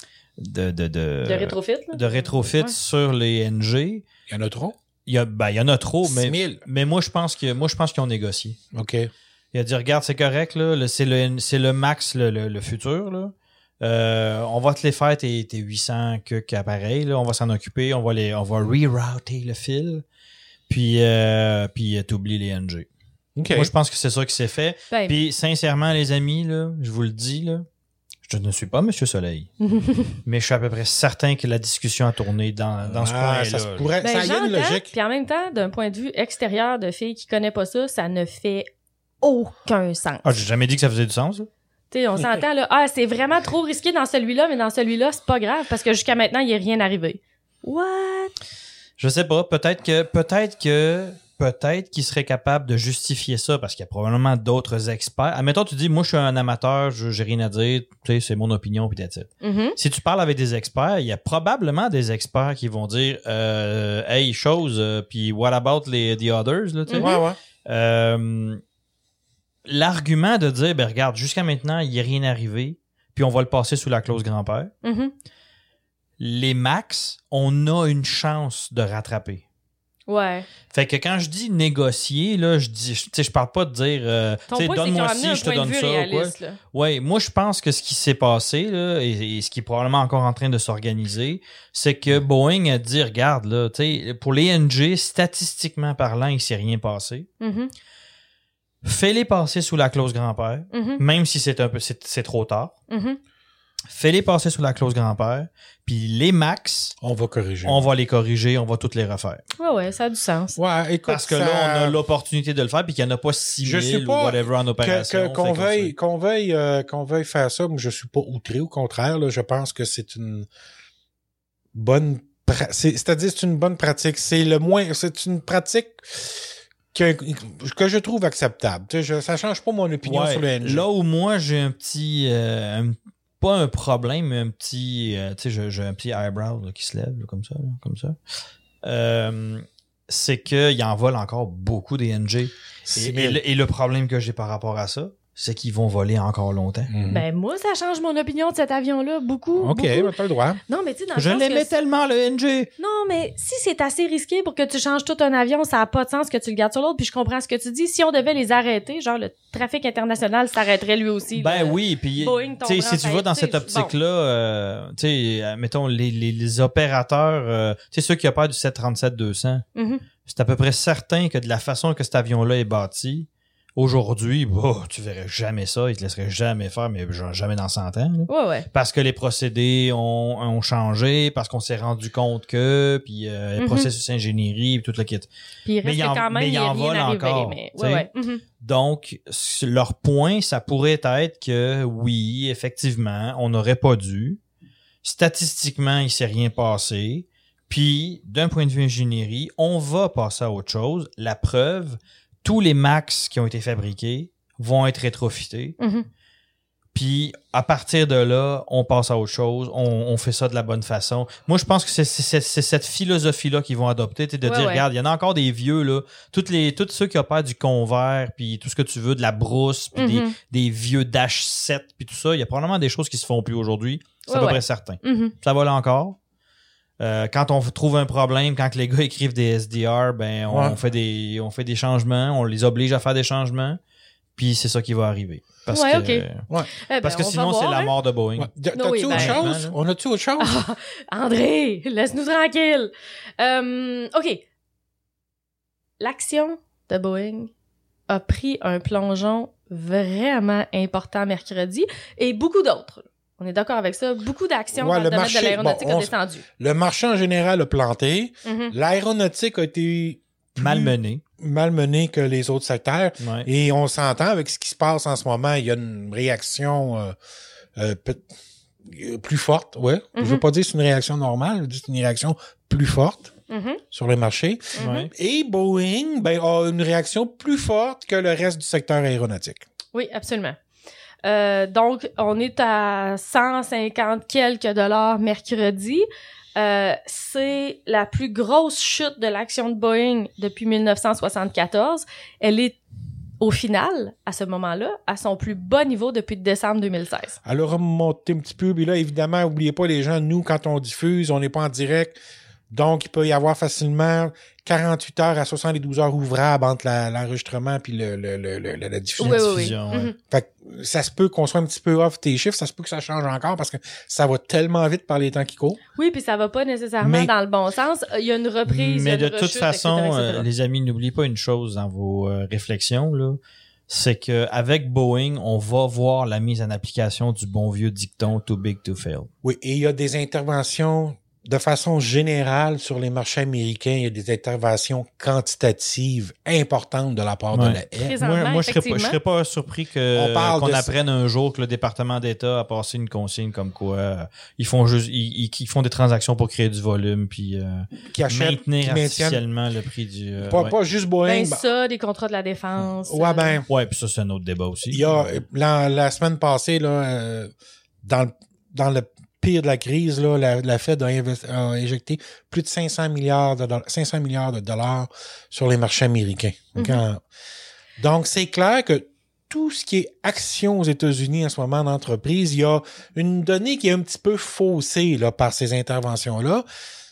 de, de, de,
De rétrofit, là.
de rétrofit
Ouais.
sur les N G?
Il y en a trop?
Il y a, ben, il y en a trop,
six
mais,
mille.
mais moi, je pense que, moi, je pense qu'ils ont négocié.
OK.
Il a dit, regarde, c'est correct, là, le- c'est le, c'est le max, le, le, le futur, là. Euh, on va te les faire, tes, tes huit cents que appareils, là. On va s'en occuper, on va les, on va rerouter le fil. Puis, euh, puis, euh, t'oublies les N G.
OK.
Moi, je pense que c'est ça qui s'est fait.
Ben,
Puis, sincèrement, les amis, là, je vous le dis, là, Je ne suis pas Monsieur Soleil, mais je suis à peu près certain que la discussion a tourné dans, dans ce
Ah,
coin-là.
ça se pourrait,
Ben,
ça y a une
j'entends,
logique.
puis en même temps, d'un point de vue extérieur de fille qui connaît pas ça, ça ne fait aucun sens.
Ah, j'ai jamais dit que ça faisait du sens, là.
Tu sais, on s'entend là, ah, c'est vraiment trop risqué dans celui-là, mais dans celui-là, c'est pas grave parce que jusqu'à maintenant, il est rien arrivé. What?
Je sais pas, peut-être que peut-être que peut-être qu'il serait capable de justifier ça parce qu'il y a probablement d'autres experts. Admettons, tu dis moi je suis un amateur, je j'ai rien à dire, tu sais, c'est mon opinion puis that's it.
Mm-hmm.
Si tu parles avec des experts, il y a probablement des experts qui vont dire euh, hey, chose euh, puis what about les the others là, tu sais.
Ouais, ouais.
Euh, l'argument de dire ben regarde, jusqu'à maintenant, il n'y a rien arrivé, puis on va le passer sous la clause grand-père.
Mm-hmm.
Les max, on a une chance de rattraper.
Ouais.
Fait que quand je dis négocier, là, je dis, tu sais, je parle pas de dire, euh,
Ton
tu sais,
point, c'est qu'ils ont
donne-moi
amené un
ci, je te
point de
donne
vue
ça, ou quoi.
réaliste, là.
Ouais, moi, je pense que ce qui s'est passé, là, et, et ce qui est probablement encore en train de s'organiser, c'est que Boeing a dit, regarde, là, tu sais, pour les N G, statistiquement parlant, il s'est rien passé.
Mm-hmm.
Fais-les passer sous la clause grand-père,
Mm-hmm.
même si c'est un peu, c'est, c'est trop tard.
Mm-hmm.
Fais-les passer sous la clause grand-père, puis les max,
On va corriger.
on va les corriger, on va toutes les refaire.
Ouais, ouais, ça a du sens.
Ouais, écoute,
Parce que
ça-
là, on a l'opportunité de le faire, puis qu'il n'y en a pas six
Je suis
mille ou
pas
whatever en
que-
opération.
que- qu'on
Fait qu'on
veuille,
sait.
qu'on veuille, euh, qu'on veuille faire ça, moi, je suis pas outré. Au contraire, là, je pense que c'est une bonne, pra- c'est, c'est-à-dire c'est une bonne pratique. C'est le moins, c'est une pratique que, que je trouve acceptable. Tu sais, je, ça change pas mon opinion
Ouais,
sur le N G.
là où moi, j'ai un petit... euh, un- pas un problème, mais un petit... euh, tu sais, j'ai, j'ai un petit eyebrow là, qui se lève, là, comme ça. Là, comme ça. Euh, c'est qu'il en vole encore beaucoup des N G. Et,
six
et
mille.
le, et le problème que j'ai par rapport à ça, c'est qu'ils vont voler encore longtemps.
Mhm.
Ben, moi, ça change mon opinion de cet avion-là, beaucoup.
OK,
beaucoup.
ben, t'as le droit.
Non, mais tu sais, dans le
Je
sens
l'aimais
que-
tellement, le N G!
Non, mais si c'est assez risqué pour que tu changes tout un avion, ça n'a pas de sens que tu le gardes sur l'autre. Puis je comprends ce que tu dis. Si on devait les arrêter, genre le trafic international s'arrêterait lui aussi.
Ben
là.
oui, puis
Boeing
tu sais,
tombera
si tu
en
vas dans
faillite,
cette
tu sais,
optique-là, euh, tu sais, euh, mettons les, les, les opérateurs, euh, tu sais, ceux qui opèrent du sept trente-sept deux cents,
Mhm.
c'est à peu près certain que de la façon que cet avion-là est bâti, aujourd'hui, bah, tu verrais jamais ça, ils te laisseraient jamais faire, mais genre jamais dans cent ans. Là.
Ouais, ouais.
Parce que les procédés ont, ont changé, parce qu'on s'est rendu compte que, puis euh,
Mhm.
processus ingénierie, puis tout le kit.
Puis il
Mais
reste
il en-
quand même
mais il
il y a
en
rien
vole
arrivé.
encore,
Mais
tu sais.
ouais, ouais. Mhm.
Donc, s- leur point, ça pourrait être que oui, effectivement, on n'aurait pas dû. Statistiquement, il s'est rien passé. Puis, d'un point de vue ingénierie, on va passer à autre chose. La preuve, tous les Max qui ont été fabriqués vont être rétrofités.
Mhm.
Puis, à partir de là, on passe à autre chose. On, on fait ça de la bonne façon. Moi, je pense que c'est, c'est, c'est, c'est cette philosophie-là qu'ils vont adopter. Tu sais, de
Ouais,
dire,
ouais.
regarde, il y en a encore des vieux, là. Toutes les, tous ceux qui opèrent du convert, puis tout ce que tu veux, de la brousse, puis des,
Mhm.
des vieux Dash sept, puis tout ça. Il y a probablement des choses qui se font plus aujourd'hui. C'est à
Ouais,
peu
ouais.
près certain.
Mhm.
Ça va là encore. Euh, quand on trouve un problème, quand les gars écrivent des S D R, ben on
Ouais.
fait des on fait des changements, on les oblige à faire des changements, puis c'est ça qui va arriver. Parce
Ouais,
que
ok.
Ouais.
Eh ben,
parce que
on va
sinon
voir,
c'est la
hein.
mort de Boeing.
Ouais. D-
Non,
T'as-tu
oui,
autre
ben-
chose?
Là.
On a-tu autre chose?
Ah, André, laisse-nous tranquille. Euh, OK. L'action de Boeing a pris un plongeon vraiment important mercredi et beaucoup d'autres. On est d'accord avec ça. Beaucoup d'actions
Ouais,
dans le,
le
domaine
marché-
de l'aéronautique
bon,
a
on-
descendu.
Le marché en général a planté.
Mhm.
L'aéronautique a été plus
Malmené.
malmené que les autres secteurs.
Ouais.
Et on s'entend avec ce qui se passe en ce moment. Il y a une réaction euh, euh, peut- euh, plus forte. Ouais. Je veux
Mhm.
pas dire que c'est une réaction normale, je dis que c'est une réaction plus forte
Mhm.
sur le marché.
Mhm.
Ouais.
Et Boeing ben, a une réaction plus forte que le reste du secteur aéronautique.
Oui, absolument. Euh, donc, on est à cent cinquante quelques dollars mercredi. Euh, c'est la plus grosse chute de l'action de Boeing depuis mille neuf cent soixante-quatorze. Elle est, au final, à ce moment-là, à son plus bas niveau depuis décembre deux mille seize.
Elle a remonté un petit peu. Puis là, évidemment, oubliez pas les gens, nous, quand on diffuse, on n'est pas en direct. Donc, il peut y avoir facilement quarante-huit heures à soixante-douze heures ouvrables entre la- l'enregistrement puis le, le, le, le- la diffusion.
Oui, oui, oui.
diffusion, ouais.
Mhm.
Fait que ça se peut qu'on soit un petit peu off tes chiffres, ça se peut que ça change encore parce que ça va tellement vite par les temps qui courent.
Oui, puis ça va pas nécessairement
Mais-
dans le bon sens. Il y a une reprise, il y a
Mais
une
de toute
rechute,
façon,
et cetera, et cetera.
euh, les amis, n'oubliez pas une chose dans vos euh, réflexions, là. c'est que avec Boeing, on va voir la mise en application du bon vieux dicton too big to fail.
Oui, et il y a des interventions de façon générale sur les marchés américains, il y a des interventions quantitatives importantes de la part
Ouais.
de la F.
Moi, moi je serais pas, je serais pas surpris que
On parle
qu'on
de
apprenne un jour que le département d'État a passé une consigne comme quoi euh, ils font juste ils, ils, ils font des transactions pour créer du volume puis euh,
qui achètent,
maintenir
qui
artificiellement le prix du euh,
pas,
ouais.
pas juste Boeing.
Ben, ça, des contrats de la défense.
Ouais, ben,
ouais, puis ça c'est un autre débat aussi.
il y a la, la semaine passée là, euh, dans le dans le pire de la crise, là, la, la Fed a, investi, a injecté plus de cinq cents milliards de dollars, cinq cents milliards de dollars sur les marchés américains.
Mm-hmm.
En, donc, c'est clair que tout ce qui est action aux États-Unis en ce moment d'entreprise, il y a une donnée qui est un petit peu faussée là, par ces interventions-là.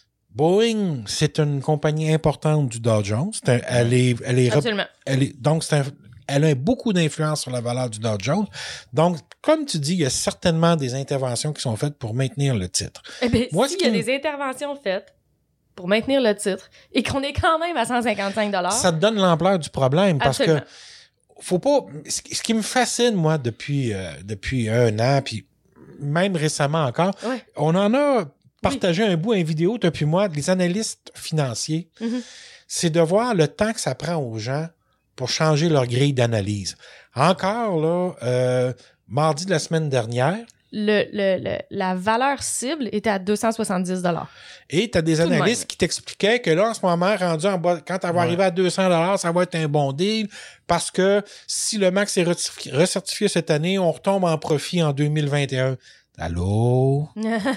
Boeing, c'est une compagnie importante du Dow Jones. C'est un, elle est, elle est,
Absolument.
elle est, donc, c'est un, elle a beaucoup d'influence sur la valeur du Dow Jones. Donc, comme tu dis, il y a certainement des interventions qui sont faites pour maintenir le titre.
Eh bien,
Moi,
s'il
ce
y a
qui
des interventions faites pour maintenir le titre et qu'on est quand même à cent cinquante-cinq dollars.
Ça te donne l'ampleur du problème parce
Absolument.
que faut pas. Ce qui me fascine, moi, depuis, euh, depuis un an, puis même récemment encore,
Ouais.
on en a partagé un bout, une vidéo, toi puis moi, les analystes financiers,
Mm-hmm.
c'est de voir le temps que ça prend aux gens pour changer leur grille d'analyse. Encore, là, euh, mardi de la semaine dernière,
Le, le, le, la valeur cible était à deux cent soixante-dix dollars.
et tu as des
Tout de
analystes
même.
qui t'expliquaient que là, en ce moment, rendu en bas, quand elle va
Ouais.
arriver à deux cents dollars, ça va être un bon deal parce que si le max est recertifié, recertifié cette année, on retombe en profit en deux mille vingt et un. Allô?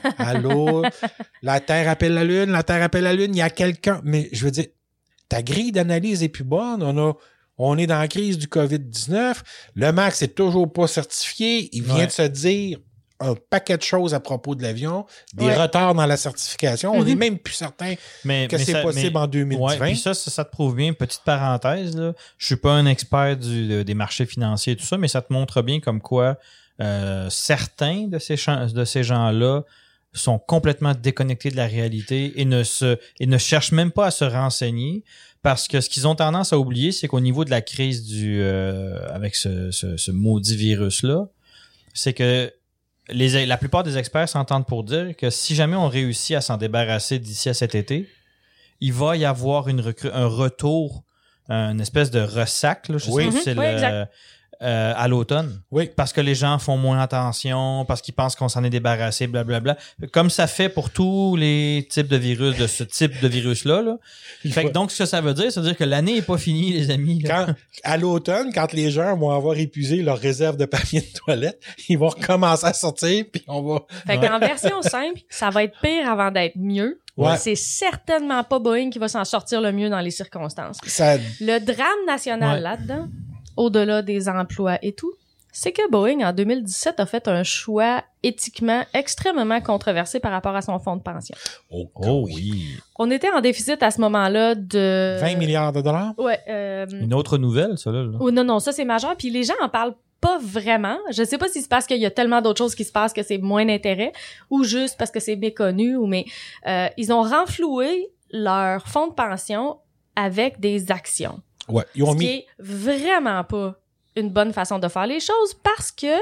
Allô? La Terre appelle la Lune, la Terre appelle la Lune, il y a quelqu'un. Mais je veux dire, ta grille d'analyse est plus bonne. On a, on est dans la crise du covid dix-neuf. Le max est toujours pas certifié. Il vient
Ouais.
de se dire un paquet de choses à propos de l'avion, des
Ouais.
retards dans la certification. On
Mhm.
n'est même plus certain
mais,
que
mais
c'est
ça-
possible
mais-
en deux mille vingt.
Ouais, puis ça, ça, ça te prouve bien, petite parenthèse, là, je suis pas un expert du, de- des marchés financiers et tout ça, mais ça te montre bien comme quoi euh, certains de ces, champs- de ces gens-là sont complètement déconnectés de la réalité et ne se et ne cherchent même pas à se renseigner parce que ce qu'ils ont tendance à oublier, c'est qu'au niveau de la crise du euh, avec ce, ce, ce maudit virus-là, c'est que les, la plupart des experts s'entendent pour dire que si jamais on réussit à s'en débarrasser d'ici à cet été, il va y avoir une recru- un retour, une espèce de ressac, là, je
Oui.
sais pas si
Mhm.
c'est
Oui,
le-
exact.
euh, à l'automne.
Oui.
Parce que les gens font moins attention, parce qu'ils pensent qu'on s'en est débarrassé, blablabla. Comme ça fait pour tous les types de virus, de ce type de virus-là. Là.
Il
Fait
faut-
que donc, ce que ça veut dire, c'est-à-dire que l'année est pas finie, les amis. Là.
Quand, à l'automne, quand les gens vont avoir épuisé leur réserve de papier de toilette, ils vont recommencer à sortir, puis on va...
Fait qu'en version simple, ça va être pire avant d'être mieux.
Ouais.
C'est certainement pas Boeing qui va s'en sortir le mieux dans les circonstances.
Ça,
Le drame national
Ouais.
là-dedans, au-delà des emplois et tout, c'est que Boeing, en deux mille dix-sept, a fait un choix éthiquement extrêmement controversé par rapport à son fonds de pension.
oh,
Oh
oui.
oui.
On était en déficit à ce moment-là de...
vingt milliards de dollars?
Ouais. Euh...
Une autre nouvelle, ça, là. là.
Oh, non, non, ça, c'est majeur. Puis les gens en parlent pas vraiment. Je sais pas si c'est parce qu'il y a tellement d'autres choses qui se passent que c'est moins d'intérêt ou juste parce que c'est méconnu. Ou mais euh, ils ont renfloué leur fonds de pension avec des actions.
Ouais, ils ont
Ce qui
mis...
est vraiment pas une bonne façon de faire les choses parce que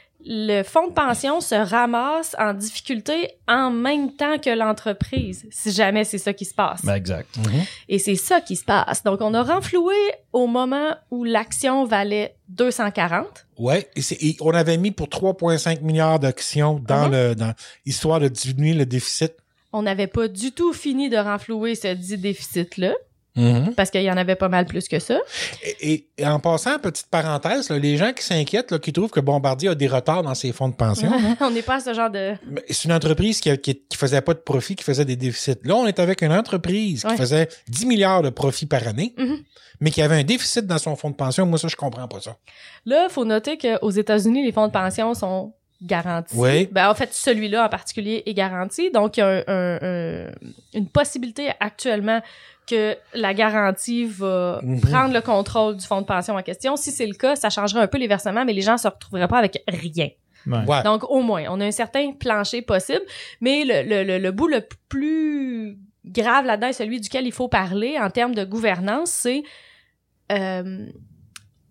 le fonds de pension se ramasse en difficulté en même temps que l'entreprise, si jamais c'est ça qui se passe.
Ben, exact.
Mhm.
Et c'est ça qui se passe. Donc, on a renfloué au moment où l'action valait deux cent quarante.
Ouais, et, c'est- et on avait mis pour trois virgule cinq milliards d'actions dans
Mhm.
le... dans histoire de diminuer le déficit.
On n'avait pas du tout fini de renflouer ce dit déficit-là,
Mhm.
parce qu'il y en avait pas mal plus que ça.
Et, et- et en passant, petite parenthèse, là, les gens qui s'inquiètent, là, qui trouvent que Bombardier a des retards dans ses fonds de pension,
On n'est pas à ce genre de...
mais c'est une entreprise qui, a- qui, qui faisait pas de profit, qui faisait des déficits. Là, on est avec une entreprise qui
Ouais.
faisait dix milliards de profit par année,
Mhm.
mais qui avait un déficit dans son fonds de pension. Moi, ça, je comprends pas ça.
Là, faut noter qu'aux États-Unis, les fonds de pension sont garantis.
Oui.
Ben, en fait, celui-là en particulier est garanti. Donc, il y a un, un- un- une possibilité actuellement que la garantie va
Mhm.
prendre le contrôle du fonds de pension en question. Si c'est le cas, ça changerait un peu les versements, mais les gens se retrouveraient pas avec rien.
Ouais.
Ouais.
Donc, au moins, on a un certain plancher possible. Mais le, le, le, le bout le plus grave là-dedans, et celui duquel il faut parler en termes de gouvernance, c'est... euh,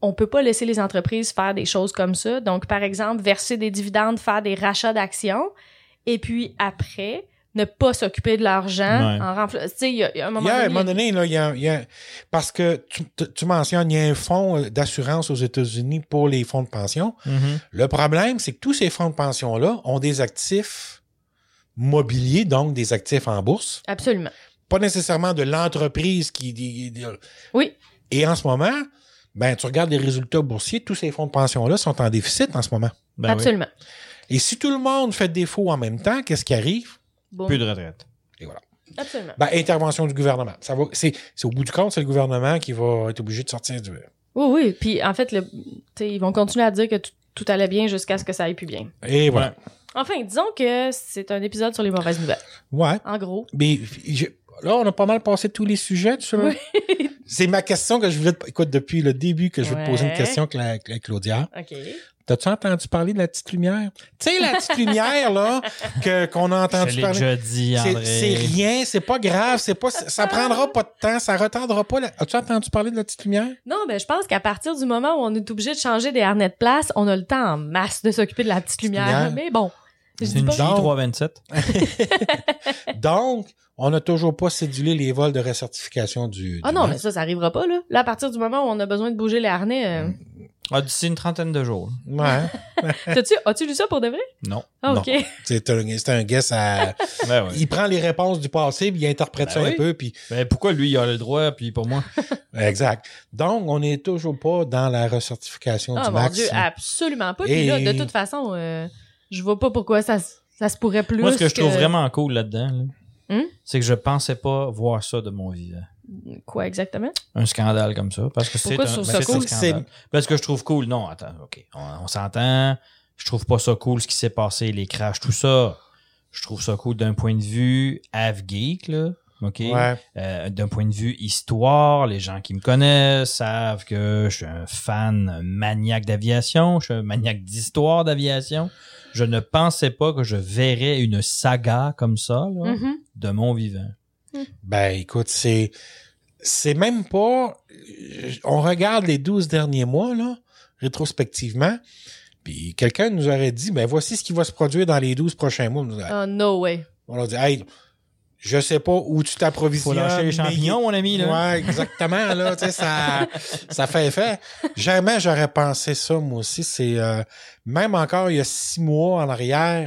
on peut pas laisser les entreprises faire des choses comme ça. Donc, par exemple, verser des dividendes, faire des rachats d'actions, et puis après, ne pas s'occuper de l'argent
Ouais.
en renflouant. Tu sais, il y, a- il y a un moment
Il y a, à un
donné...
moment donné, là, il y a, il y a- parce que tu, tu- tu mentionnes, il y a un fonds d'assurance aux États-Unis pour les fonds de pension.
Mhm.
Le problème, c'est que tous ces fonds de pension-là ont des actifs mobiliers, donc des actifs en bourse.
Absolument.
Pas nécessairement de l'entreprise qui... qui- qui-
Oui.
Et en ce moment, ben, tu regardes les résultats boursiers, tous ces fonds de pension-là sont en déficit en ce moment.
Ben oui.
Absolument.
Et si tout le monde fait défaut en même temps, qu'est-ce qui arrive?
Bon.
Plus de retraite.
Et voilà.
Absolument.
Ben, intervention du gouvernement. Ça va, c'est, c'est au bout du compte, c'est le gouvernement qui va être obligé de sortir du...
Oui, oui. Puis, en fait, le, tu sais, ils vont continuer à dire que tout, tout allait bien jusqu'à ce que ça aille plus bien.
Et voilà.
Enfin, disons que c'est un épisode sur les mauvaises nouvelles.
Ouais.
En gros.
Mais je- là, on a pas mal passé tous les sujets. Tu sais.
Oui.
C'est ma question que je voulais te... Écoute, depuis le début que je veux te poser une
Ouais.
question avec, la- avec Claudia.
OK.
T'as-tu entendu parler de la petite lumière? Tu sais, la petite lumière, là, que, qu'on a
Je
entendu
l'ai
parler.
déjà dit,
C'est,
André.
c'est rien, c'est pas grave, c'est pas, ça prendra pas de temps, ça retardera pas. La... As-tu entendu parler de la petite lumière?
Non, ben je pense qu'à partir du moment où on est obligé de changer des harnais de place, on a le temps en masse de s'occuper de la petite lumière.
lumière.
Mais bon, je
C'est
dis
une
pas...
J trois vingt-sept.
Donc, on n'a toujours pas cédulé les vols de recertification du.
Ah
du
non,
banc.
mais ça, ça arrivera pas, là. Là, à partir du moment où on a besoin de bouger les harnais... euh,
Ah, d'ici une trentaine de jours.
Ouais.
T'as-tu... As-tu lu ça pour de vrai?
Non.
Ah,
Non.
OK.
C'est un, c'est un guess à.
Ben ouais.
Il prend les réponses du passé, puis il interprète
Ben
ça
oui.
un peu, puis.
Ben pourquoi lui, il a le droit, puis pour moi?
Exact. Donc, on n'est toujours pas dans la recertification
Ah,
du
mon
max.
Dieu, absolument pas. Puis
Et-
là, de toute façon, euh, je vois pas pourquoi ça, s- ça se pourrait plus
Moi, ce que je trouve
que-
vraiment cool là-dedans, là,
Hum?
c'est que je pensais pas voir ça de mon vivant.
Quoi exactement?
Un scandale comme ça. Parce que c'est
Pourquoi
un,
tu trouves
ben,
ça
c'est
cool?
un scandale. Parce que je trouve cool. Non, attends, OK. On, on s'entend. Je trouve pas ça cool ce qui s'est passé, les crashs, tout ça. Je trouve ça cool d'un point de vue av-geek, là. OK?
Ouais.
Euh, d'un point de vue histoire, les gens qui me connaissent savent que je suis un fan maniaque d'aviation, je suis un maniaque d'histoire d'aviation. Je ne pensais pas que je verrais une saga comme ça, là,
Mhm.
de mon vivant.
Ben, écoute, c'est, c'est même pas, on regarde les douze derniers mois, là, rétrospectivement, puis quelqu'un nous aurait dit, ben, voici ce qui va se produire dans les douze prochains mois. On a,
Oh, no way.
on a dit, hey, je sais pas où tu t'approvisionnes.
Faut lâcher les
mais-
champignons, mon ami, là.
Ouais, exactement, là, tu sais, ça, ça fait effet. Jamais j'aurais pensé ça, moi aussi. C'est, euh, même encore il y a six mois en arrière,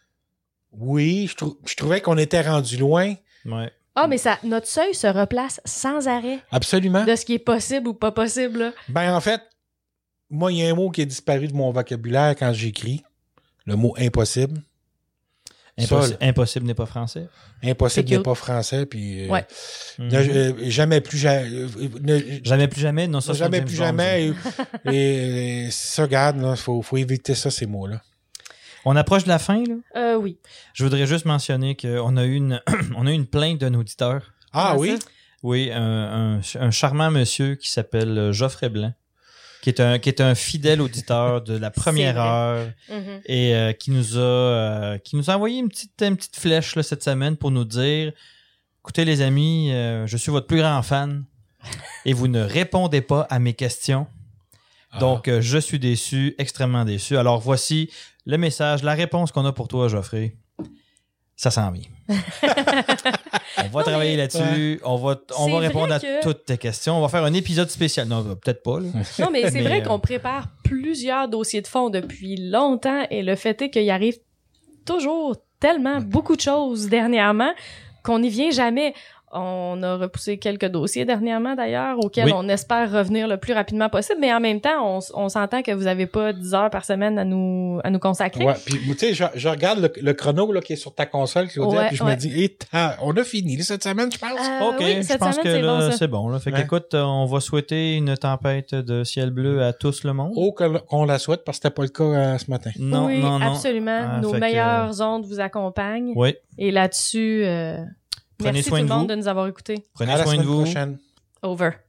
oui, je, trou- je trouvais qu'on était rendu loin.
Ouais.
Ah, mais ça, notre seuil se replace sans arrêt
Absolument.
de ce qui est possible ou pas possible, là.
Ben, en fait, moi, il y a un mot qui a disparu de mon vocabulaire quand j'écris. Le mot impossible.
Impossi-
Ça,
impossible n'est pas français.
impossible
C'est
n'est
cute.
pas français, puis... euh,
Ouais.
Mhm.
ne- euh, jamais plus... ja- euh, ne-
Jamais plus jamais. Non, ça, c'est
jamais
James
plus
Bond,
jamais. Et, et ça, regarde, il faut, faut éviter ça, ces mots-là.
ça. On approche de la fin, là.
Euh, oui.
Je voudrais juste mentionner qu'on a eu une, on a eu une plainte d'un auditeur.
Ah
Comment
oui?
ça?
Oui, un, un, un charmant monsieur qui s'appelle Geoffrey Blanc, qui est un, qui est un fidèle auditeur de la première
C'est vrai.
heure
Mhm.
et euh, qui nous a, euh, qui nous a envoyé une petite, une petite flèche là, cette semaine pour nous dire, écoutez les amis, euh, je suis votre plus grand fan et vous ne répondez pas à mes questions.
Ah.
Donc, euh, je suis déçu, extrêmement déçu. Alors, voici le message, la réponse qu'on a pour toi, Geoffrey. Ça s'en vient. On va travailler là-dessus. On va, on
C'est
va répondre
vrai
à
que-
toutes tes questions. On va faire un épisode spécial. Non, peut-être pas. Là.
Non, mais c'est
Mais,
vrai
euh,
qu'on prépare plusieurs dossiers de fond depuis longtemps et le fait est qu'il arrive toujours tellement beaucoup de choses dernièrement qu'on n'y vient jamais. On a repoussé quelques dossiers dernièrement d'ailleurs auxquels
Oui.
on espère revenir le plus rapidement possible, mais en même temps, on, s- on s'entend que vous n'avez pas dix heures par semaine à nous, à nous consacrer.
Ouais, puis tu sais, je, je regarde le, le chrono là, qui est sur ta console, Claudia,
Ouais,
puis je
ouais.
me dis, eh, t'as- on a fini là, cette semaine, je pense.
Euh,
OK,
oui,
je
cette
pense
semaine,
que
c'est bon,
là,
ça.
c'est bon. Là. Fait
Ouais.
qu'écoute, euh, on va souhaiter une tempête de ciel bleu à tous le monde.
Oh, que- qu'on la souhaite, parce que c'était pas le cas euh, ce matin.
Non,
oui,
non, non.
absolument.
Ah,
Nos
fait que-
meilleures ondes vous accompagnent.
Oui.
Et là-dessus, euh,
Prenez
merci
soin
tout
de
le monde
vous.
de nous avoir écoutés.
Prenez
À la
soin de
semaine
vous.
prochaine.
Over.